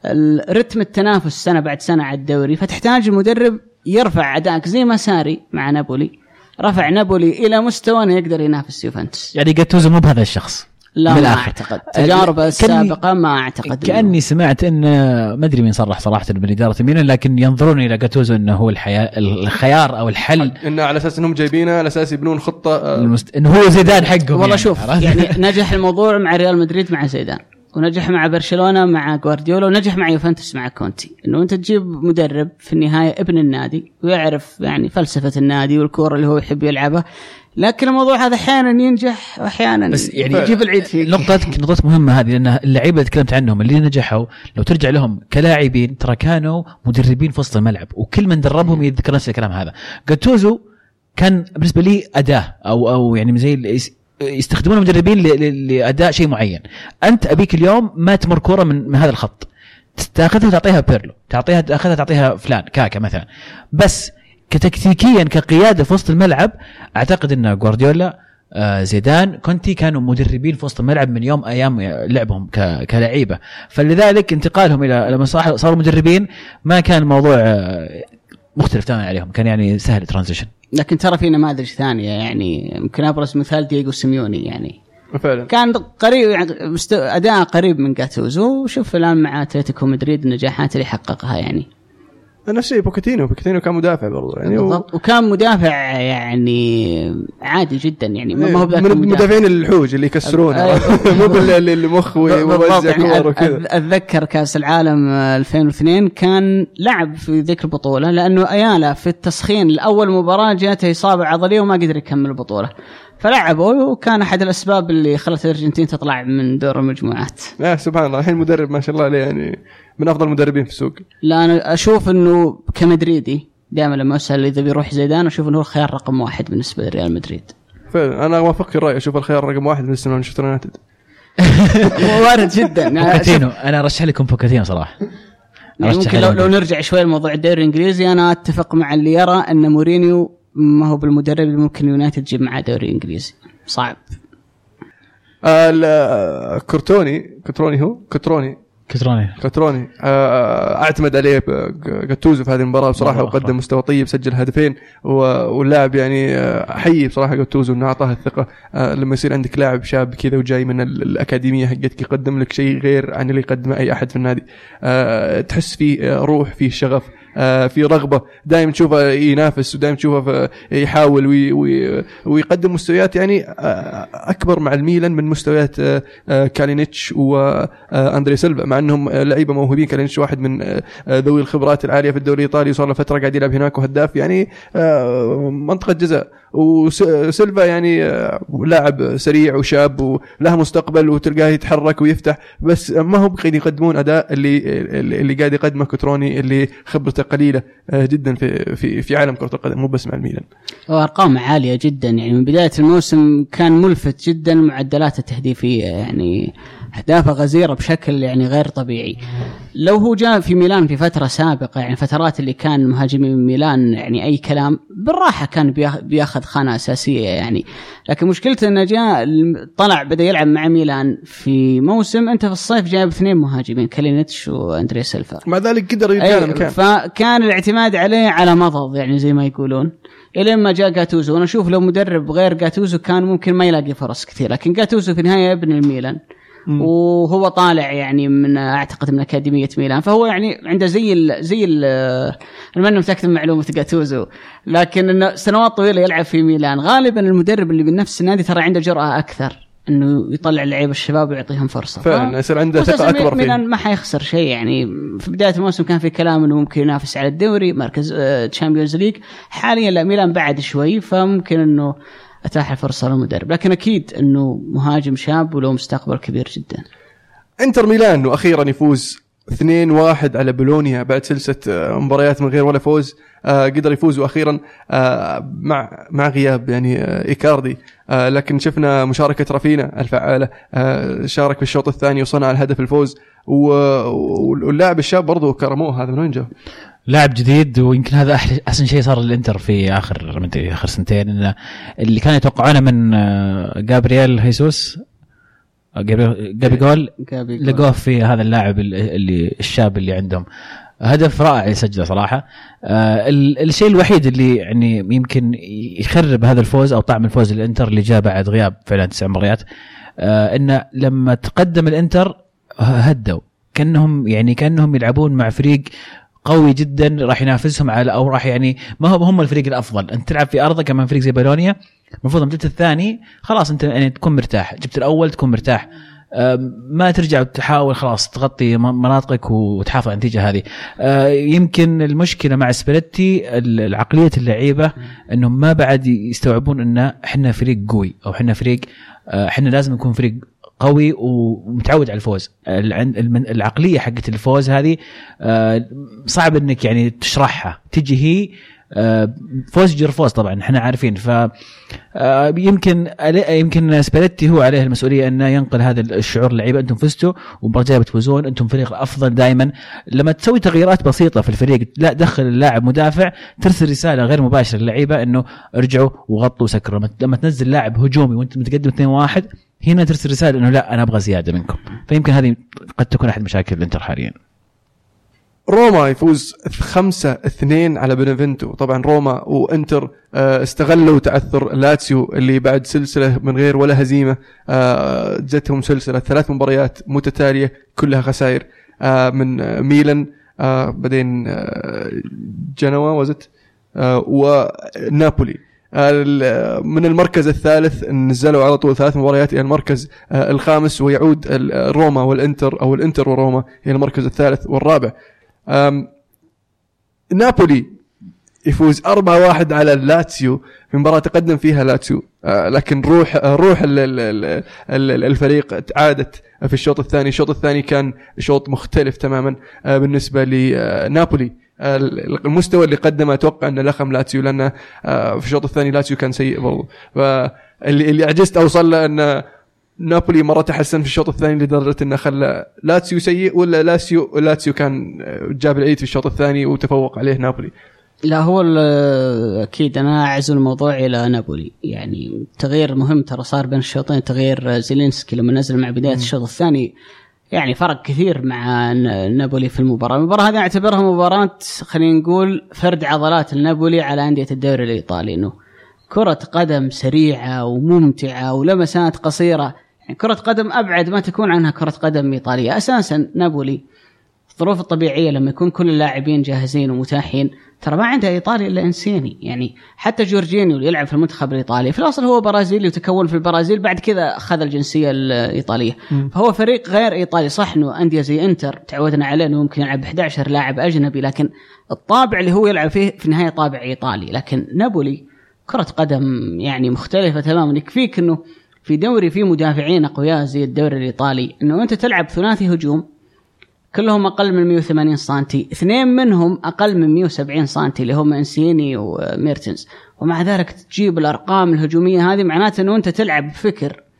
رتم التنافس سنة بعد سنة على الدوري، فتحتاج المدرب يرفع أدائك زي ما ساري مع نابولي رفع نابولي إلى مستوى أنه يقدر ينافس يوفنتوس. يعني جاتوزو مو بهذا الشخص؟ لا ما أعتقد. تجارب السابقة ما أعتقد. كأني سمعت إن ما أدري مين صرح صراحة من إدارة ميلان، لكن ينظرون إلى جاتوزو إنه هو الخيار أو الحل، إنه على أساس إنهم جايبينه على أساس يبنون خطة إنه هو زيدان حقهم. والله شوف يعني نجح الموضوع مع ريال مدريد مع زيدان، ونجح مع برشلونة مع غوارديولا، ونجح مع يوفنتوس مع كونتي. إنه أنت تجيب مدرب في النهاية ابن النادي ويعرف يعني فلسفة النادي والكورة اللي هو يحب يلعبها. لكن الموضوع هذا أحيانا ينجح وأحيانا بس يعني يجيب العيد فيه. نقطة مهمة هذه، لأن اللعيبة اللي تكلمت عنهم اللي نجحوا لو ترجع لهم كلاعبين ترى كانوا مدربين في وسط الملعب، وكل من دربهم يذكر نفس الكلام هذا. جاتوزو كان بالنسبة لي أداة أو يعني زي يستخدمون المدربين لأداء شيء معين. أنت أبيك اليوم ما تمر كرة من هذا الخط، تأخذها تعطيها بيرلو، تأخذها تعطيها فلان كاكا مثلا. بس كتكتيكيا كقيادة في وسط الملعب أعتقد أن غوارديولا زيدان كونتي كانوا مدربين في وسط الملعب من يوم أيام لعبهم كلاعيبة. فلذلك انتقالهم إلى لما صاروا مدربين ما كان الموضوع مختلف تماما عليهم، كان يعني سهل ترانزيشن. لكن ترى في نماذج ثانية، يعني يمكن أبرز مثال دييغو سيميوني، يعني فعلا كان قريب يعني أداء قريب من جاتوزو، وشوف الآن مع أتلتيكو مدريد النجاحات اللي حققها. يعني نفس الشيء بوكيتينو كان مدافع برضه يعني وكان مدافع يعني عادي جدا، يعني ما هو من المدافعين الحوج اللي يكسرونه مو بالمخ ويوزع كور وكذا. أتذكر كأس العالم 2002 كان لعب في ذيك البطولة، لأنه أيالا في التسخين الأول مباراة جاته إصابة عضلية وما قدر يكمل البطولة، فلعبه وكان أحد الأسباب اللي خلت الأرجنتين تطلع من دور المجموعات. سبحان الله، الحين مدرب ما شاء الله عليه يعني من أفضل المدربين في السوق. لا أنا أشوف إنه كمدريدي دائما لما أسأل إذا بيروح زيدان أشوف إنه هو الخيار رقم 1 بالنسبة لريال مدريد. فعلا أنا وافقك الرأي، أشوف الخيار رقم 1 بالنسبة لمانشستر يونايتد. وارد جدا. بوكاتينو أنا أرشح لكم بوكاتينو صراحة. ممكن لو نرجع شوي لموضوع الدوري الإنجليزي، أنا أتفق مع اللي يرى أن مورينيو ما هو بالمدرب اللي ممكن يونايتد تجيب معه دوري إنجليزي، صعب. كتروني اعتمد عليه جاتوزو في هذه المباراه بصراحه، وقدم مستوى طيب، سجل هدفين، واللاعب يعني احيي بصراحه جاتوزو انه اعطاه الثقه. لما يصير عندك لاعب شاب كذا وجاي من الاكاديميه حقتك يقدم لك شيء غير عن اللي يقدمه اي احد في النادي، تحس فيه روح، فيه شغف، في رغبة، دائما تشوفه ينافس، ودائما تشوفه يحاول ويقدم مستويات يعني أكبر مع الميلان من مستويات كالينيتش وأندري سيلفا، مع أنهم لعيبة موهوبين. كالينيتش واحد من ذوي الخبرات العالية في الدوري الإيطالي، وصار له فترة قاعد يلعب هناك وهداف يعني منطقة جزاء. وسيلفا يعني لاعب سريع وشاب وله مستقبل، وتلقاه يتحرك ويفتح، بس ما هو بقيد يقدمون أداء اللي قاعد يقدمه كتروني، اللي خبرته قليلة جدا في عالم كرة القدم، مو بس مع الميلان. وأرقام عالية جدا، يعني من بداية الموسم كان ملفت جدا معدلات التهديفية، يعني أهدافه غزيرة بشكل يعني غير طبيعي. لو هو جاء في ميلان في فترة سابقة، يعني فترات اللي كان مهاجمين من ميلان يعني أي كلام بالراحة كان بياخذ خانة أساسية يعني. لكن مشكلته إنه جاء طلع بدأ يلعب مع ميلان في موسم أنت في الصيف جايب 2 مهاجمين كالينيتش وأندريا سيلفا، مع ذلك قدر يلقى مكان، فكان الاعتماد عليه على مضض يعني زي ما يقولون إلى ما جاء جاتوزو. وأنا أشوف لو مدرب غير جاتوزو كان ممكن ما يلاقي فرص كثير، لكن جاتوزو في النهاية ابن الميلان وهو طالع يعني من أعتقد من أكاديمية ميلان، فهو يعني عنده زي المنه متأكد من معلومة جاتوزو، لكن إنه سنوات طويلة يلعب في ميلان. غالبا المدرب اللي بنفس النادي ترى عنده جرأة أكثر إنه يطلع اللعيبة الشباب ويعطيهم فرصة، فعلا يصير عنده ثقة أكبر فيه. ميلان ما حيخسر شيء يعني. في بداية الموسم كان في كلام إنه ممكن ينافس على الدوري مركز تشامبيونز ليج، حاليا لا ميلان بعد شوي، فممكن إنه أتاح الفرصة للمدرب، لكن أكيد أنه مهاجم شاب وله مستقبل كبير جدا. انتر ميلان وأخيرا يفوز 2-1 على بولونيا بعد سلسلة مباريات من غير ولا فوز. قدر يفوزوا أخيرا مع غياب يعني إيكاردي، لكن شفنا مشاركة رافينا الفعالة، شارك في الشوط الثاني وصنع الهدف الفوز. واللاعب الشاب برضو كرموه، هذا من وين جاء؟ لاعب جديد، ويمكن هذا أحسن شيء صار للإنتر في آخر سنتين، إن اللي كانوا يتوقعونه من جابرييل هيسوس جابي جول لقوه في هذا اللاعب اللي الشاب اللي عندهم. هدف رائع يسجله صراحة. الشيء الوحيد اللي يعني يمكن يخرب هذا الفوز أو طعم الفوز للإنتر اللي جاء بعد غياب فعلا 9 مباريات، إنه لما تقدم الإنتر هدوا، كأنهم يلعبون مع فريق قوي جدا راح ينافسهم على، أو راح يعني ما هم الفريق الأفضل. أنت تلعب في أرضك أمام فريق زي بولونيا، المفروض جبت الثاني خلاص أنت يعني تكون مرتاح، جبت الأول تكون مرتاح، ما ترجع وتحاول خلاص تغطي مناطقك وتحافظ على النتيجة هذه. يمكن المشكلة مع سباليتي العقلية اللعيبة أنهم ما بعد يستوعبون أن إحنا فريق قوي، أو إحنا فريق إحنا لازم نكون فريق قوي ومتعود على الفوز. العقلية حقت الفوز هذه صعب انك يعني تشرحها، تجي هي فوز جر فوز طبعا احنا عارفين. ف يمكن سباليتي هو عليه المسؤولية انه ينقل هذا الشعور للعيبة، انتم فزتوا ومباراة بتفوزون، انتم فريق افضل. دائما لما تسوي تغييرات بسيطة في الفريق، لا دخل اللاعب مدافع، ترسل رسالة غير مباشرة للعيبة انه ارجعوا وغطوا وسكروا. لما تنزل لاعب هجومي وانت متقدم 2-1، هنا ترسل رسالة انه لا انا ابغى زيادة منكم. فيمكن هذه قد تكون احد مشاكل الانتر حاليا. روما يفوز 5-2 على بنفنتو. طبعا روما وانتر استغلوا تعثر لاتسيو اللي بعد سلسلة من غير ولا هزيمة، جتهم سلسلة 3 مباريات متتالية كلها خسائر من ميلان، بعدين جنوا وزت ونابولي. من المركز الثالث نزلوا على طول 3 مباريات إلى المركز الخامس، ويعود روما والإنتر أو الإنتر وروما إلى المركز الثالث والرابع. نابولي يفوز 4-1 على لاتسيو في مباراة تقدم فيها لاتسيو، لكن روح الفريق عادت في الشوط الثاني. الشوط الثاني كان شوط مختلف تماما بالنسبة لنابولي. المستوى اللي قدمه أتوقع أنه لخم لاتسيو، لأن في الشوط الثاني لاتسيو كان سيء برضو. فاللي عجزت أوصل له أن نابولي مرة تحسن في الشوط الثاني لدرجة أنه خلى لاتسيو سيء، ولا لاتسيو كان جاب العيد في الشوط الثاني وتفوق عليه نابولي. لا هو أكيد أنا أعزل الموضوع إلى نابولي، يعني تغيير مهم ترى صار بين الشوطين. تغيير زيلينسكي لما نزل مع بداية الشوط الثاني يعني فرق كثير مع نابولي في المباراة هذه. أعتبرها مباراة خلينا نقول فرد عضلات النابولي على أندية الدوري الإيطالي، إنه كرة قدم سريعة وممتعة ولمسات قصيرة، يعني كرة قدم أبعد ما تكون عنها كرة قدم إيطالية. أساسا نابولي الظروف الطبيعية لما يكون كل اللاعبين جاهزين ومتاحين، ترى ما عنده إيطالي إلا إنسيني. يعني حتى جورجينيو اللي يلعب في المنتخب الإيطالي في الأصل هو برازيلي وتكون في البرازيل، بعد كذا أخذ الجنسية الإيطالية. فهو فريق غير إيطالي. صح إنه أندية زي إنتر تعودنا عليه إنه ممكن يلعب 11 لاعب أجنبي، لكن الطابع اللي هو يلعب فيه في النهاية طابع إيطالي. لكن نابولي كرة قدم يعني مختلفة تماما. يكفيك إنه في دوري فيه مدافعين أقوياء زي الدوري الإيطالي، إنه أنت تلعب ثلاثي هجوم كلهم أقل من 180 سنتي، 2 منهم أقل من 170 سنتي اللي هم إنسيني وميرتنز، ومع ذلك تجيب الأرقام الهجومية هذه. معناته أنه أنت تلعب بفكر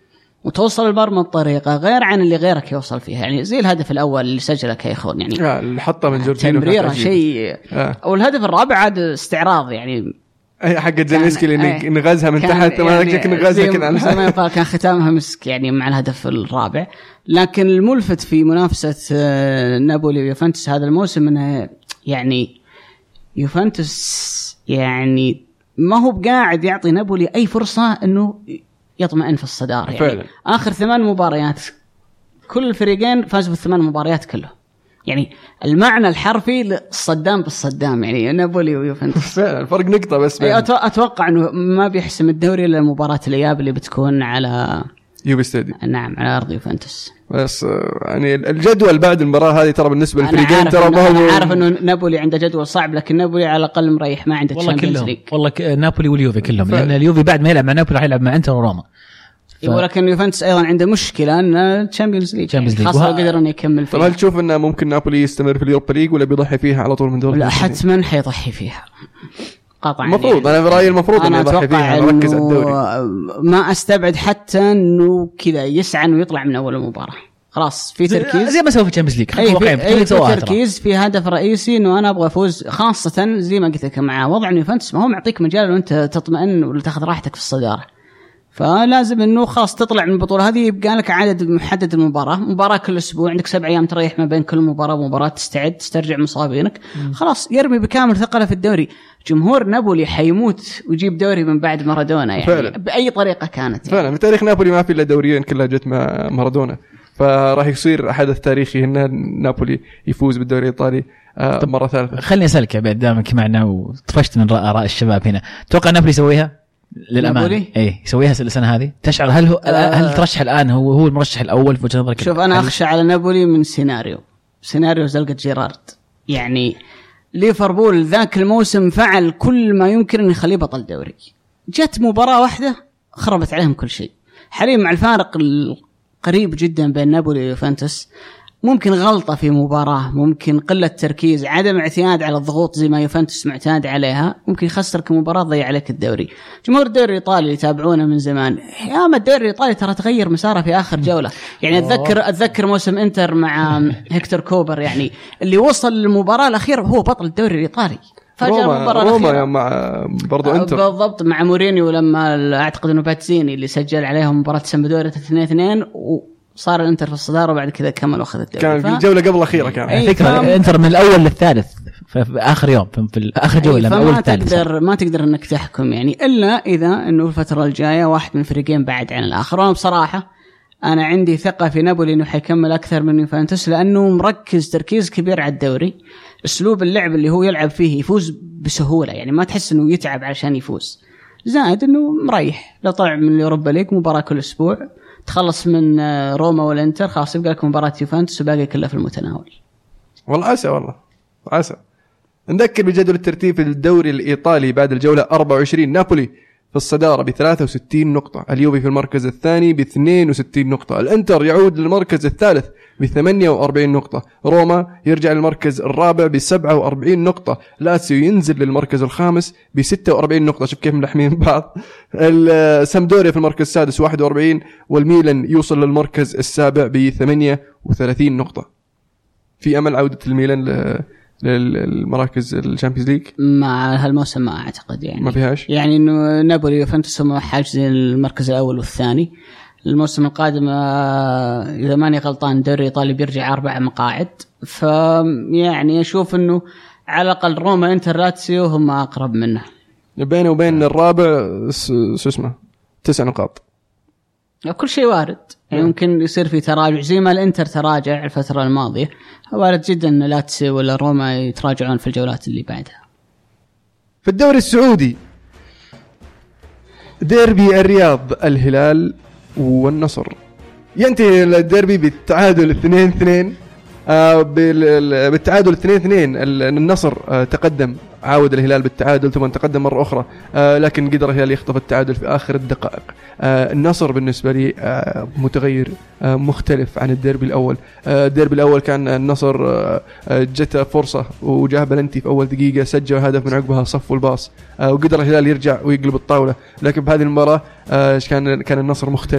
وتوصل المرمى بطريقة غير عن اللي غيرك يوصل فيها. يعني زي الهدف الأول اللي سجله كيخون يعني اللي حطه من جورجينو تمريرة شيء أو الهدف الرابع عاد استعراض يعني حق زيلينسكي اللي نغزها من تحت ما جاك نغزها كذا زي ما يقال كان ختامها مسك يعني مع الهدف الرابع. لكن الملفت في منافسة نابولي ويوفنتوس هذا الموسم انه يعني يوفنتوس يعني ما هو بقاعد يعطي نابولي اي فرصة انه يطمئن في الصدارة يعني فعلا. اخر 8 مباريات كل الفريقين فازوا بال8 مباريات كله يعني المعنى الحرفي للصدام بالصدام يعني نابولي ويوفنتوس. فعلا فرق نقطة بس اتوقع انه ما بيحسم الدوري الا مباراة الاياب اللي بتكون على يوبي ستاديوم. نعم على ارض يوفنتوس. بس يعني الجدول بعد المباراة هذه ترى بالنسبة للفريقين ترى ما هو عارف انه نابولي عنده جدول صعب لكن نابولي على الاقل مريح ما عنده تشامبيونز ليج. والله نابولي واليوفي كلهم لان اليوفي بعد ما يلعب مع نابولي راح يلعب مع انتر وروما. ولكن يوفنتوس ايضا عنده مشكله ان تشامبيونز ليج خاصه قدر انه يكمل فيها. طب هل تشوف انه ممكن نابولي يستمر في اليوروبا ليج ولا بيضحي فيها على طول من دوري؟ لا حتما حيضحي فيها قطعا. المفروض يعني. انا برايي المفروض انه يضحي فيها وركز على الدوري. ما استبعد حتى انه كذا يسعى انه يطلع من اول المباراه. خلاص في تركيز زي ما سوى في الشامبيونز ليج. في تركيز في هدف رئيسي انه انا ابغى افوز خاصه زي ما قلت لك مع وضع يوفنتوس ما هو معطيك مجال وانت تطمئن ولا تاخذ راحتك في الصداره. فلازم انه خلاص تطلع من البطوله هذه يبقى لك عدد محدد المباراه مباراه كل اسبوع عندك 7 أيام تريح ما بين كل مباراه ومباراه تستعد تسترجع مصابينك خلاص يرمي بكامل ثقله في الدوري. جمهور نابولي حيموت ويجيب دوري من بعد مارادونا يعني فعلا. باي طريقه كانت يعني. فعلا في تاريخ نابولي ما في الا دوريين كلها جت مع مارادونا فراح يصير حدث تاريخي ان نابولي يفوز بالدوري الايطالي مره ثالثه. خليني اسالك يا عبيد دامك معنا وطفشت من اراء الشباب هنا توقع نابولي يسويها للأمانة يسويها السنة هذه تشعر هل ترشح الآن هو المرشح الأول في وجهة نظرك؟ شوف أنا أخشى على نابولي من سيناريو زلقة جيرارد يعني ليفربول ذاك الموسم فعل كل ما يمكن أن يخليه بطل دوري جت مباراة واحدة خربت عليهم كل شيء. حاليا مع الفارق القريب جدا بين نابولي ويوفنتوس ممكن غلطة في مباراة ممكن قلة تركيز عدم اعتماد على الضغوط زي ما يوفنتوس معتاد عليها ممكن يخسرك مباراة ضيع عليك الدوري. جمهور الدوري الإيطالي اللي يتابعونه من زمان يا ما الدوري الإيطالي ترى تغير مساره في آخر جولة يعني أتذكر موسم إنتر مع هيكتور كوبر يعني اللي وصل للمباراة الأخيرة هو بطل الدوري الإيطالي. روما مع برضو انتر بالضبط مع مورينيو لما اعتقد انه باتزيني اللي سجل عليهم مباراة سامبدوريا 2-2 وصار الانتر في الصدارة وبعد كذا كمل واخذ الدوري. كان في الجولة قبل الأخيرة كان فكرة انتر من الأول للثالث في آخر يوم في آخر جولة من الأول للثالث. ما تقدر انك تحكم يعني إلا إذا انه الفترة الجاية واحد من الفريقين بعد عن الآخر. وأنا بصراحة أنا عندي ثقة في نابولي إنه حيكمل أكثر من يوفنتوس لأنه مركز تركيز كبير على الدوري. أسلوب اللعب اللي هو يلعب فيه يفوز بسهولة يعني ما تحس إنه يتعب علشان يفوز. زائد إنه مريح لو طلع من اليوروبا ليج مباراة كل أسبوع تخلص من روما والإنتر خلاص يبقى لك مباراة يوفنتوس وباقي كلها في المتناول. والله عسى نذكر بجدول الترتيب في الدوري الإيطالي بعد الجولة 24 نابولي في الصدارة ب63 نقطة. اليوفي في المركز الثاني ب62 نقطة. الانتر يعود للمركز الثالث ب48 نقطة. روما يرجع للمركز الرابع ب47 نقطة. لاتسيو ينزل للمركز الخامس ب46 نقطة. شوف كيف ملحمين بعض. السامدوريا في المركز السادس 41 والميلان يوصل للمركز السابع ب38 نقطة. في أمل عودة الميلان للمراكز الشامبيونز ليج مع هالموسم ما اعتقد يعني ما فيهاش يعني انه نابولي ويوفنتوس هم حاجزين المركز الاول والثاني. الموسم القادم اذا ماني غلطان الدوري الايطالي بيرجع 4 مقاعد فيعني اشوف انه على الاقل روما انتر لاتسيو هم اقرب منه. بينه وبين الرابع شو اسمه 9 نقاط. كل شيء وارد يعني ممكن يصير في تراجع زي ما الانتر تراجع الفترة الماضية. وارد جدا ان لاتسيو ولا روما يتراجعون في الجولات اللي بعدها. في الدوري السعودي ديربي الرياض الهلال والنصر ينتهي الديربي بالتعادل 2-2 بالتعادل 2-2. النصر تقدم عاود الهلال بالتعادل ثم تقدم مرة أخرى لكن قدر الهلال يخطف التعادل في آخر الدقائق. النصر بالنسبة لي متغير مختلف عن الديربي الأول. الديربي الأول كان النصر جته فرصة وجاه بلنتي في أول دقيقة سجل هدف من عقبها صف والباص وقدر الهلال يرجع ويقلب الطاولة. لكن بهذه المباراة كان النصر مختلف.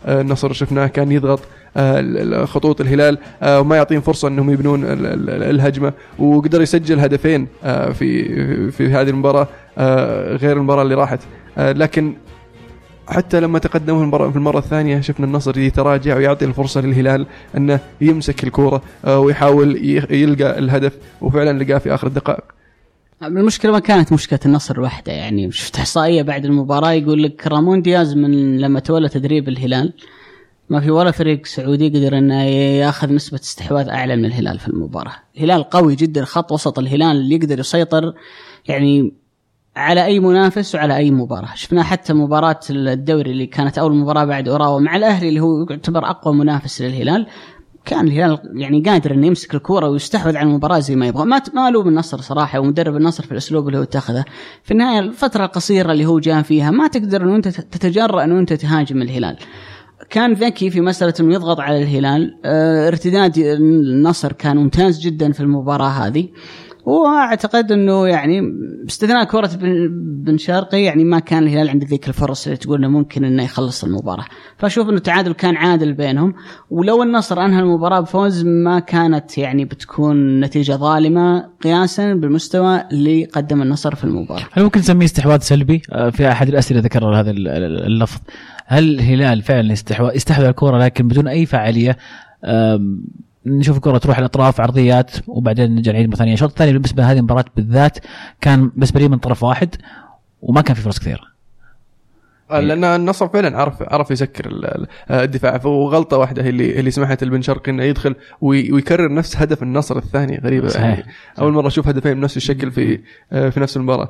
النصر شفناه كان يضغط خطوط الهلال وما يعطيهم فرصة أنهم يبنون الهجمة، وقدر يسجل هدفين في هذه المباراة غير المباراة اللي راحت. لكن حتى لما تقدموا في المرة الثانية شفنا النصر يتراجع ويعطي الفرصة للهلال أنه يمسك الكرة ويحاول يلقى الهدف، وفعلا لقاه في آخر الدقائق. المشكلة ما كانت مشكلة النصر وحده، يعني شفت إحصائية بعد المباراة يقول لك رامون دياز من لما تولى تدريب الهلال ما في ولا فريق سعودي قدر أنه يأخذ نسبة استحواذ أعلى من الهلال في المباراة. الهلال قوي جدا، خط وسط الهلال اللي يقدر يسيطر يعني على أي منافس وعلى أي مباراة. شفنا حتى مباراة الدوري اللي كانت أول مباراة بعد أوراوا مع الأهلي اللي هو يعتبر أقوى منافس للهلال، كان الهلال يعني قادر إنه يمسك الكرة ويستحوذ على المباراة زي ما يبغى. ما ألوم النصر صراحة ومدرب النصر في الأسلوب اللي هو اتخذه. في النهاية الفترة القصيرة اللي هو جاء فيها ما تقدر إنه أنت تتجرأ إنه أنت تهاجم الهلال. كان ذكي في مسألة إنه يضغط على الهلال. ارتداد النصر كان ممتاز جدا في المباراة هذه، واعتقد انه يعني باستثناء كرة بن شرقي يعني ما كان الهلال عنده ذيك الفرص اللي تقول انه ممكن انه يخلص المباراة. فاشوف انه التعادل كان عادل بينهم، ولو النصر انهى المباراة بفوز ما كانت يعني بتكون نتيجة ظالمة قياسا بالمستوى اللي قدم النصر في المباراة. هل ممكن نسميه استحواذ سلبي؟ في احد الاسئلة ذكر هذا اللفظ. هل الهلال فعلا استحوذ الكرة لكن بدون اي فعالية؟ نشوف الكرة تروح الأطراف عرضيات وبعدين نرجع نعيد مرة ثانية. الشوط الثاني بالنسبة لهذه المباراة بالذات كان بس بريء من طرف واحد وما كان في فرص كثيرة، لأن النصر فعلا عرف يسكر الدفاع. وغلطة واحدة هي اللي سمحت البن شرقي إنه يدخل ويكرر نفس هدف النصر الثاني. غريبة يعني أول مرة أشوف هدفين بنفس الشكل في نفس المباراة.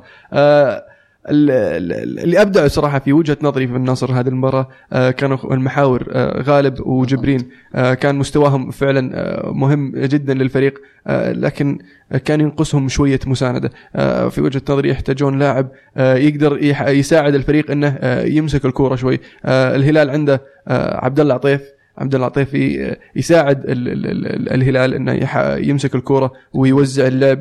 اللي أبدعوا صراحة في وجهة نظري في النصر هذه المباراة كانوا المحاور غالب وجبرين. كان مستواهم فعلا مهم جدا للفريق، لكن كان ينقصهم شوية مساندة. في وجهة نظري يحتاجون لاعب يقدر يساعد الفريق إنه يمسك الكرة شوي. الهلال عنده عبد الله عطيف يساعد الهلال انه يمسك الكرة ويوزع اللعب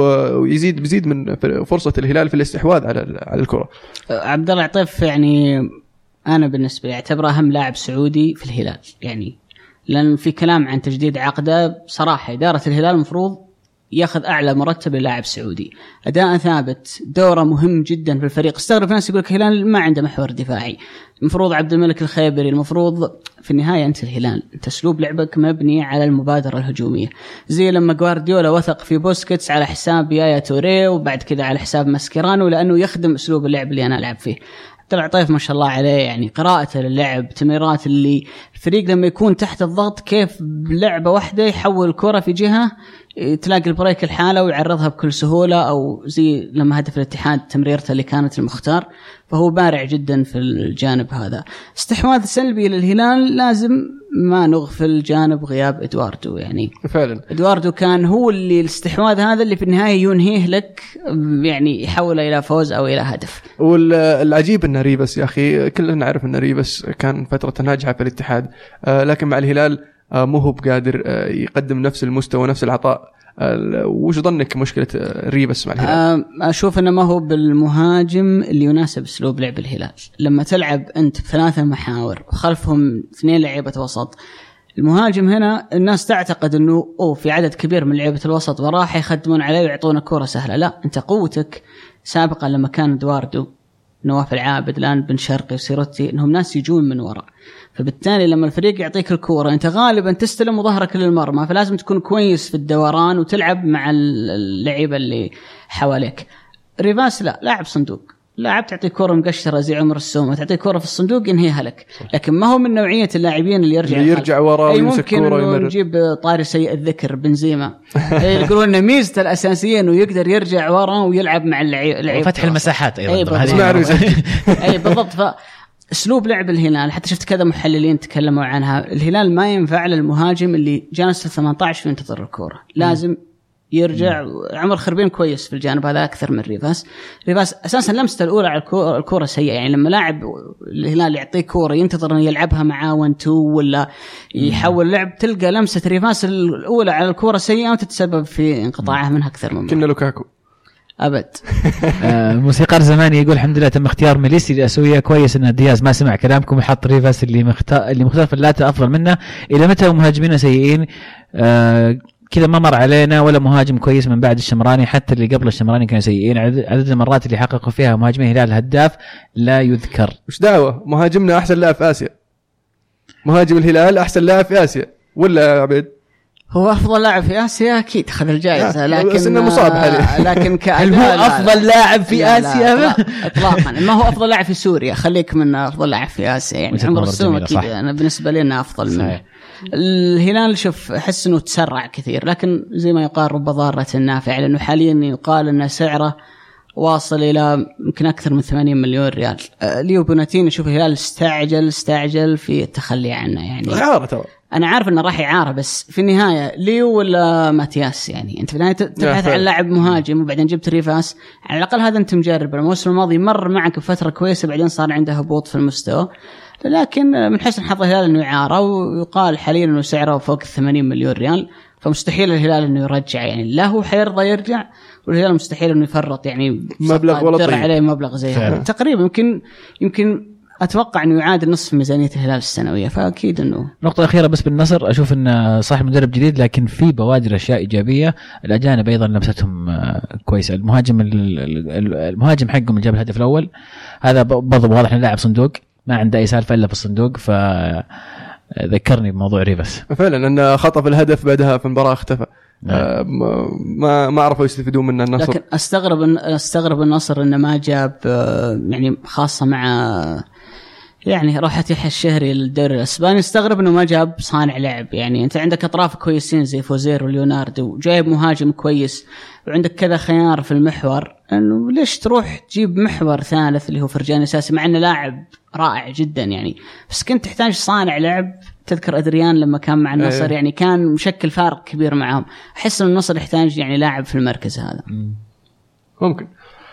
ويزيد من فرصة الهلال في الاستحواذ على الكرة. عبد الله عطيف يعني انا بالنسبة لي اعتبره اهم لاعب سعودي في الهلال، يعني لان في كلام عن تجديد عقده. صراحة إدارة الهلال المفروض ياخذ اعلى مرتب للاعب سعودي، اداء ثابت، دوره مهم جدا في الفريق. استغرب ناس يقول لك الهلال ما عنده محور دفاعي. المفروض عبد الملك الخيبري، المفروض في النهايه انت الهلال، انت اسلوب لعبك مبني على المبادره الهجوميه، زي لما جوارديولا وثق في بوسكيتس على حساب يايا توريه وبعد كذا على حساب ماسكيرانو لانه يخدم اسلوب اللعب اللي انا العب فيه. عطيف ما شاء الله عليه، يعني قراءته للعب، تمريرات اللي الفريق لما يكون تحت الضغط كيف بلعبة واحدة يحول الكرة في جهة تلاقي البريك الحالة ويعرضها بكل سهولة، أو زي لما هدف الاتحاد تمريرته اللي كانت المختار. فهو بارع جدا في الجانب هذا. استحواذ سلبي للهلال لازم ما نغفل جانب غياب إدواردو، يعني فعلا إدواردو كان هو اللي الاستحواذ هذا اللي في النهاية ينهيه لك، يعني يحوله إلى فوز أو إلى هدف. والعجيب أن ريبس يا أخي كلنا نعرف أن ريبس كان فترة ناجحة في الاتحاد، لكن مع الهلال مو هو بقادر يقدم نفس المستوى ونفس العطاء. وش ظنك مشكلة ريبس مع الهلال؟ أشوف أنه ما هو بالمهاجم اللي يناسب أسلوب لعب الهلال. لما تلعب أنت بثلاثة محاور وخلفهم 2 لعيبة وسط، المهاجم هنا الناس تعتقد أنه في عدد كبير من لعيبة الوسط وراح يخدمون عليه ويعطونا كرة سهلة. لا، أنت قوتك سابقا لما كان إدواردو، نواف العابد، الآن بن شرقي وسيروتي، إنهم ناس يجون من وراء. فبالتالي لما الفريق يعطيك الكورة أنت غالبا تستلم وظهرك للمرمى، فلازم تكون كويس في الدوران وتلعب مع اللعيبة اللي حواليك. ريفاس لا، لاعب صندوق، لاعب تعطي كورة مقشرة زي عمر السومة، تعطي كورة في الصندوق ينهيها لك، لكن ما هو من نوعية اللاعبين اللي يرجع وراه ويمسك كورة ويمرر. نجيب طاري سيء الذكر بنزيما يقولون إنه ميزته الأساسية إنه يقدر يرجع وراه ويلعب مع اللعيبة وفتح المساحات أيضا. أي بالضبط. أسلوب لعب الهلال حتى شفت كذا محللين تكلموا عنها، الهلال ما ينفع للمهاجم اللي جالس 18 وينتظر الكورة، لازم يرجع. عمر خربين كويس في الجانب هذا أكثر من ريفاس أساسا لمسته الأولى على الكورة سيئة. يعني لما لاعب الهلال يعطيك كورة ينتظر أن يلعبها معاه 1-2 ولا يحول لعب، تلقى لمسة ريفاس الأولى على الكورة سيئة وتتسبب في انقطاعها منها أكثر من مرة. كنا لوكاكو ابد. موسيقار زماني يقول الحمد لله تم اختيار ميليسي لأسوية. كويس ان دياز ما سمع كلامكم وحط ريفاس اللي مختار فلاته افضل منه. الى متى مهاجمين سيئين كذا؟ ما مر علينا ولا مهاجم كويس من بعد الشمراني، حتى اللي قبل الشمراني كانوا سيئين. عدد المرات اللي حققوا فيها مهاجمين الهلال الهداف لا يذكر. وش دعوه مهاجمنا احسن لاعب في اسيا، مهاجم الهلال احسن لاعب في اسيا ولا يا عبيد؟ هو افضل لاعب في اسيا اكيد اخذ الجائزه، لكن بس انه مصاب حاليا. لكن هل هو افضل لاعب في اسيا؟ اطلاقا. ما هو افضل لاعب في سوريا، خليك من افضل لاعب في اسيا. يعني عمر السوم اكيد انا بالنسبه لي انه افضل منه. الهلال شوف احس انه تسرع كثير، لكن زي ما يقال رب ضاره نافعه، لانه حاليا يقال ان سعره واصل الى يمكن اكثر من 80 مليون ريال. ليو بوناتين اشوف الهلال استعجل في التخلي عنه. يعني إعارة ترى، انا عارف انه راح إعارة، بس في النهايه ليو ولا ماتياس، يعني انت في النهايه تبحث عن لاعب مهاجم وبعدين جبت ريفاس. على الاقل هذا انت مجرب. الموسم الماضي مر معك بفتره كويسه بعدين صار عنده هبوط في المستوى، لكن من حسن حظ الهلال انه إعارة، ويقال حاليا انه سعره فوق 80 مليون ريال، فمستحيل الهلال انه يرجع. يعني لا هو حيرضى يرجع، والهلال مستحيل انه يفرط يعني مبلغ ولا طيب عليه مبلغ زي هذا تقريبا. يمكن اتوقع انه يعادل نصف ميزانيه الهلال السنويه، فاكيد انه. نقطه اخيره بس بالنصر، اشوف ان صاحب مدرب جديد لكن في بوادر اشياء ايجابيه. الاجانب ايضا لمستهم كويسه. المهاجم حقهم اللي جاب الهدف الاول هذا برضه واضح انه لاعب صندوق، ما عنده اي سالفه الا في الصندوق، فذكرني بموضوع ريفاس فعلا انه خطف الهدف بعدها في المباراه اختفى. ما عرفوا يستفيدون منه النصر. لكن استغرب النصر انه ما جاب يعني خاصه مع يعني روحة يحيى الشهري للدوري الاسباني. استغرب انه ما جاب صانع لعب. يعني انت عندك اطراف كويسين زي فوزير وليوناردو، وجايب مهاجم كويس، وعندك كذا خيار في المحور، انه ليش تروح تجيب محور ثالث اللي هو فرجاني اساسي مع انه لاعب رائع جدا يعني، بس كنت تحتاج صانع لعب. تذكر أدريان لما كان مع النصر يعني كان مشكل فارق كبير معهم. أحس أن النصر يحتاج يعني لاعب في المركز هذا. ممكن.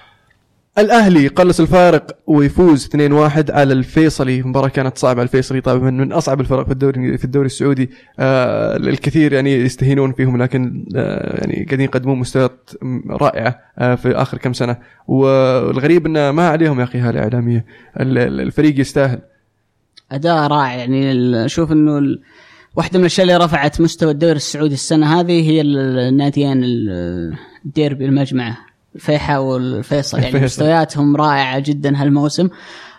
الأهلي قلص الفارق ويفوز 2-1 على الفيصلي. مباراة كانت صعبة على الفيصلي، طبعا من أصعب الفرق في الدوري السعودي. الكثير يعني يستهينون فيهم، لكن يعني قاعدين يقدمون مستويات رائعة في آخر كم سنة. والغريب إنه ما عليهم يا أخي هالة إعلامية. الفريق يستاهل أداء رائع. يعني أشوف إنه واحدة من الأشياء اللي رفعت مستوى الدوري السعودي السنة هذه هي الناديين الديربي المجمعة الفيحة والفيصل. يعني مستوياتهم رائعة جدا هالموسم.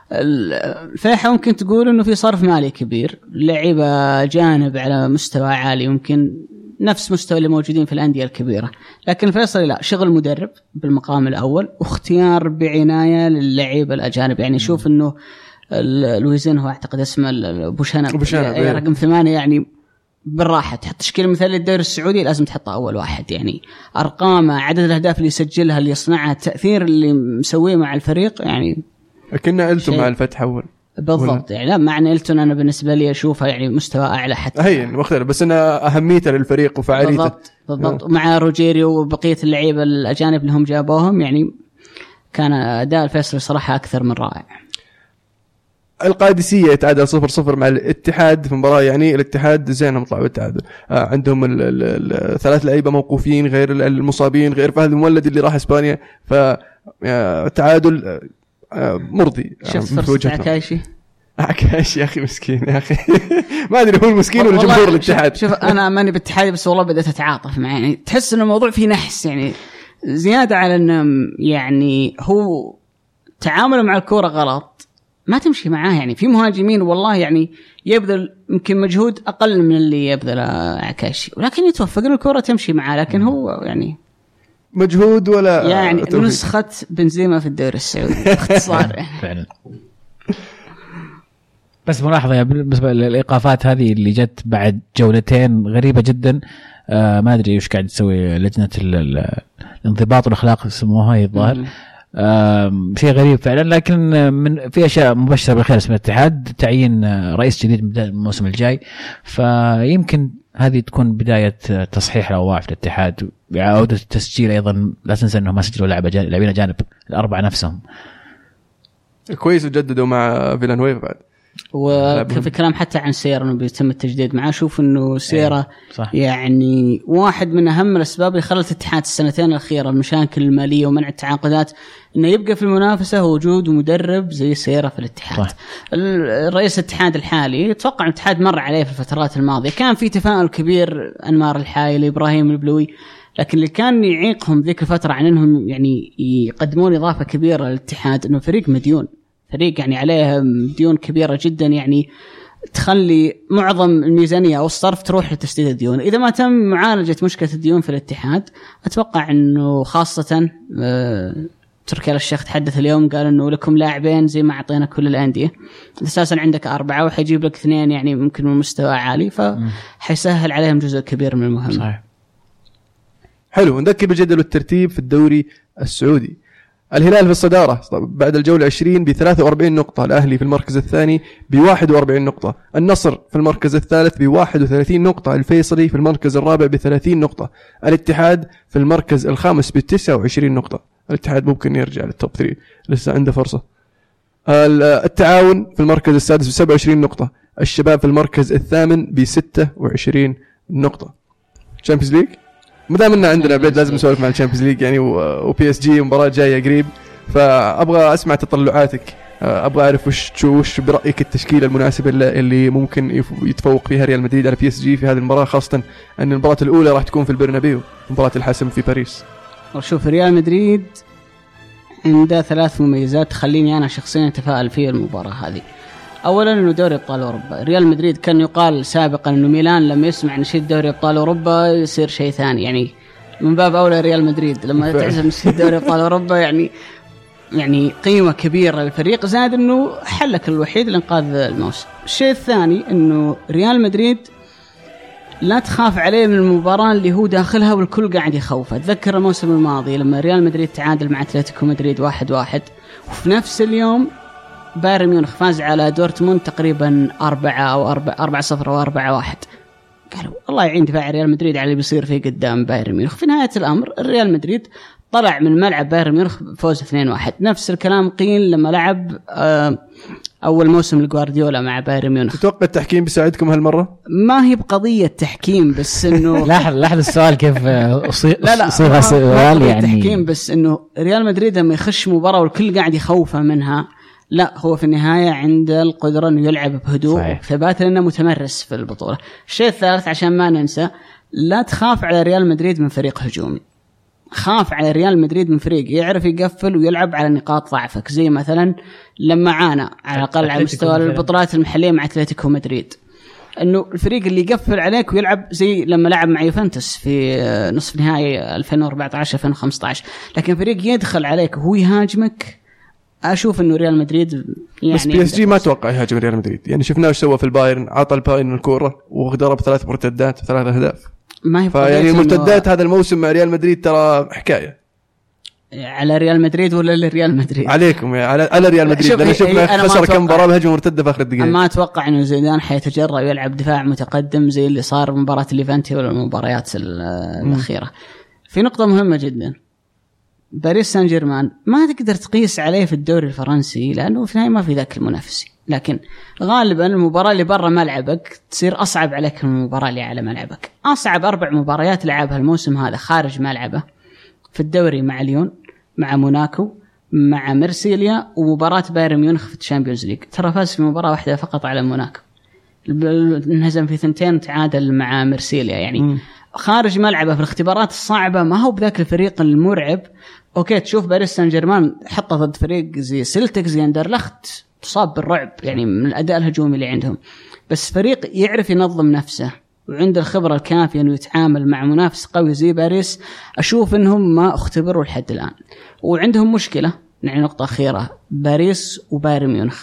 الفيحة ممكن تقول إنه في صرف مالي كبير، لعيبة جانب على مستوى عالي، يمكن نفس مستوى اللي موجودين في الأندية الكبيرة. لكن الفيصل لا، شغل مدرب بالمقام الأول، واختيار بعناية للعيبة الأجانب. يعني شوف إنه لويزين هو اعتقد اسمه بوشانب رقم 8. يعني بالراحه تحط تشكيله مثاليه للدوري السعودي لازم تحطه اول واحد. يعني ارقامه، عدد الاهداف اللي يسجلها، اللي يصنعها، التاثير اللي مسويه مع الفريق، يعني كنا قلتم مع الفتح اول بالضبط. يعني لا معنى إلتون أنا بالنسبة لي أشوفها يعني مستوى أعلى حتى هي مختلف، بس أنا أهميته للفريق وفعاليته بالضبط. مع روجيريو وبقية اللعيبة الأجانب اللي هم جابوهم، يعني كان أداء الفيصل صراحة أكثر من رائع. القادسية يتعادل 0-0 مع الاتحاد في مباراة، يعني الاتحاد زينهم طلعوا بالتعادل. عندهم الثلاث لعيبة موقوفين غير المصابين غير فهد المولد اللي راح إسبانيا، فتعادل مرضي. شفت فرصة عكاشي يا أخي مسكين يا أخي ما أدري هو المسكين ولا جمهور الاتحاد. شوف أنا ماني بالاتحاد، بس والله بدأت أتعاطف معه. يعني تحس إنه الموضوع فيه نحس، يعني زيادة على إنه يعني هو تعامله مع الكورة غلط، ما تمشي معاه. يعني في مهاجمين والله يعني يبذل يمكن مجهود أقل من اللي يبذل عكاشي، ولكن يتوفق إن الكورة تمشي معاه. لكن هو يعني مجهود ولا يعني نسخة بنزيما في الدوري السعودي باختصار يعني. فعلا. بس ملاحظة بالنسبة للإيقافات هذه اللي جت بعد جولتين غريبة جدا. ما أدري وش قاعد تسوي لجنة الانضباط والأخلاق يسموها الظاهر. شيء غريب فعلا، لكن من في أشياء مبشرة بالخير اسم الاتحاد، تعيين رئيس جديد من الموسم الجاي، فيمكن هذه تكون بداية تصحيح الأوضاع في الاتحاد، بعودة التسجيل. أيضا لا تنسى أنهم ما سجلوا لاعبين أجانب، الأربعة نفسهم كويس، وجددوا مع فيلانويف بعد. وفي كلام حتى عن سيارة انه بيتم التجديد معاه. اشوف انه سيارة صح. يعني واحد من اهم الاسباب اللي خلت الاتحاد السنتين الاخيره المشاكل الماليه ومنع التعاقدات انه يبقى في المنافسه وجود مدرب زي سيارة في الاتحاد. صح. الرئيس الاتحاد الحالي اتوقع الاتحاد مر عليه في الفترات الماضيه كان في تفاؤل كبير، انمار الحايلي، ابراهيم البلوي، لكن اللي كان يعيقهم ذيك الفتره عن انهم يعني يقدمون اضافه كبيره للاتحاد انه فريق مديون، فريق يعني عليه ديون كبيرة جدا، يعني تخلي معظم الميزانية أو الصرف تروح لتسديد الديون. إذا ما تم معالجة مشكلة الديون في الاتحاد أتوقع أنه خاصة تركي آل الشيخ تحدث اليوم قال أنه لكم لاعبين زي ما أعطينا كل الأندية، أساسا عندك 4 وحيجيب لك 2 يعني ممكن من مستوى عالي، فحيسهل عليهم جزء كبير من المهمة. صحيح. حلو. نذكر بالجدول والترتيب في الدوري السعودي. الهلال في الصدارة بعد الجولة 20 ب43 نقطة، الأهلي في المركز الثاني ب41 نقطة، النصر في المركز الثالث ب31 نقطة، الفيصلي في المركز الرابع ب30 نقطة، الاتحاد في المركز الخامس ب29 نقطة. الاتحاد ممكن يرجع للتوب 3 لسه عنده فرصة. التعاون في المركز السادس ب27 نقطة، الشباب في المركز الثامن ب26 نقطة. تشامبيونز ليج مدام إننا عندنا عبيد لازم نسولف مع الشامبيونز ليج يعني وبي اس جي مباراة جاية قريب، فأبغى أسمع تطلعاتك، أبغى أعرف وش برأيك التشكيلة المناسبة اللي ممكن يتفوق فيها ريال مدريد على بي اس جي في هذه المباراة، خاصة أن المباراة الأولى راح تكون في البرنابيو، مباراة الحسم في باريس. وشوف ريال مدريد عنده 3 مميزات تخليني أنا شخصيا أتفائل في المباراة هذه. أولا إنه دوري أبطال أوروبا، ريال مدريد كان يقال سابقا إنه ميلان لما يسمع نشيد دوري أبطال أوروبا يصير شيء ثاني، يعني من باب أولى ريال مدريد لما تعزم نشيد دوري أبطال أوروبا يعني قيمة كبيرة للفريق، زاد إنه حلك الوحيد لإنقاذ الموسم. الشيء الثاني إنه ريال مدريد لا تخاف عليه من المباراة اللي هو داخلها والكل قاعد يخوفه. أتذكر الموسم الماضي لما ريال مدريد تعادل مع أتلتيكو مدريد 1-1 وفي نفس اليوم بايرن ميونخ فاز على دورتموند تقريبا 4-0 أو 4-1. قالوا الله يعين دفاع ريال مدريد على اللي بيصير فيه قدام بايرن ميونخ. في نهاية الأمر ريال مدريد طلع من ملعب بايرن ميونخ فوز 2-1. نفس الكلام قيل لما لعب أول موسم لجوارديولا مع بايرن ميونخ. تتوقع التحكيم بيساعدكم هالمرة؟ ما هي بقضية تحكيم بس إنه لاحظ السؤال كيف لا صيغة السؤال يعني تحكيم، بس إنه ريال مدريد لما يخش مباراة والكل قاعد يخوفه منها، لا هو في النهاية عنده القدرة إنه يلعب بهدوء وثبات لأنه متمرس في البطولة. الشيء الثالث عشان ما ننسى، لا تخاف على ريال مدريد من فريق هجومي، خاف على ريال مدريد من فريق يعرف يقفل ويلعب على نقاط ضعفك، زي مثلا لما عانى على الأقل على مستوى البطولات المحلية مع أتلتيكو مدريد، إنه الفريق اللي يقفل عليك ويلعب زي لما لعب مع يوفنتوس في نصف نهائي 2014-2015. لكن فريق يدخل عليك وهو يهاجمك، أشوف إنه ريال مدريد يعني بس بي اس جي ما أتوقع يهاجم ريال مدريد، يعني شفناه وش سوى في البايرن، عطى البايرن الكورة وضرب 3 مرتدات و3 أهداف. ما هي فيعني المرتدات هذا الموسم مع ريال مدريد ترى حكاية. على ريال مدريد ولا لريال مدريد؟ عليكم على ريال مدريد، لأن شفنا خسر كم مباراة بهجمة مرتدة في آخر الدقائق. ما أتوقع إنه زيدان حيتجرأ ويلعب دفاع متقدم زي اللي صار بمباراة ليفانتي ولا المباريات الأخيرة. في نقطة مهمة جدا، باريس سان جيرمان ما تقدر تقيس عليه في الدوري الفرنسي لأنه في النهاية ما في ذاك المنافسي، لكن غالبا المباراة اللي برا ملعبك تصير أصعب عليك من المباراة اللي على ملعبك. أصعب 4 مباريات لعبها الموسم هذا خارج ملعبه في الدوري مع ليون، مع موناكو، مع مرسيليا، ومباراة بايرن ميونخ في الشامبيونز ليج. ترى فاز في مباراة واحدة فقط على موناكو، انهزم في 2 تعادل مع مرسيليا. يعني خارج ملعبه في الاختبارات الصعبة ما هو بذاك الفريق المرعب. أوكي تشوف باريس سان جيرمان حطه ضد فريق زي سيلتيك زي أندرلخت تصاب بالرعب يعني من الأداء الهجومي اللي عندهم، بس فريق يعرف ينظم نفسه وعنده الخبرة الكافية إنه يتعامل مع منافس قوي زي باريس. أشوف إنهم ما اختبروا لحد الآن، وعندهم مشكلة يعني نقطة أخيرة، باريس وبايرن ميونخ.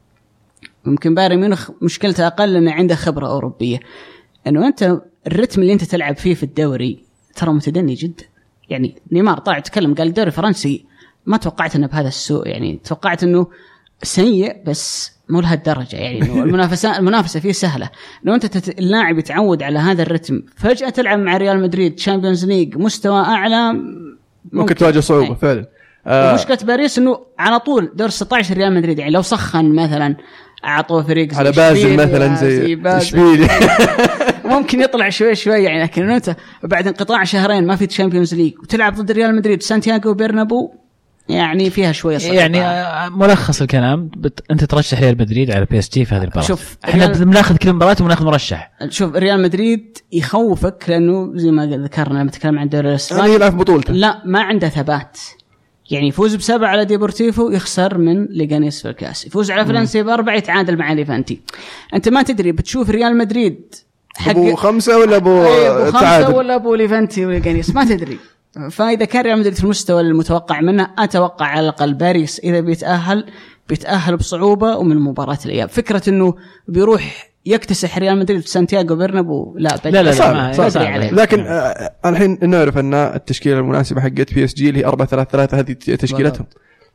ممكن بايرن ميونخ مشكلته أقل لأنه عنده خبرة أوروبية، إنه أنت الرتم اللي أنت تلعب فيه في الدوري ترى متدني جدا. يعني نيمار طلع تكلم قال الدوري الفرنسي ما توقعت انه بهذا السوء، يعني توقعت انه سيء بس مو لهالدرجه، يعني انه المنافسه فيه سهله. لو انت اللاعب يتعود على هذا الرتم فجاه تلعب مع ريال مدريد تشامبيونز ليج مستوى اعلى ممكن تواجه صعوبه فعلا. مشكله باريس انه على طول دور 16 ريال مدريد، يعني لو سخن مثلا اعطوه فريق على بازل مثلا زي اشبيليا ممكن يطلع شوي يعني، لكن انت بعد انقطاع شهرين ما في تشامبيونز ليج وتلعب ضد ريال مدريد سانتياغو برنابو، يعني فيها شويه صعوبة. يعني ملخص الكلام انت ترشح ريال مدريد على بي اس جي في هذه المباراه. شوف احنا بناخذ كل مباراه وبناخذ مرشح. شوف ريال مدريد يخوفك لانه زي ما ذكرنا لما نتكلم عن الدوري الاسباني يلعب بطولته، لا ما عنده ثبات، يعني يفوز ب7 على ديبورتيفو يخسر من ليغانيس في الكاس، يفوز على فالنسيا ب4 يتعادل مع ليفانتي. انت ما تدري بتشوف ريال مدريد ابو 5 ولا ابو 5 ولا ابو ليفانتي وليغانيس، ما تدري. فإذا كان ريال مدريد في المستوى المتوقع منه، أتوقع على الأقل باريس إذا بيتأهل بصعوبة ومن مباراة الإياب. فكرة إنه بيروح يكتسح ريال مدريد في سانتياغو برنابو لا صعب. لكن الحين نعرف أن التشكيلة المناسبة حقت بي اس جي اللي هي 4-3-3 هذه تشكيلتهم.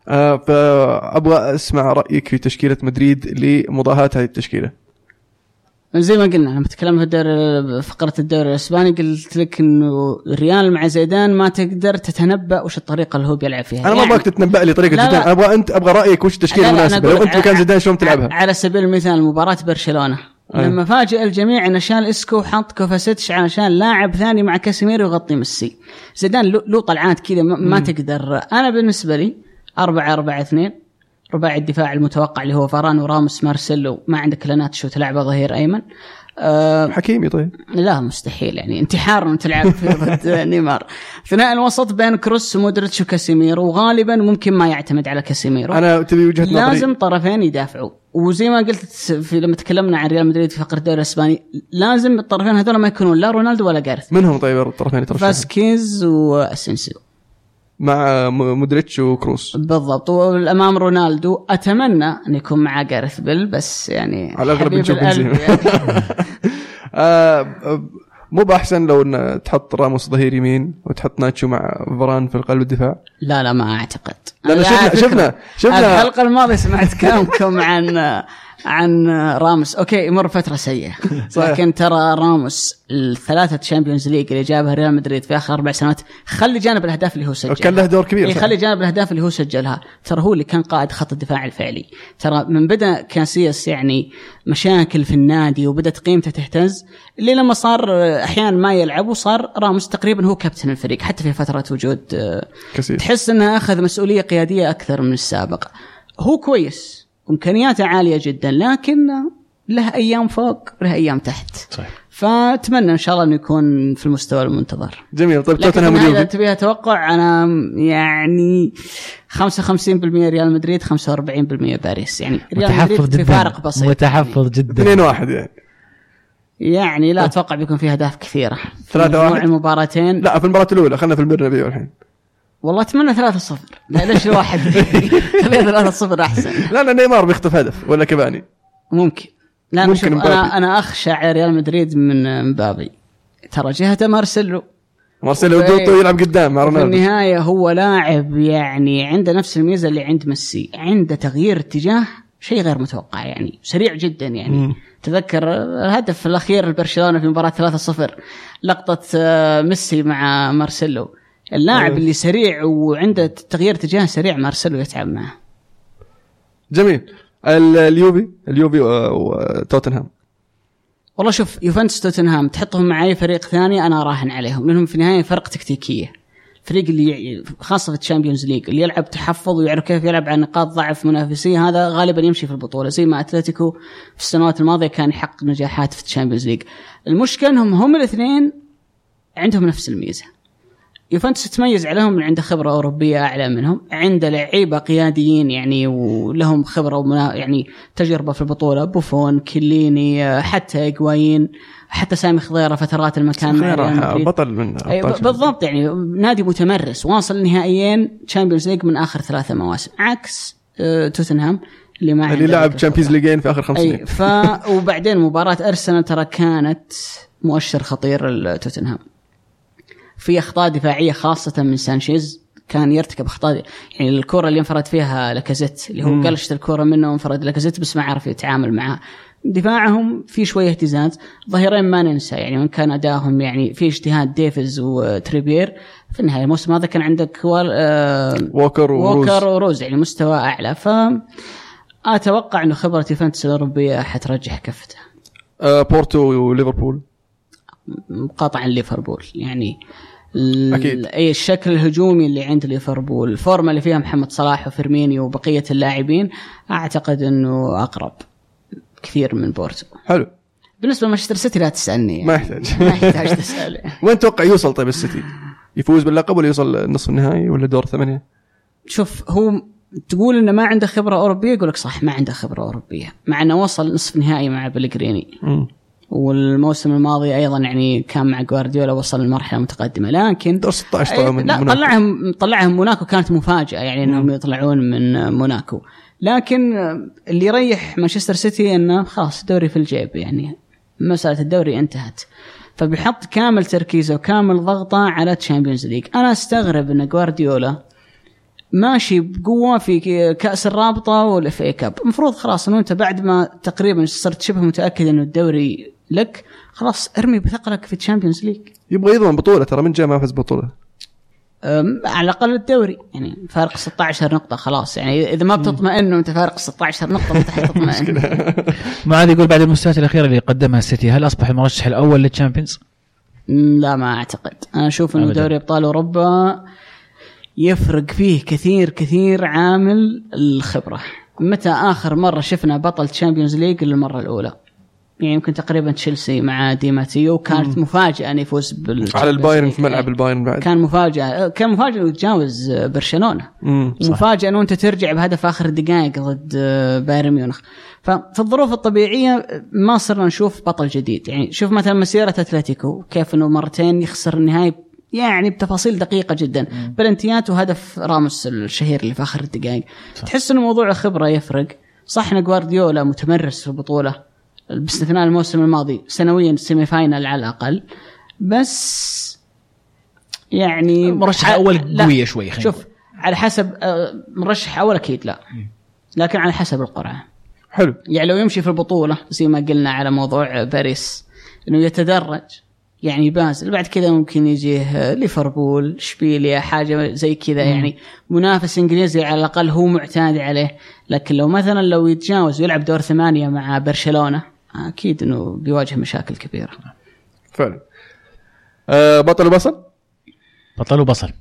فأبغى أسمع رأيك في تشكيلة مدريد لمضاهاة هذه التشكيلة. زي ما قلنا لما تكلمنا في فقرة الدوري الإسباني قلت لك إنه الريال مع زيدان ما تقدر تتنبأ وش الطريقة اللي هو بيلعب فيها. أنا ما أبغاك تتنبأ لي طريقة زيدان، أبغى رأيك وش التشكيلة المناسبة لو أنت مكان زيدان شلون تلعبها. على سبيل المثال مباراة برشلونة لما فاجئ الجميع إن شال إسكو وحط كوفاسيتش علشان لاعب ثاني مع كاسيميرو يغطي ميسي. زيدان له طلعات كذا ما تقدر. أنا بالنسبة لي 4-4-2 رباعي الدفاع المتوقع اللي هو فاران وراموس مارسيلو، ما عندك لاناتشو تلعبه ظهير أيمن. حكيمي طيب لا مستحيل، يعني انتحار تلعب في نيمار. ثنائي الوسط بين كروس ومودريتش وكاسيميرو، وغالبا ممكن ما يعتمد على كاسيميرو. أنا تبي وجهة نظري لازم طرفين يدافعوا، وزي ما قلت لما تكلمنا عن ريال مدريد في فقرة الدوري الإسباني لازم الطرفين هذول ما يكونون لا رونالدو ولا جارث. منهم طيب الطرفين فاسكيز واسينسيو مع مودريتش وكروس بالضبط، والأمام رونالدو أتمنى أن يكون مع جارث بيل، بس يعني على الأغلب نشوف يعني. مو بأحسن لو أن تحط راموس ظهير يمين وتحط ناتشو مع فران في القلب الدفاع؟ لا ما أعتقد. شفنا الحلقة الماضية سمعت كلامكم عن راموس. اوكي يمر فتره سيئه لكن ترى راموس الثلاثه تشامبيونز ليج اللي جابها ريال مدريد في اخر 4 سنوات خلي جانب الاهداف اللي هو سجلها، كان له دور كبير. خلي جانب الاهداف اللي هو سجلها، ترى هو اللي كان قائد خط الدفاع الفعلي. ترى من بدا كاسياس يعني مشاكل في النادي وبدت قيمته تهتز، اللي لما صار احيانا ما يلعب وصار راموس تقريبا هو كابتن الفريق حتى في فتره وجود كاسياس. تحس انه اخذ مسؤوليه قياديه اكثر من السابق. هو كويس إمكانياته عالية جدا، لكن له أيام فوق وله أيام تحت. صحيح. فأتمنى إن شاء الله أن يكون في المستوى المنتظر. جميل. طيب توتنهام واليوفي تبيها توقع؟ أنا يعني 55% ريال مدريد 45% باريس، يعني ريال مدريد في فارق بسيط، متحفظ جدا 2-1 يعني لا أتوقع بيكون فيها أهداف كثيرة. 3-1 المباراتين. لا في المباراة الأولى خلنا في البرنابيو الحين. والله أتمنى 3-0. لا ليش الواحد 3-0 أحسن. لا نيمار بيخطف هدف ولا كباني ممكن. لا ممكن أنا أخشى ريال مدريد من مبابي. ترى جهته مارسيلو دوتو يلعب قدام مع رونالدو. في النهاية هو لاعب يعني عنده نفس الميزة اللي عند ميسي، عنده تغيير اتجاه شيء غير متوقع، يعني سريع جدا. يعني تذكر الهدف الأخير لبرشلونة في مباراة 3-0 لقطة ميسي مع مارسيلو، اللاعب اللي سريع وعنده تغيير اتجاه سريع مارسيلو يتعب معه. جميل. اليوفي وتوتنهام. والله شوف يوفنتوس توتنهام تحطهم مع أي فريق ثاني أنا راهن عليهم، لأنهم في النهاية فرق تكتيكية. فريق اللي خاصة في الشامبيونز ليج اللي يلعب تحفظ ويعرف كيف يلعب على نقاط ضعف منافسيه، هذا غالبا يمشي في البطولة، زي ما أتلتيكو في السنوات الماضية كان يحقق نجاحات في الشامبيونز ليج. المشكلة أنهم هم الاثنين عندهم نفس الميزة. يوفنتوس تميز عليهم من عنده خبرة أوروبية أعلى منهم، عنده لعيبة قياديين يعني ولهم خبرة يعني تجربة في البطولة، بوفون كيليني حتى إيغوايين حتى سامي خضيرة فترات المكان بطل من بالضبط، يعني نادي متمرس واصل نهائيين تشامبيونز ليج من آخر 3 مواسم، عكس توتنهام اللي لعب تشامبيونز ليجين في آخر 5 سنين. وبعدين مباراة أرسنال ترى كانت مؤشر خطير لتوتنهام، في أخطاء دفاعية خاصة من سانشيز، كان يرتكب أخطاء، يعني الكرة اللي انفرد فيها لاكازيت اللي هو قلشت الكرة منه وانفرد لاكازيت بس ما عرف يتعامل معها. دفاعهم في شوية اهتزاز، ظهيرين ما ننسى يعني من كان أداهم يعني في اجتهاد ديفيز وتريبير. في النهاية الموسم هذا كان عندك ووكر وروز يعني مستوى أعلى. اتوقع انه خبره يوفنتوس الاوروبيه حترجح كفته. بورتو وليفربول قطعا ليفربول يعني أكيد. اي الشكل الهجومي اللي عند ليفربول، الفورمه اللي فيها محمد صلاح وفيرمينيو وبقيه اللاعبين، اعتقد انه اقرب كثير من بورتو. حلو. بالنسبه لمانشستر سيتي لا تسالني يعني. ما يحتاج ما يحتاج تسال. وين توقع يوصل طيب السيتي؟ يفوز باللقب ولا يوصل نصف النهائي ولا دور 8؟ شوف، هو تقول انه ما عنده خبره اوروبيه، يقول لك صح ما عنده خبره اوروبيه، مع انه وصل نصف نهائي مع بلغريني والموسم الماضي ايضا يعني كان مع جوارديولا وصل لمرحله متقدمه، لكن دور 16 طبعا من لا طلعهم موناكو، كانت مفاجاه يعني انهم يطلعون من موناكو. لكن اللي يريح مانشستر سيتي انه خلاص الدوري في الجيب، يعني مساله الدوري انتهت، فبيحط كامل تركيزه وكامل ضغطه على تشامبيونز ليج. انا استغرب ان جوارديولا ماشي بقوه في كاس الرابطه والاف اي كاب. المفروض خلاص انه انت بعد ما تقريبا صرت شبه متاكد انه الدوري لك، خلاص ارمي بثقلك في تشامبيونز ليج. يبغى يضمن بطوله، ترى من جاء ما فاز بطوله على الاقل الدوري يعني فارق 16 نقطه خلاص، يعني اذا ما بتطمئن انه انت فارق 16 نقطه ما تطمئن. ما عاد يقول بعد المستويات الاخيره اللي قدمها السيتي هل اصبح المرشح الاول للتشامبيونز؟ لا ما اعتقد. انا اشوف انه دوري ابطال اوروبا يفرق فيه كثير عامل الخبره. متى اخر مره شفنا بطل تشامبيونز ليج للمره الاولى؟ يعني يمكن تقريبا تشيلسي مع ديماتيو، كانت مفاجاه ان يفوز على البايرن في ملعب البايرن بعد، كان مفاجاه انه يتجاوز برشلونه، مفاجاه انه انت ترجع بهدف اخر الدقائق ضد بايرن ميونخ. ففي الظروف الطبيعيه ما صرنا نشوف بطل جديد. يعني شوف مثلا مسيره اتلتيكو كيف انه مرتين يخسر النهائي يعني بتفاصيل دقيقه جدا، بلنتيات وهدف راموس الشهير اللي في اخر الدقائق. تحس انه موضوع الخبره يفرق. صح ان جوارديولا متمرس في البطوله باستثناء الموسم الماضي سنويا سيمي فاينل على الأقل، بس يعني مرشح أول قوية شوي. شوف على حسب مرشح أول أكيد لا، لكن على حسب القرعة. حلو. يعني لو يمشي في البطولة زي ما قلنا على موضوع باريس إنه يتدرج، يعني بازل بعد كذا ممكن يجيه ليفربول إشبيليا حاجة زي كذا، يعني منافس إنجليزي على الأقل هو معتاد عليه. لكن لو يتجاوز ويلعب دور 8 مع برشلونة أكيد إنه بيواجه مشاكل كبيرة فعلا. بطل وبصل. بطل وبصل.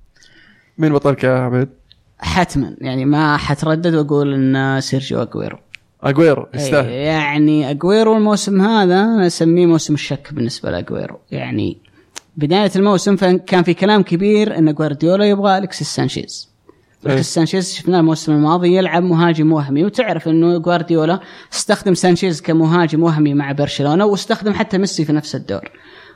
مين بطلك يا عبيد؟ حتما يعني ما حتردد وأقول إن سيرجيو أغويرو يستاهل. يعني أغويرو الموسم هذا أنا أسميه موسم الشك بالنسبة لأغويرو. يعني بداية الموسم كان في كلام كبير إن جوارديولا يبغى أليكسيس سانشيز. أليكسيس سانشيز شفناه الموسم الماضي يلعب مهاجم وهمي، وتعرف إنه جوارديولا استخدم سانشيز كمهاجم وهمي مع برشلونة، واستخدم حتى ميسي في نفس الدور.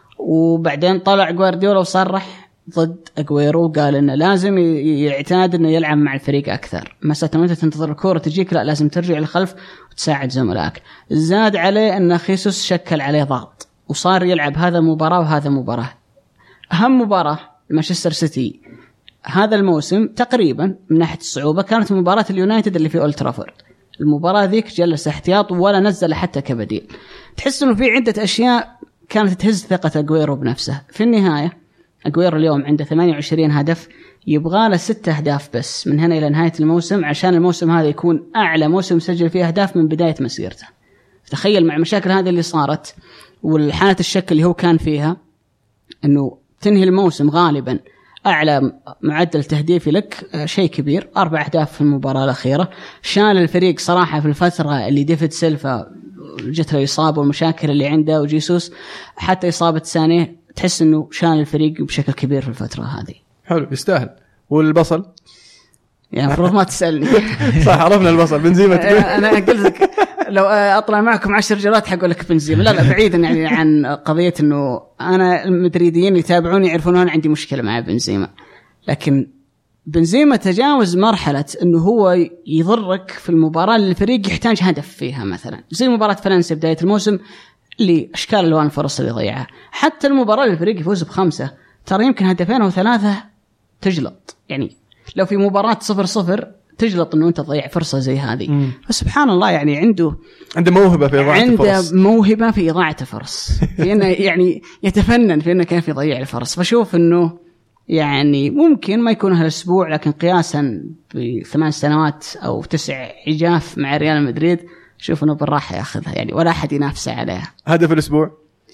وبعدين طلع جوارديولا وصرح ضد أغويرو وقال إنه لازم يعتاد إنه يلعب مع الفريق أكثر. مسألة أنت تنتظر الكرة تجيك، لا لازم ترجع للخلف وتساعد زملائك. زاد عليه إن خيسوس شكل عليه ضغط وصار يلعب هذا مباراة وهذا مباراة. أهم مباراة مانشستر سيتي هذا الموسم تقريبا من ناحية الصعوبة كانت مباراة اليونايتد اللي في أولد ترافورد. المباراة ذيك جلس احتياط ولا نزل حتى كبديل. تحس إنه في عدة أشياء كانت تهز ثقة أغويرو بنفسه. في النهاية أغويرو اليوم عنده 28 هدف، يبغى له 6 أهداف بس من هنا إلى نهاية الموسم عشان الموسم هذا يكون أعلى موسم سجل فيه أهداف من بداية مسيرته. تخيل مع المشاكل هذه اللي صارت والحالة الشك اللي هو كان فيها، إنه تنهي الموسم غالبا أعلى معدل تهديفي لك شيء كبير. 4 أهداف في المباراة الأخيرة. شال الفريق صراحة في الفترة اللي ديفيد سيلفا جت له إصابة والمشاكل اللي عنده وجيسوس حتى إصابة سانيه، تحس إنه شال الفريق بشكل كبير في الفترة هذه. حلو يستاهل. والبصل يعني المفروض ما تسألني. صح عرفنا البصل بنزيما. أنا قلت لك لو أطلع معكم 10 جولات حقول لك بنزيما. لا بعيدا يعني عن قضية إنه أنا المدريديين يتابعوني يعرفون أنا عندي مشكلة مع بنزيما، لكن بنزيما تجاوز مرحلة إنه هو يضرك في المباراة اللي الفريق يحتاج هدف فيها، مثلا زي مباراة فالنسيا بداية الموسم اللي أشكال ألوان الفرص اللي ضيعها. حتى المباراة اللي الفريق يفوز ب5 ترى يمكن 2 أو 3 تجلط. يعني لو في مباراة 0-0 تجلط إنه أنت تضيع فرصة زي هذه. فسبحان الله يعني عنده موهبة في إضاعة الفرص. عنده موهبة في إضاعة الفرص، في إنه يعني يتفنن في إنه كيف يضيع الفرص. فشوف إنه يعني ممكن ما يكون هالأسبوع، لكن قياسا ب8 سنوات أو 9 عجاف مع ريال مدريد شوف أنه بالراحة يأخذها يعني، ولا أحد ينافسه عليها. هدف الأسبوع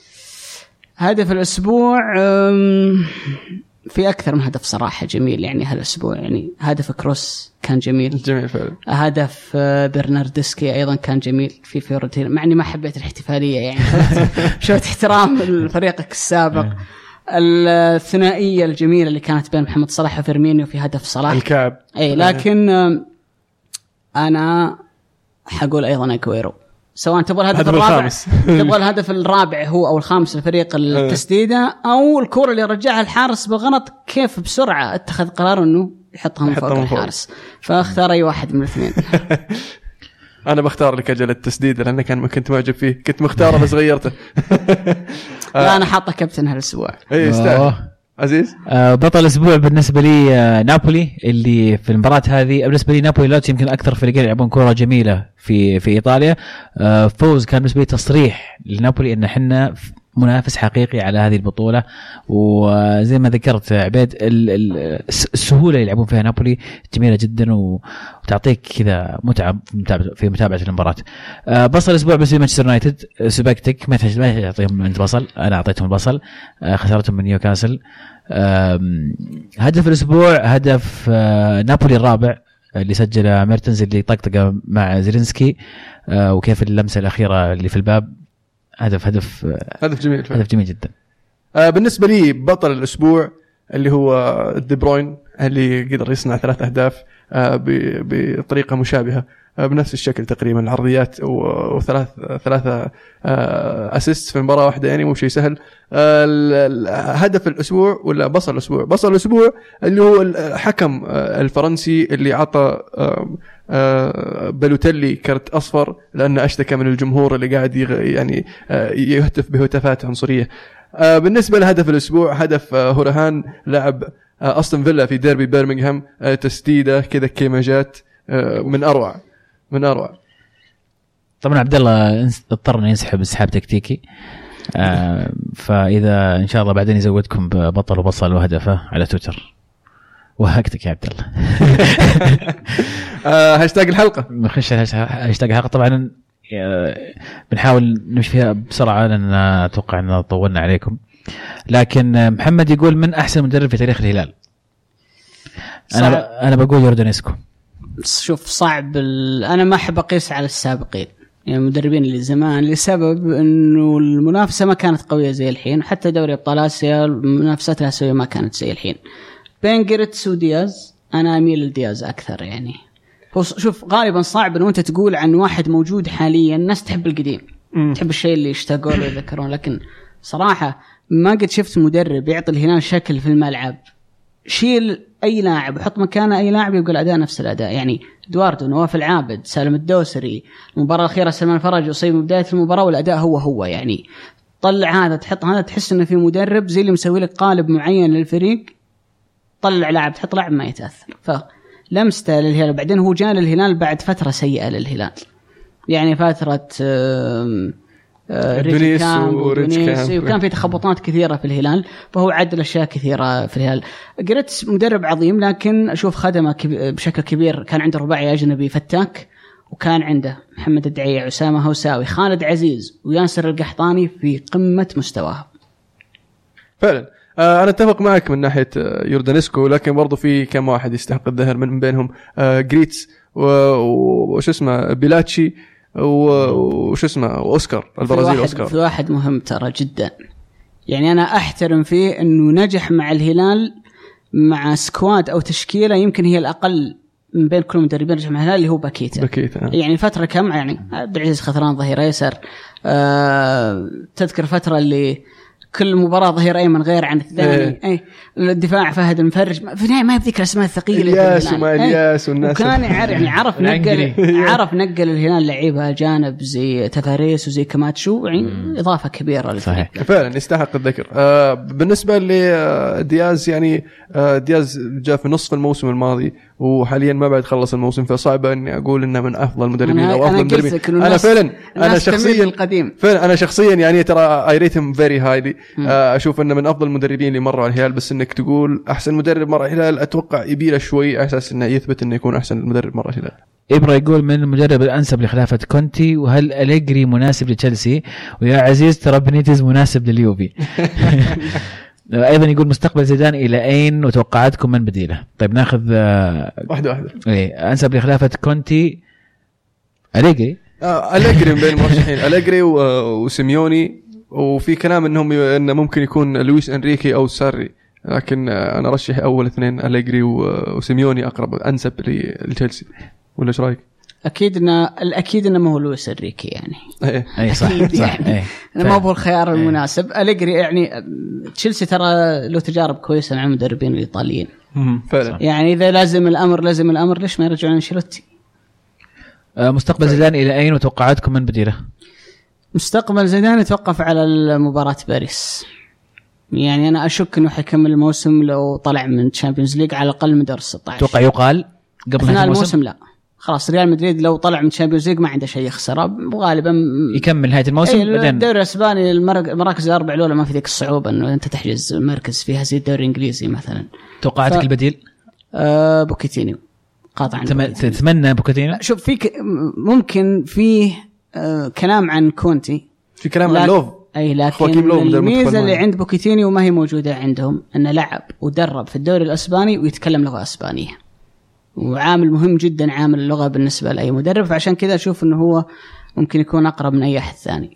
في أكثر من هدف صراحة جميل يعني هالأسبوع. يعني هدف كروس كان جميل فعلا. هدف برناردسكي أيضا كان جميل في فيورنتينا، مع أني ما حبيت الاحتفالية يعني شوت احترام لفريقك السابق. الثنائية الجميلة اللي كانت بين محمد صلاح وفيرمينيو في هدف صلاح الكعب. أي لكن أنا حقول أيضا أكويرو، سواء تبغى الهدف الرابع تبغى الهدف الرابع هو أو الخامس لفريق التسديدة أو الكرة اللي رجعها الحارس بالغلط، كيف بسرعة اتخذ قرار أنه يحطها من فوق الحارس، فاختار أي واحد من الاثنين. أنا بختار لك أجل التسديدة لأنه كنت معجب فيه، كنت مختاره بس غيرته. لا أنا حاطه كابتن هالأسبوع. إيه استاذ عزيز. بطل الأسبوع بالنسبة لي نابولي، اللي في المباراة هذه بالنسبة لي نابولي لاتسيو يمكن أكثر فريقين يلعبون كرة جميلة في إيطاليا. فوز كان بالنسبة لي تصريح لنابولي إن حنا منافس حقيقي على هذه البطولة. وزي ما ذكرت عبيد السهولة اللي يلعبون فيها نابولي جميلة جدا وتعطيك كذا متعة في متابعة المباراة. بصل الأسبوع بس مانشستر يونايتد سباكتك ما تعطيهم من البصل، أنا أعطيتهم البصل، خسارتهم من نيوكاسل. هدف الأسبوع هدف نابولي الرابع اللي سجل ميرتنز اللي طقطقه مع زيلينسكي، وكيف اللمسة الأخيرة اللي في الباب. هدف جميل هدف جميل جدا. بالنسبة لي بطل الأسبوع اللي هو دي بروين اللي قدر يصنع 3 أهداف بطريقة مشابهة بنفس الشكل تقريبا، العرضيات وثلاثة أسيست في مباراة واحدة، يعني مو شيء سهل. هدف الأسبوع ولا بصل الأسبوع اللي هو الحكم الفرنسي اللي عطى بلوتيلي كرت أصفر لأنه أشتكى من الجمهور اللي قاعد يعني يهتف بهتافات عنصرية. بالنسبة لهدف الأسبوع هدف هورهان لاعب أستون فيلا في ديربي برمنغهام، تسديدة كذا كيما جات من أروع. طبعا عبد الله اضطر انه ينسحب انسحاب تكتيكي، فاذا ان شاء الله بعدين يزودكم ببطل وبصل وهدفه على تويتر. وهكتك يا عبد الله. هاشتاج الحلقه، نخش هاشتاج الحلقه. طبعا بنحاول نمشي فيها بسرعه لان اتوقع ان طولنا عليكم، لكن محمد يقول من احسن مدرب في تاريخ الهلال. انا بقول يوردانيسكو. شوف صعب انا ما احب اقيس على السابقين، يعني المدربين اللي زمان لسبب انه المنافسه ما كانت قويه زي الحين، حتى دوري ابطال اسيا المنافسات الاسيويه ما كانت زي الحين. بين جيرتس ودياز انا اميل لدياز اكثر. يعني هو شوف غالبا صعب انه انت تقول عن واحد موجود حاليا، الناس تحب القديم، تحب الشيء اللي يشتاقوا له يذكرون، لكن صراحه ما قد شفت مدرب يعطي الهلال شكل في الملعب. شيل اي لاعب وحط مكانه اي لاعب يبقى الاداء نفس الاداء. يعني ادواردو، نواف العابد، سالم الدوسري، المباراه الاخيره سلمان فرج اصيب من بدايه المباراه والاداء هو يعني طلع هذا تحط هذا، تحس انه في مدرب زي اللي مسوي لك قالب معين للفريق، طلع لاعب تحط لاعب ما يتاثر. فلمسته للهلال. وبعدين هو جاء للهلال بعد فتره سيئه للهلال، يعني فتره دونيس وكان في تخبطات كثيرة في الهلال، فهو عدل أشياء كثيرة في الهلال. جريتس مدرب عظيم، لكن أشوف خدمه بشكل كبير. كان عنده رباعي أجنبي فتاك، وكان عنده محمد الدعيع، عسامة هوساوي، خالد عزيز وياسر القحطاني في قمة مستواهم فعلا. أنا أتفق معك من ناحية يوردانيسكو، لكن برضو في كم واحد يستحق الظهر من بينهم. جريتس وش اسمه بيلاتشي وش اسمه أوسكار البرازيل. أوسكار في واحد مهم ترى جدا، يعني أنا أحترم فيه أنه نجح مع الهلال مع سكواد أو تشكيلة يمكن هي الأقل من بين كل مدربين نجح مع الهلال، اللي هو باكيتا. يعني فترة كم يعني عبد العزيز خثران ظهير أيسر، تذكر فترة اللي كل مباراة ظهير أيمن غير عن الثاني. أي الدفاع فهد المفرج، في النهاية ما يذكر الأسماء الثقيلة. إلياس وما إلياس والناس. وكان يعني عرف نقل الهلال لعيبة جانب زي تفاريس وزي كماتشو، يعني إضافة كبيرة للفريق. فعلا يستحق الذكر. بالنسبة لدياز، يعني دياز جاء في نصف الموسم الماضي وحاليا ما بعد خلص الموسم، فصعب أني أقول إنه من أفضل المدربين أو أفضل مدربين. أنا فعلا أنا شخصيا يعني ترى I rate him very highly. اشوف انه من افضل المدربين اللي مروا على الهلال. بس انك تقول احسن مدرب مر على الهلال اتوقع يبيله شوي على اساس انه يثبت انه يكون احسن مدرب مر على الهلال. إبرا يقول من المدرب الأنسب لخلافة كونتي، وهل أليجري مناسب لتشيلسي؟ ويا عزيز ترى بنيتز مناسب لليوفي. أيضا يقول مستقبل زيدان إلى أين وتوقعاتكم من بديله؟ طيب ناخذ واحدة إيه أنسب لخلافة كونتي أليجري. أليجري بين المرشحين، أليجري وسيميوني، وفي كلام إنه ممكن يكون لويس إنريكي أو ساري، لكن أنا رشح أول اثنين أليجري وسيميوني أقرب أنسب لتشيلسي. ولا ايش رايك؟ اكيد انه ما هو لويس انريكي يعني. اي صح يعني صح. ما هو الخيار المناسب. أليجري يعني تشيلسي ترى له تجارب كويسه مع المدربين الايطاليين فعلا. يعني اذا لازم الامر ليش ما يرجعون انشيلوتي؟ مستقبل زيدان الى اين وتوقعاتكم من بديله؟ مستقبل زيدان يتوقف على مباراه باريس. يعني انا اشك انه حيكمل الموسم لو طلع من تشامبيونز ليج على الاقل من دور 16. توقع يقال قبل نهاية الموسم لا خلاص. ريال مدريد لو طلع من تشامبيونز ليج ما عنده شيء يخسره، وغالبا يكمل نهايه الموسم. الدوري الاسباني المراكز الاربع الاولى ما في ذيك الصعوبه انه انت تحجز مركز فيها زي الدوري الانجليزي مثلا. توقعاتك البديل؟ بوكيتينيو قاطعا. تتمنى بوكيتينيو؟ شوف ممكن فيه كلام عن كونتي، في كلام عن لوف. اي لكن الميزه اللي عند بوكيتينيو ما هي موجوده عندهم، انه لعب ودرب في الدوري الاسباني ويتكلم لغه اسبانيه، وعامل مهم جدا عامل اللغة بالنسبة لأي مدرب. فعشان كذا أشوف أنه هو ممكن يكون أقرب من أي أحد ثاني.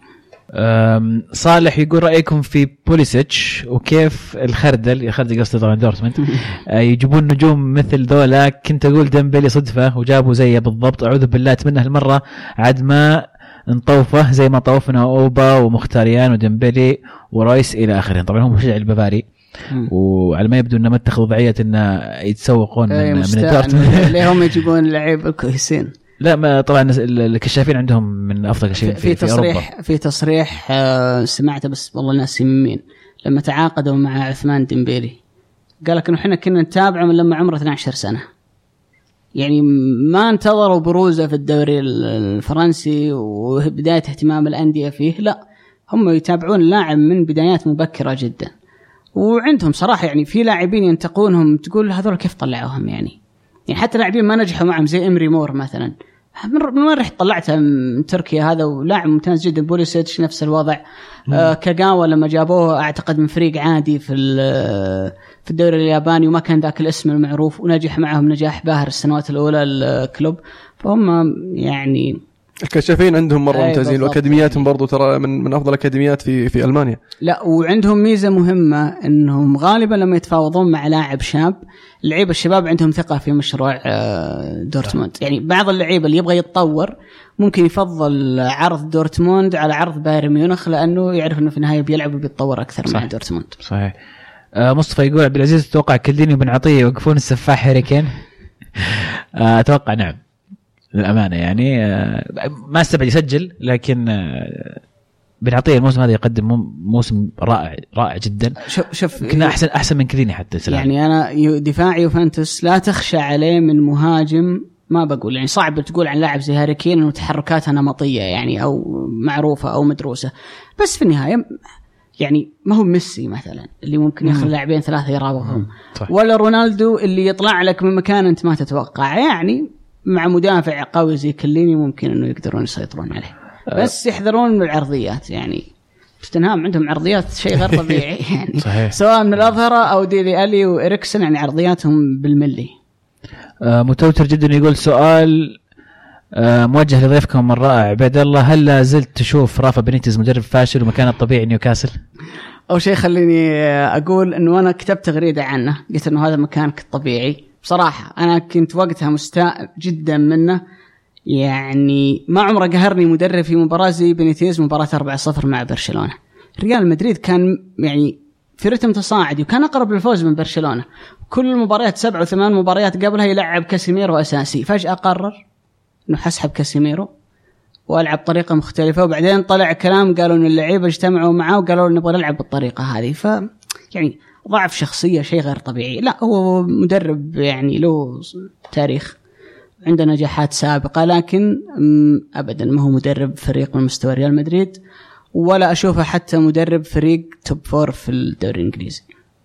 صالح يقول رأيكم في بوليسيتش وكيف الخردل قصدي طبعا دورتموند يجيبون نجوم مثل ذولا. كنت أقول ديمبلي صدفة وجابوا زيه بالضبط، أعوذ بالله أتمنى هالمرة عاد ما نطوفه زي ما طوفنا أوبا ومختاريان وديمبلي ورايس إلى آخره. طبعا هم مشجع البافاري وعلى ما يبدو انه ما اتخذوا ضعيه انه يتسوقون من دورتموند. ليه هم يجيبون اللعيبه الكويسين؟ لا ما طبعا الكشافين عندهم من افضل الكشافين في اوروبا. في تصريح سمعته بس والله ناسي مين، لما تعاقدوا مع عثمان ديمبيلي قال لك انه احنا كنا نتابعه من لما عمره 12 سنه، يعني ما انتظروا بروزه في الدوري الفرنسي وبدايه اهتمام الانديه فيه، لا هم يتابعون اللاعب من بدايات مبكره جدا. وعندهم صراحة يعني في لاعبين ينتقونهم تقول هذول كيف طلعوهم يعني حتى لاعبين ما نجحوا معهم زي إمري مور مثلا، من وين رح طلعتها من تركيا؟ هذا ولاعب ممتاز جدا. بوليسيتش نفس الوضع. كاغاوا لما جابوه أعتقد من فريق عادي في الدوري الياباني وما كان ذاك الاسم المعروف، ونجح معهم نجاح باهر السنوات الأولى الكلوب. فهم يعني الكشافين عندهم مرة ممتازين، واكاديمياتهم برضو ترى من افضل الاكاديميات في المانيا. لا وعندهم ميزة مهمة انهم غالبا لما يتفاوضون مع لاعب شاب، اللعيبة الشباب عندهم ثقة في مشروع دورتموند. يعني بعض اللعيبة اللي يبغى يتطور ممكن يفضل عرض دورتموند على عرض بايرن ميونخ، لانه يعرف انه في النهاية بيلعب وبيتطور اكثر مع دورتموند. صحيح. مصطفى يقول عبد العزيز تتوقع كليني وبن عطية يوقفون السفاح هاريكين؟ اتوقع نعم للأمانة، يعني ما استبعد يسجل، لكن بنعطيه الموسم هذا يقدم موسم رائع جدا. شوف كنا أحسن من كليني حتى سلام. يعني أنا دفاعي وفانتس لا تخشى عليه من مهاجم، ما بقول يعني صعب تقول عن لاعب زي هاري كين إنه تحركاتها نمطية يعني أو معروفة أو مدروسة، بس في النهاية يعني ما هو ميسي مثلا اللي ممكن ياخذ لاعبين ثلاثة يراوغهم، ولا رونالدو اللي يطلع لك من مكان أنت ما تتوقع. يعني مع مدافع قوي زي كليني ممكن انه يقدرون يسيطرون عليه، بس يحذرون من العرضيات. يعني توتنهام عندهم عرضيات شيء غير طبيعي يعني صحيح. سواء من الأظهرة او ديلي ألي وإريكسن، يعني عرضياتهم بالملي. متوتر جدا يقول سؤال موجه لضيفكم الرائع عبيد الله، هل لا زلت تشوف رافا بينيتز مدرب فاشل ومكانه الطبيعي نيوكاسل؟ أول شيء خليني أقول أنه أنا كتبت تغريدة عنه، قلت أنه هذا مكانك الطبيعي. بصراحة أنا كنت وقتها مستاء جدا منه، يعني ما عمره قهرني مدرب في مباراة زي بينيتيز، مباراة 4-0 مع برشلونة. ريال مدريد كان يعني في رتم تصاعدي وكان أقرب للفوز من برشلونة، كل المباريات 7 و8 مباريات قبلها يلعب كاسيميرو أساسي، فجأة قرر أنه حسحب كاسيميرو وألعب طريقة مختلفة، وبعدين طلع كلام قالوا أن اللعيبة اجتمعوا معه وقالوا نبغى نلعب بالطريقة هذه. يعني ضعف شخصية شيء غير طبيعي. لا هو مدرب يعني له تاريخ، عنده نجاحات سابقة، لكن أبدا ما هو مدرب فريق من مستوى ريال مدريد. ولا أشوفه حتى مدرب فريق توب 4 في الدوري الإنجليزي.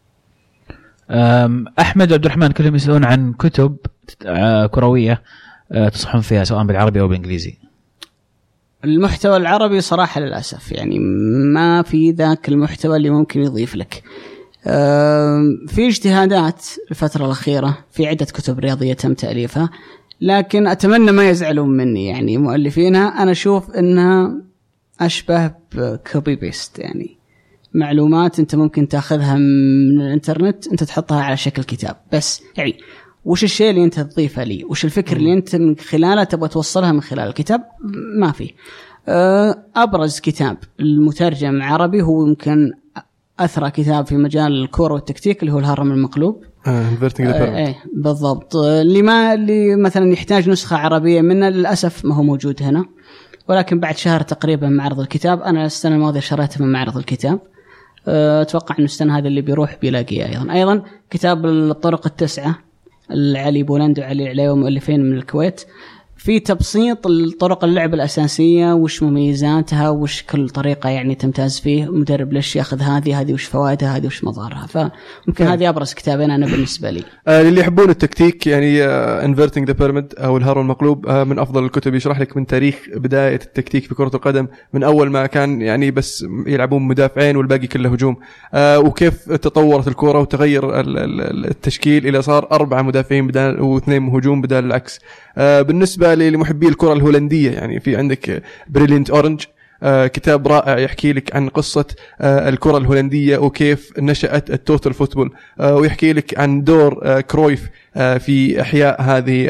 أحمد وعبد الرحمن كلهم يسألون عن كتب كروية تصحون فيها سواء بالعربي أو بالإنجليزي. المحتوى العربي صراحة للأسف يعني ما في ذاك المحتوى اللي ممكن يضيف لك. في اجتهادات الفترة الأخيرة في عدة كتب رياضية تم تأليفها، لكن أتمنى ما يزعلون مني يعني مؤلفينها. أنا أشوف أنها أشبه بكوبي بيست، يعني معلومات أنت ممكن تأخذها من الإنترنت أنت تحطها على شكل كتاب بس. يعني وش الشيء اللي أنت تضيفه لي، وش الفكر اللي أنت من خلاله تبغى توصلها من خلال الكتاب؟ ما في. أبرز كتاب المترجم عربي هو يمكن أثرى كتاب في مجال الكورة والتكتيك اللي هو الهرم المقلوب. بالضبط. اللي مثلا يحتاج نسخة عربية منه للأسف ما هو موجود هنا، ولكن بعد شهر تقريبا من معرض الكتاب. أنا السنة الماضية شريته من معرض الكتاب، أتوقع أن السنة هذا اللي بيروح بيلاقيه. أيضا كتاب الطرق التسعة العلي بولند وعلي العليوي مؤلفين من الكويت، في تبسيط الطرق اللعب الأساسية وش مميزاتها وش كل طريقة يعني تمتاز فيه مدرب ليش يأخذ هذه وش فوائدها هذه وش مضارها. فممكن هذه أبرز كتابين أنا بالنسبة لي. اللي يحبون التكتيك يعني Inverting the Pyramid أو الهرم المقلوب من أفضل الكتب، يشرح لك من تاريخ بداية التكتيك في كرة القدم من أول ما كان يعني بس يلعبون مدافعين والباقي كله هجوم، وكيف تطورت الكرة وتغير التشكيل إلى صار 4 مدافعين بدال و2 هجوم بدال العكس. بالنسبة لمحبي الكرة الهولندية يعني في عندك بريليانت أورنج، كتاب رائع يحكي لك عن قصة الكرة الهولندية وكيف نشأت التوتال فوتبول، ويحكي لك عن دور كرويف في إحياء هذه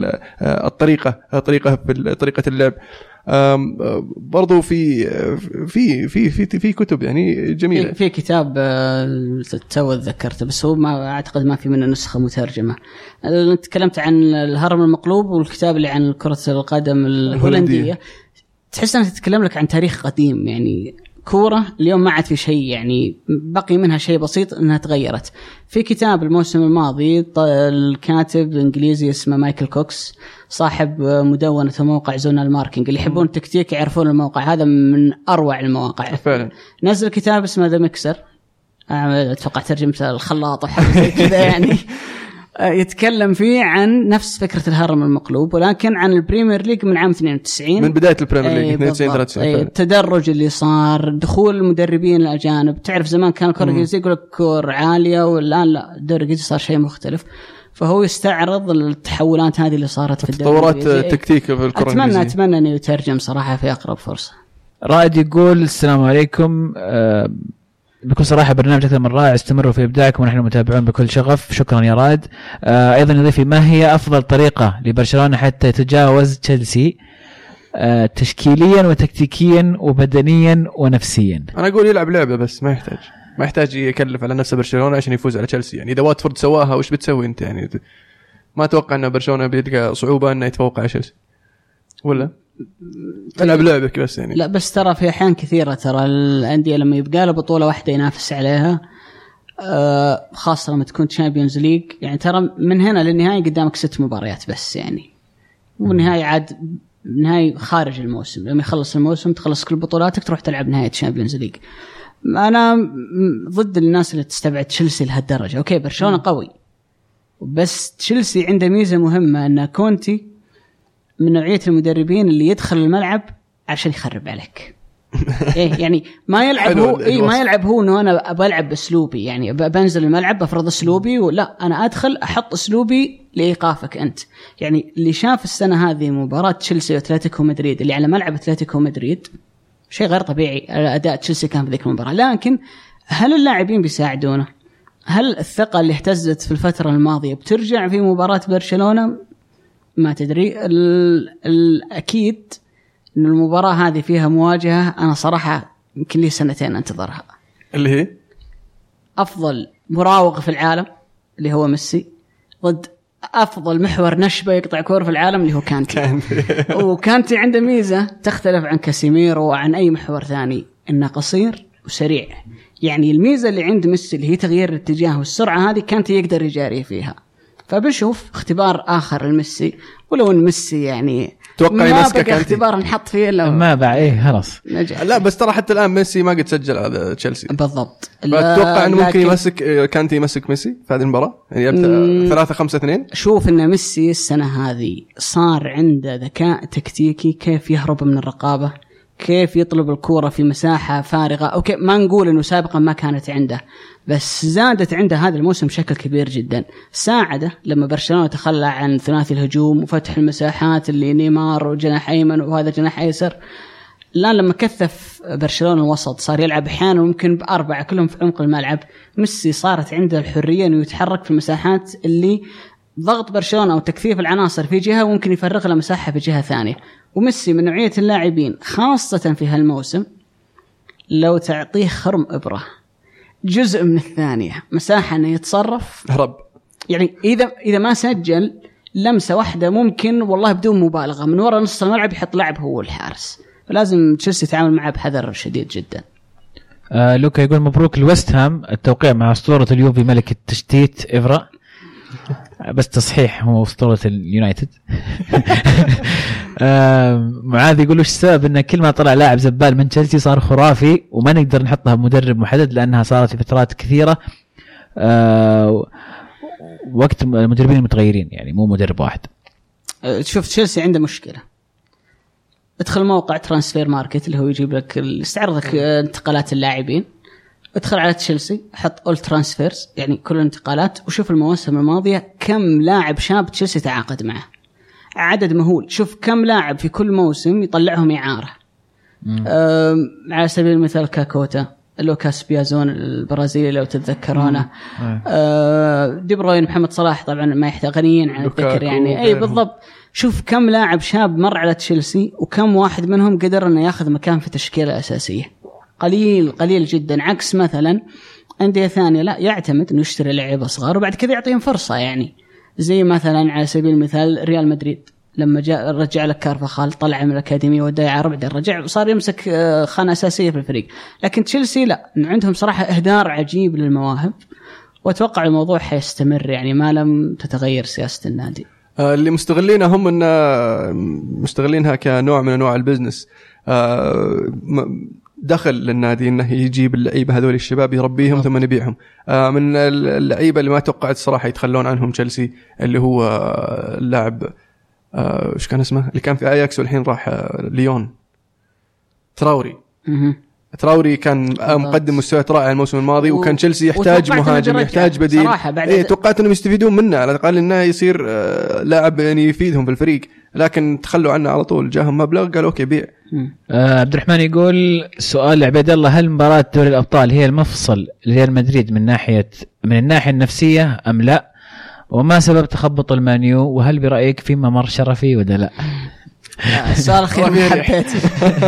طريقة اللعب. برضو في كتب يعني جميلة. في كتاب تو ذكرته بس هو ما أعتقد ما في منه نسخة مترجمة. أنا تكلمت عن الهرم المقلوب والكتاب اللي عن كرة القدم الهولندية، تحس أنها تتكلم لك عن تاريخ قديم يعني كورة اليوم ما عاد في شيء يعني بقي منها شيء بسيط أنها تغيرت. في كتاب الموسم الماضي الكاتب الإنجليزي اسمه مايكل كوكس صاحب مدونة موقع زونال ماركينج، اللي يحبون التكتيك يعرفون الموقع هذا من أروع المواقع فعلا. نزل كتاب اسمه ذا ميكسر، أتوقع ترجمته الخلاط وحاجة زي كذا يعني يتكلم فيه عن نفس فكرة الهرم المقلوب ولكن عن البريمير ليج من عام 92 من بداية البريمير ليج 92 التدرج اللي صار، دخول المدربين الأجانب. تعرف زمان كان الكرة الإنجليزية يقول لك كور عالية والآن لا الدوري الإنجليزي صار شيء مختلف، فهو يستعرض التحولات هذه اللي صارت في الدوري التطورات التكتيك في الكرة الإنجليزية. أتمنى أن يترجم صراحة في أقرب فرصة. رائد يقول السلام عليكم، بكل صراحة برنامج أكثر من رائع، استمروا في إبداعكم ونحن متابعون بكل شغف، شكرا يا رائد. أيضا يضيف ما هي أفضل طريقة لبرشلونة حتى يتجاوز تشيلسي تشكيليا وتكتيكيا وبدنيا ونفسيا؟ أنا أقول يلعب لعبة بس ما يحتاج يكلف على نفسه برشلونة عشان يفوز على تشيلسي. يعني إذا واتفورد سواها وش بتسوي أنت؟ يعني ما أتوقع أن برشلونة بيلقى صعوبة أنه يتفوق على تشيلسي ولا تلعب لعبك بس يعني. لا بس ترى في أحيان كثيرة ترى الأندية لما يبقى له بطولة واحدة ينافس عليها، خاصة لما تكون تشامبيونز ليج، يعني ترى من هنا للنهاية قدامك 6 مباريات بس يعني، والنهاية عاد نهاية خارج الموسم. لما يخلص الموسم تخلص كل بطولاتك تروح تلعب نهاية تشامبيونز ليج. أنا ضد الناس اللي تستبعد تشيلسي لهالدرجة. أوكي برشلونة قوي بس تشيلسي عنده ميزة مهمة أن كونتي من نوعية المدربين اللي يدخل الملعب عشان يخرب عليك. إيه يعني ما يلعب هو ما يلعب هو إنه أنا بلعب بأسلوبي، يعني بنزل الملعب بفرض أسلوبي، ولا أنا أدخل أحط أسلوبي لإيقافك أنت. يعني اللي شاف السنة هذه مباراة تشيلسي وأتلتيكو مدريد اللي على ملعب أتلتيكو مدريد شيء غير طبيعي أداء تشيلسي كان في ذيك المباراة. لكن هل اللاعبين بيساعدونه؟ هل الثقة اللي اهتزت في الفترة الماضية بترجع في مباراة برشلونة؟ ما تدري. الأكيد إن المباراة هذه فيها مواجهة أنا صراحة يمكن لي 2 أنتظرها، اللي هي أفضل مراوغ في العالم اللي هو ميسي ضد أفضل محور نشبة يقطع كورة في العالم اللي هو كانتي. وكانتي عنده ميزة تختلف عن كاسيميرو وعن أي محور ثاني، إنه قصير وسريع. يعني الميزة اللي عند ميسي اللي هي تغيير الاتجاه والسرعة هذه كانتي يقدر يجاري فيها. فبشوف اختبار آخر لميسي، ولو أن ميسي يعني توقع يمسكك كانتي كانتي؟ اختبار نحط فيه لو ما باع ايه خلاص. نجح. لا بس ترى حتى الان ميسي ما قد سجل على تشيلسي. بالضبط. اتوقع انه ممكن لكن يمسك كانتي يمسك ميسي في هذه المباراه يعني 3-5-2. شوف ان ميسي السنه هذه صار عنده ذكاء تكتيكي، كيف يهرب من الرقابه، كيف يطلب الكرة في مساحة فارغة. أوكي ما نقول إنه سابقا ما كانت عنده، بس زادت عنده هذا الموسم بشكل كبير جدا. ساعده لما برشلونة تخلى عن ثلاثي الهجوم وفتح المساحات اللي نيمار وجناح أيمن وهذا جناح أيسر. لا لما كثف برشلونة الوسط صار يلعب أحيانا ممكن ب4 كلهم في عمق الملعب، ميسي صارت عنده الحرية إنه يتحرك في المساحات اللي ضغط برشلونة أو تكثيف العناصر في جهة وممكن يفرغ له مساحة في جهة ثانية. وميسي من نوعية اللاعبين خاصة في هالموسم لو تعطيه خرم إبرة جزء من الثانية مساحة أنه يتصرف هرب. يعني إذا ما سجل لمسة واحدة ممكن والله بدون مبالغة من وراء نص الملعب يحط لاعب هو الحارس. فلازم تشيلسي يتعامل معه بحذر شديد جدا. لوكا يقول مبروك الويست هام التوقيع مع أسطورة اليوفي ملك التشتيت إبرة. بس تصحيح هو أسطورة اليونايتد. معاذ يقول وش السبب ان كل ما طلع لاعب زبال من تشيلسي صار خرافي وما نقدر نحطها بمدرب محدد لانها صارت في فترات كثيره وقت المدربين المتغيرين يعني مو مدرب واحد. شوف تشيلسي عنده مشكله. ادخل موقع ترانسفير ماركت اللي هو يجيب لك يستعرض انتقالات اللاعبين، ادخل على تشيلسي حط اول ترانسفيرز يعني كل الانتقالات وشوف المواسم الماضيه كم لاعب شاب تشيلسي تعاقد معه، عدد مهول. شوف كم لاعب في كل موسم يطلعهم إعارة. على سبيل المثال كاكوتا، لوكاس بيازون البرازيلي لو تتذكرونه، دي بروين، محمد صلاح طبعا ما يحتاج غنيين عن الذكر يعني أي بالضبط. شوف كم لاعب شاب مر على تشيلسي وكم واحد منهم قدر أنه يأخذ مكان في تشكيلة أساسية. قليل جدا، عكس مثلا أندية ثانية لا يعتمد أنه يشتري لعيبة صغار وبعد كذا يعطيهم فرصة يعني زي مثلا على سبيل المثال ريال مدريد لما جاء رجع لك كارفاخال طلع من الأكاديمية وداي على ربع رجع وصار يمسك خانة أساسية في الفريق. لكن تشيلسي لا، عندهم صراحة إهدار عجيب للمواهب وأتوقع الموضوع حيستمر يعني ما لم تتغير سياسة النادي. اللي مستغلينها هم إن مستغلينها كنوع من أنواع البزنس، دخل للنادي انه يجيب اللعيبه هذول الشباب يربيهم ثم يبيعهم. من اللعيبه اللي ما توقعت الصراحه يتخلون عنهم تشيلسي اللي هو اللاعب ايش كان اسمه اللي كان في اياكس والحين راح ليون، تراوري كان مقدم مستويات رائعه الموسم الماضي وكان تشيلسي يحتاج مهاجم يحتاج بديل. توقعت انهم يستفيدون منه على الاقل انه يصير لاعب يعني يفيدهم في الفريق، لكن تخلوا عنه على طول. جاهم مبلغ قالوا اوكي بيع. عبد الرحمن يقول سؤال لعبيد الله، هل مباراة دوري الأبطال هي المفصل لريال مدريد من الناحية النفسية أم لا؟ وما سبب تخبط المانيو؟ وهل برأيك في ممر شرفي ولا لا؟ السؤال الأخير ما حبيته.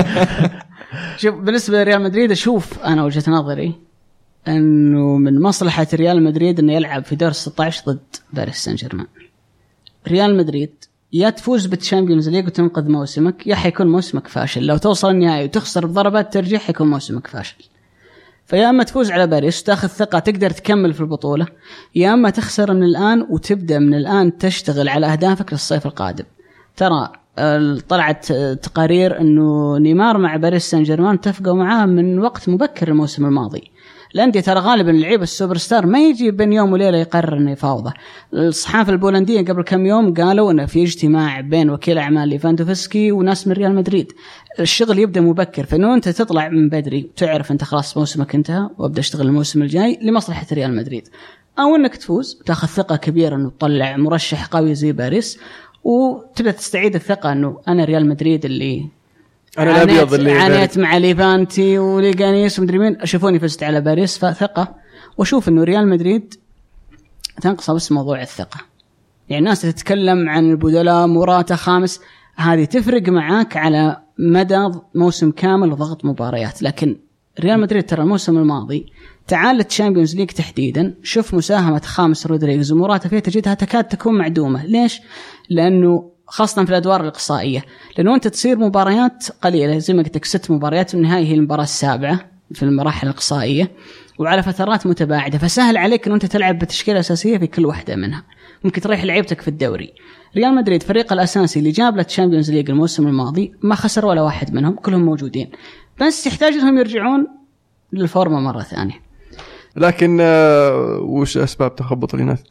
شوف بالنسبة لريال مدريد أشوف أنا وجهة نظري أنه من مصلحة ريال مدريد أنه يلعب في دور 16 ضد باريس سان جيرمان. ريال مدريد يا تفوز بالتشامبيونز ليج وتنقذ موسمك يا حيكون موسمك فاشل. لو توصل النهائي وتخسر بضربات ترجيح حيكون موسمك فاشل. فيا أما تفوز على باريس وتأخذ ثقة تقدر تكمل في البطولة، يا أما تخسر من الآن وتبدأ من الآن تشتغل على أهدافك للصيف القادم. ترى طلعت تقارير أنه نيمار مع باريس سان جيرمان اتفقوا معاه من وقت مبكر الموسم الماضي. الأندية ترى غالبا اللعيبة السوبر ستار ما يجي بين يوم وليلة يقرر إنه يفاوضه. الصحافة البولندية قبل كم يوم قالوا إنه في اجتماع بين وكيل أعمال ليفاندوفسكي وناس من ريال مدريد. الشغل يبدأ مبكر، فإنه أنت تطلع من بدري وتعرف أنت خلاص موسمك انتهى وأبدأ أشتغل الموسم الجاي لمصلحة ريال مدريد، أو إنك تفوز وتأخذ ثقة كبيرة إنه تطلع مرشح قوي زي باريس وتبدأ تستعيد الثقة إنه أنا ريال مدريد اللي أنا الأبيض اللي عانيت مع ليفانتي وليغانيس ومدري مين، أشوفوني فزت على باريس فثقة. وأشوف إنه ريال مدريد تنقص بس موضوع الثقة. يعني الناس تتكلم عن البدلاء موراتا خامس، هذه تفرق معاك على مدى موسم كامل وضغط مباريات. لكن ريال مدريد ترى الموسم الماضي تعال التشامبيونز ليج تحديدا شوف مساهمة خامس رودريغز وموراتا فيها تجدها تكاد تكون معدومة. ليش؟ لأنه خاصة في الأدوار الإقصائية، لأنه أنت تصير مباريات قليلة زي ما قلت لك 6 مباريات والنهاية هي المباراة السابعة في المراحل الإقصائية وعلى فترات متباعدة، فسهل عليك أن أنت تلعب بتشكيلة أساسية في كل واحدة منها. ممكن تريح لعيبتك في الدوري. ريال مدريد فريق الأساسي اللي جاب له تشامبيونز ليج الموسم الماضي ما خسر ولا واحد منهم، كلهم موجودين، بس يحتاج لهم يرجعون للفورمة مرة ثانية. لكن وش أسباب تخبط اليونايتد؟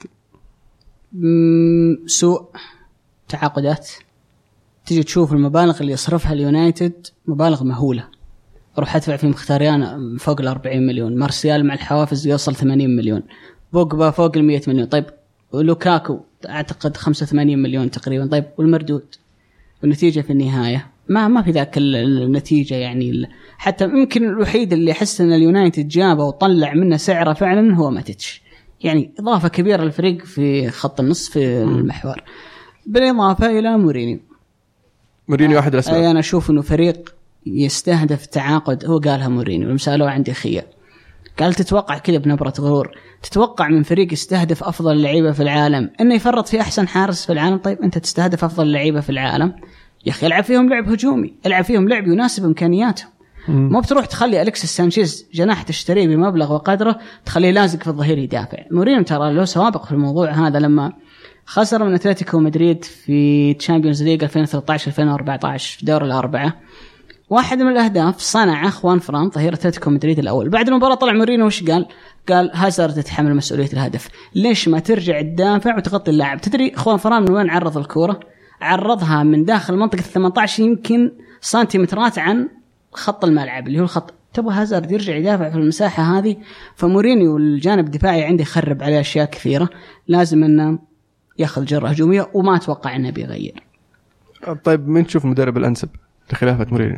سوء تعاقدات. تيجي تشوف المبالغ اللي يصرفها اليونايتد مبالغ مهولة. أروح أدفع في مختاريان فوق 40 مليون، مارسيال مع الحوافز يوصل 80 مليون، بوجبا فوق 100 مليون. طيب ولوكاكو أعتقد 85 مليون تقريبا. طيب والمردود والنتيجة في النهاية ما في ذاك النتيجة يعني. حتى يمكن الوحيد اللي حس أن اليونايتد جابه وطلع منه سعره فعلا هو ماتيتش، يعني إضافة كبيرة للفريق في خط النص في المحور، بالإضافة إلى مورينيو واحد الأسباب. أنا أشوف أنه فريق يستهدف تعاقد. هو قالها مورينيو لما سألوه عندي خيار، قال تتوقع كذا بنبرة غرور، تتوقع من فريق يستهدف أفضل اللعيبة في العالم أنه يفرط في أحسن حارس في العالم؟ طيب أنت تستهدف أفضل اللعيبة في العالم يا أخي، العب فيهم لعب هجومي، العب فيهم لعب يناسب إمكانياتهم. مو بتروح تخلي أليكسيس سانشيز جناح تشتريه بمبلغ وقدره تخليه لازق في الظهير يدافع. مورينيو ترى له سوابق في الموضوع هذا، لما خسر من أتلتيكو مدريد في تشامبيونز ليج 2013-2014 في دور الأربعة، واحد من الأهداف صنعه خوان فران ظهير أتلتيكو مدريد الأول. بعد المباراة طلع مورينيو وش قال هازارد تتحمل مسؤولية الهدف، ليش ما ترجع تدافع وتغطي اللاعب؟ تدري خوان فران من وين عرض الكرة؟ عرضها من داخل منطقة 18 يمكن سنتيمترات عن خط الملعب اللي هو الخط. تبغى هازارد يرجع يدافع في المساحة هذه؟ فمورينيو الجانب الدفاعي عندي خرب عليه أشياء كثيرة، لازم أنه ياخذ جرة هجومية وما أتوقع أنه بيغير. طيب من تشوف المدرب الأنسب لخلافة مورينيو؟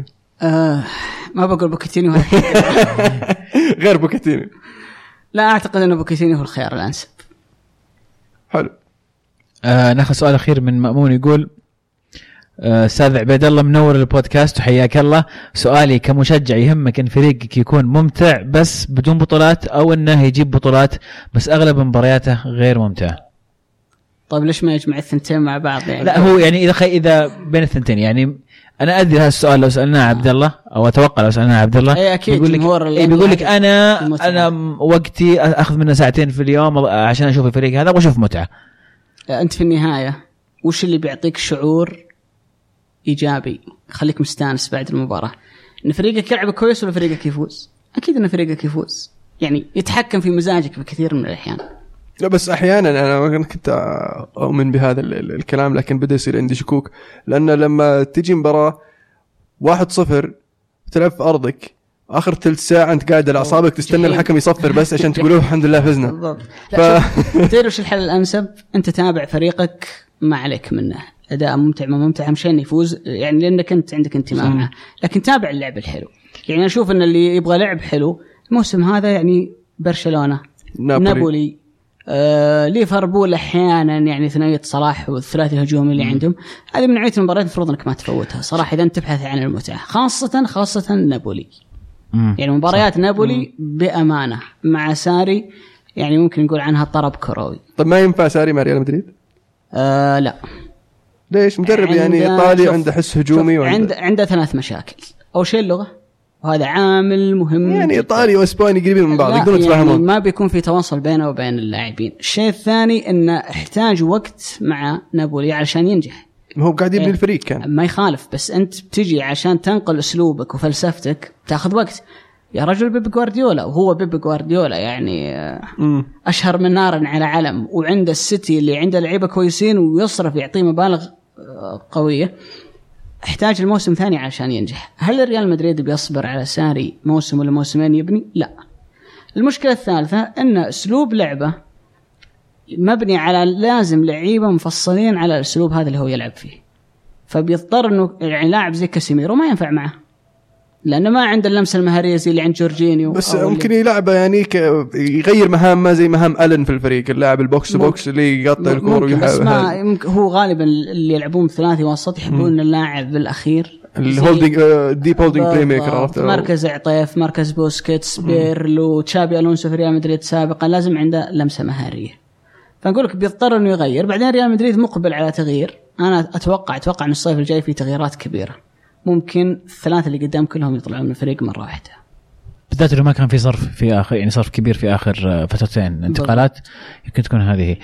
ما بقول بوكيتينيو غير بوكيتينيو. لا أعتقد أن بوكيتينيو هو الخيار الأنسب. حلو. ناخذ سؤال أخير من مأمون يقول أستاذ عبيد الله منور البودكاست وحياك الله. سؤالي كمشجع، يهمك أن فريقك يكون ممتع بس بدون بطولات، أو أنه يجيب بطولات بس أغلب مبارياته غير ممتعة؟ طيب ليش ما يجمع الثنتين مع بعض يعني؟ لا هو يعني إذا بين الثنتين، يعني أنا أدري هذا السؤال لو سألناه عبد الله، أو أتوقع لو سألناه عبد الله بيقول لك أنا وقتي أخذ منه ساعتين في اليوم عشان أشوف الفريق هذا وأشوف متعة. أنت في النهاية وش اللي بيعطيك شعور إيجابي خليك مستانس بعد المباراة؟ إن فريقك يلعب كويس ولا فريقك يفوز؟ أكيد إن فريقك يفوز، يعني يتحكم في مزاجك بكثير من الأحيان. لا بس أحيانا أنا كنت أؤمن بهذا الكلام، لكن بدأ يصير عندي شكوك، لأن لما تيجي مباراة 1-0 تلعب في أرضك آخر ثلث ساعة أنت قاعد على أعصابك تستنى الحكم يصفر بس عشان تقولوا الحمد لله فزنا. تدري وش الحل الأنسب؟ أنت تابع فريقك ما عليك منه أداء ممتع ما ممتع، أهم شيء يفوز يعني لأنك أنت عندك انتماء معه، لكن تابع اللعب الحلو. يعني أنا أشوف أن اللي يبغى لعب حلو الموسم هذا يعني برشلونة، نابولي، ليفربول أحيانا يعني ثنائية صلاح والثلاثي الهجومي اللي عندهم، هذه من نوعية المباريات المفروض أنك ما تفوتها صراحة إذا أنت تبحث عن المتعة، خاصة نابولي. يعني مباريات نابولي بأمانة مع ساري يعني ممكن نقول عنها طرب كروي. طب ما ينفع ساري مع ريال مدريد؟ لا. ليش؟ مدرب يعني إيطالي عنده حس هجومي عنده 3 مشاكل. أول شيء اللغة، وهذا عامل مهم، يعني إيطالي وإسباني قريبين من بعض يقدرون يتفاهمون، يعني ما بيكون في تواصل بينه وبين اللاعبين. الشيء الثاني إنه احتاج وقت مع نابولي علشان ينجح. ما هو قاعد يبني الفريق كان ما يخالف، بس أنت بتجي عشان تنقل أسلوبك وفلسفتك تأخذ وقت. يا رجل بيب جوارديولا، وهو بيب جوارديولا يعني أشهر من نار على علم، وعنده السيتي اللي عنده لعيبة كويسين ويصرف يعطيه مبالغ قوية. احتاج الموسم ثاني عشان ينجح. هل ريال مدريد بيصبر على ساري موسم ولا موسمين يبني؟ لا. المشكلة الثالثة أن أسلوب لعبة مبني على لازم لعيبة مفصلين على الأسلوب هذا اللي هو يلعب فيه، فبيضطر أنه يعني لاعب زي كاسيميرو ما ينفع معه لأنه ما عنده اللمسة المهارية زي اللي عند جورجينيو. بس ممكن يلعبه يعني يغير مهام ما زي مهام ألن في الفريق، اللاعب البوكس بوكس اللي يقطع الكرة ويحاول. هو غالبا اللي يلعبون ثلاثي وسط يحبون اللاعب الأخير الهولدنج ديب هولدنج بلاي ميكر، عرفت؟ مركز عطيف، مركز بوسكيتس، بيرلو، تشابي ألونسو في ريال مدريد سابقا لازم عنده لمسة مهارية، فنقول لك بيضطر إنه يغير. بعدين ريال مدريد مقبل على تغيير، أنا أتوقع إن الصيف الجاي في تغييرات كبيرة، ممكن الثلاثة اللي قدام كلهم يطلعون من الفريق مرة واحدة، بالذات لو ما كان في صرف في آخر، يعني صرف كبير في آخر فترتين انتقالات يمكن تكون هذه.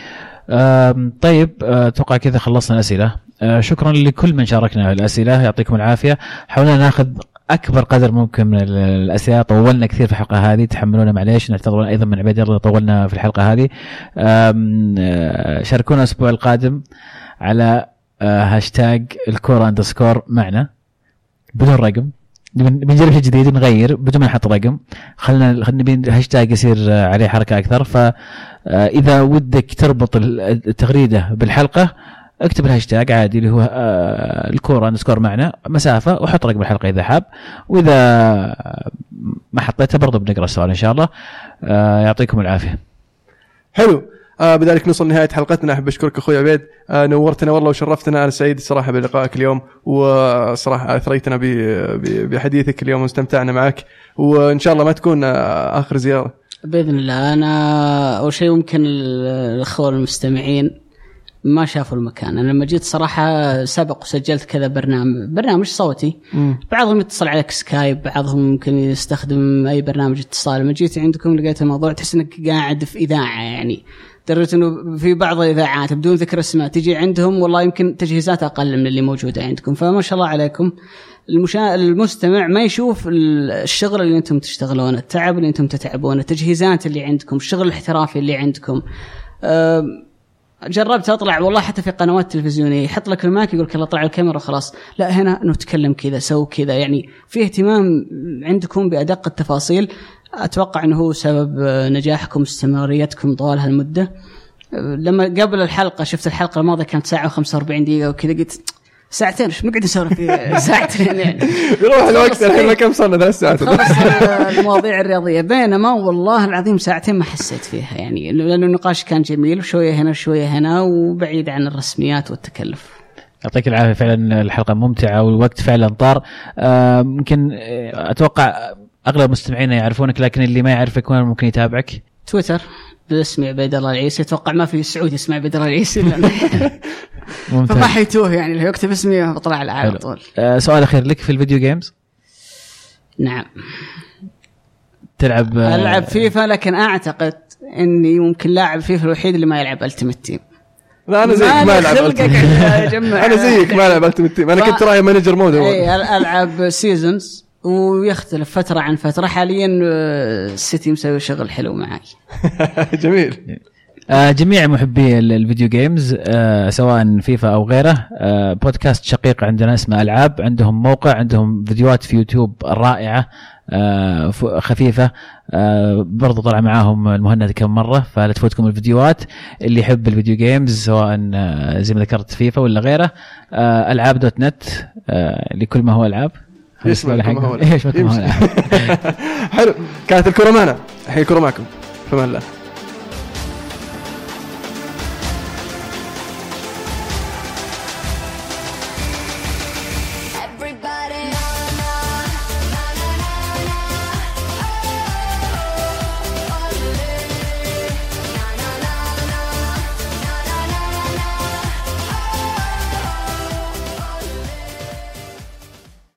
طيب اتوقع كذا خلصنا الاسئله. شكرا لكل من شاركنا الاسئله، يعطيكم العافيه. حاولنا ناخذ اكبر قدر ممكن من الاسئله، طولنا كثير في الحلقه هذه، تحملونا معليش، نعتذر ايضا من عبيد الله طولنا في الحلقه هذه. شاركونا الاسبوع القادم على هاشتاج الكورة _ معنا بدون رقم، بنجرب شيء جديد، نغير بدون ما نحط رقم، خلنا هاشتاج يصير عليه حركه اكثر. فاذا ودك تربط التغريده بالحلقه اكتب الهاشتاج عادي اللي هو الكورة _ معنا مسافه، وحط رقم الحلقه اذا حاب، واذا ما حطيته برضه بنقرا السؤال ان شاء الله. يعطيكم العافيه. حلو. بذلك نوصل نهاية حلقتنا. أحب أشكرك أخوي عبيد، نورتنا والله وشرفتنا. أنا سعيد الصراحة بلقائك اليوم، وصراحة أثريتنا بحديثك اليوم واستمتعنا معك، وإن شاء الله ما تكون آخر زيارة بإذن الله. أنا أول شيء ممكن الأخوة المستمعين ما شافوا المكان. أنا لما جيت صراحة سبق وسجلت كذا برنامج صوتي، بعضهم يتصل عليك سكايب، بعضهم ممكن يستخدم أي برنامج اتصال. لما جيت عندكم لقيت الموضوع تحس إنك قاعد في إذاعة، يعني درجة إنه في بعض الإذاعات بدون ذكر اسماء تجي عندهم والله يمكن تجهيزات أقل من اللي موجودة عندكم. فما شاء الله عليكم. المستمع ما يشوف الشغل اللي أنتم تشتغلونه، التعب اللي أنتم تتعبونه، التجهيزات اللي عندكم، الشغل الاحترافي اللي عندكم. جربت أطلع والله حتى في قنوات تلفزيونية يحط لك المايك يقول لك يلا طلع الكاميرا خلاص، لا هنا نتكلم كذا سو كذا، يعني في اهتمام عندكم بأدق التفاصيل. أتوقع أنه هو سبب نجاحكم واستمراريتكم طوال هالمدة. لما قبل الحلقة شفت الحلقة الماضية كانت ساعة و45 دقيقة وكذا، قلت ساعتين ايش نقعد نسولف فيها ساعتين يعني يروح الوقت الحين ما كم صرنا 3 ساعات خلص المواضيع الرياضية. بينما والله العظيم ساعتين ما حسيت فيها، يعني لأنه النقاش كان جميل وشوية هنا شوية هنا وبعيد عن الرسميات والتكلف. يعطيك العافية، فعلا الحلقة ممتعة والوقت فعلا طار. ممكن أتوقع أغلب مستمعينا يعرفونك، لكن اللي ما يعرفك وين ممكن يتابعك؟ تويتر باسمي عبيد الله العيسي. أتوقع ما في سعودي اسمه عبيد الله العيسي فما حيتوه، يعني اللي يكتب اسمي بطلع على طول. سؤال أخير لك، في الفيديو جيمز؟ نعم ألعب فيفا، لكن أعتقد أني ممكن لاعب فيفا الوحيد اللي ما يلعب ألتيمت تيم. لا أنا زيك ما ألعب أنا زيك ما ألعب ألتيمت تيم. أنا كنت رايح مانجر مود. ألعب سيزونز ويختلف فترة عن فترة. حاليا السيتي مسوي شغل حلو معي. جميل. جميع محبي الفيديو جيمز سواء فيفا أو غيره، بودكاست شقيق عندنا اسمه ألعاب، عندهم موقع، عندهم فيديوهات في يوتيوب رائعة خفيفة. برضو طلع معاهم المهند كم مرة، فلا تفوتكم الفيديوهات. اللي يحب الفيديو جيمز سواء زي ما ذكرت فيفا ولا غيره، ألعاب.net لكل ما هو ألعاب. اسمكم هو حلو. كانت الكرة معنا، الحين الكرة معكم. فما الله.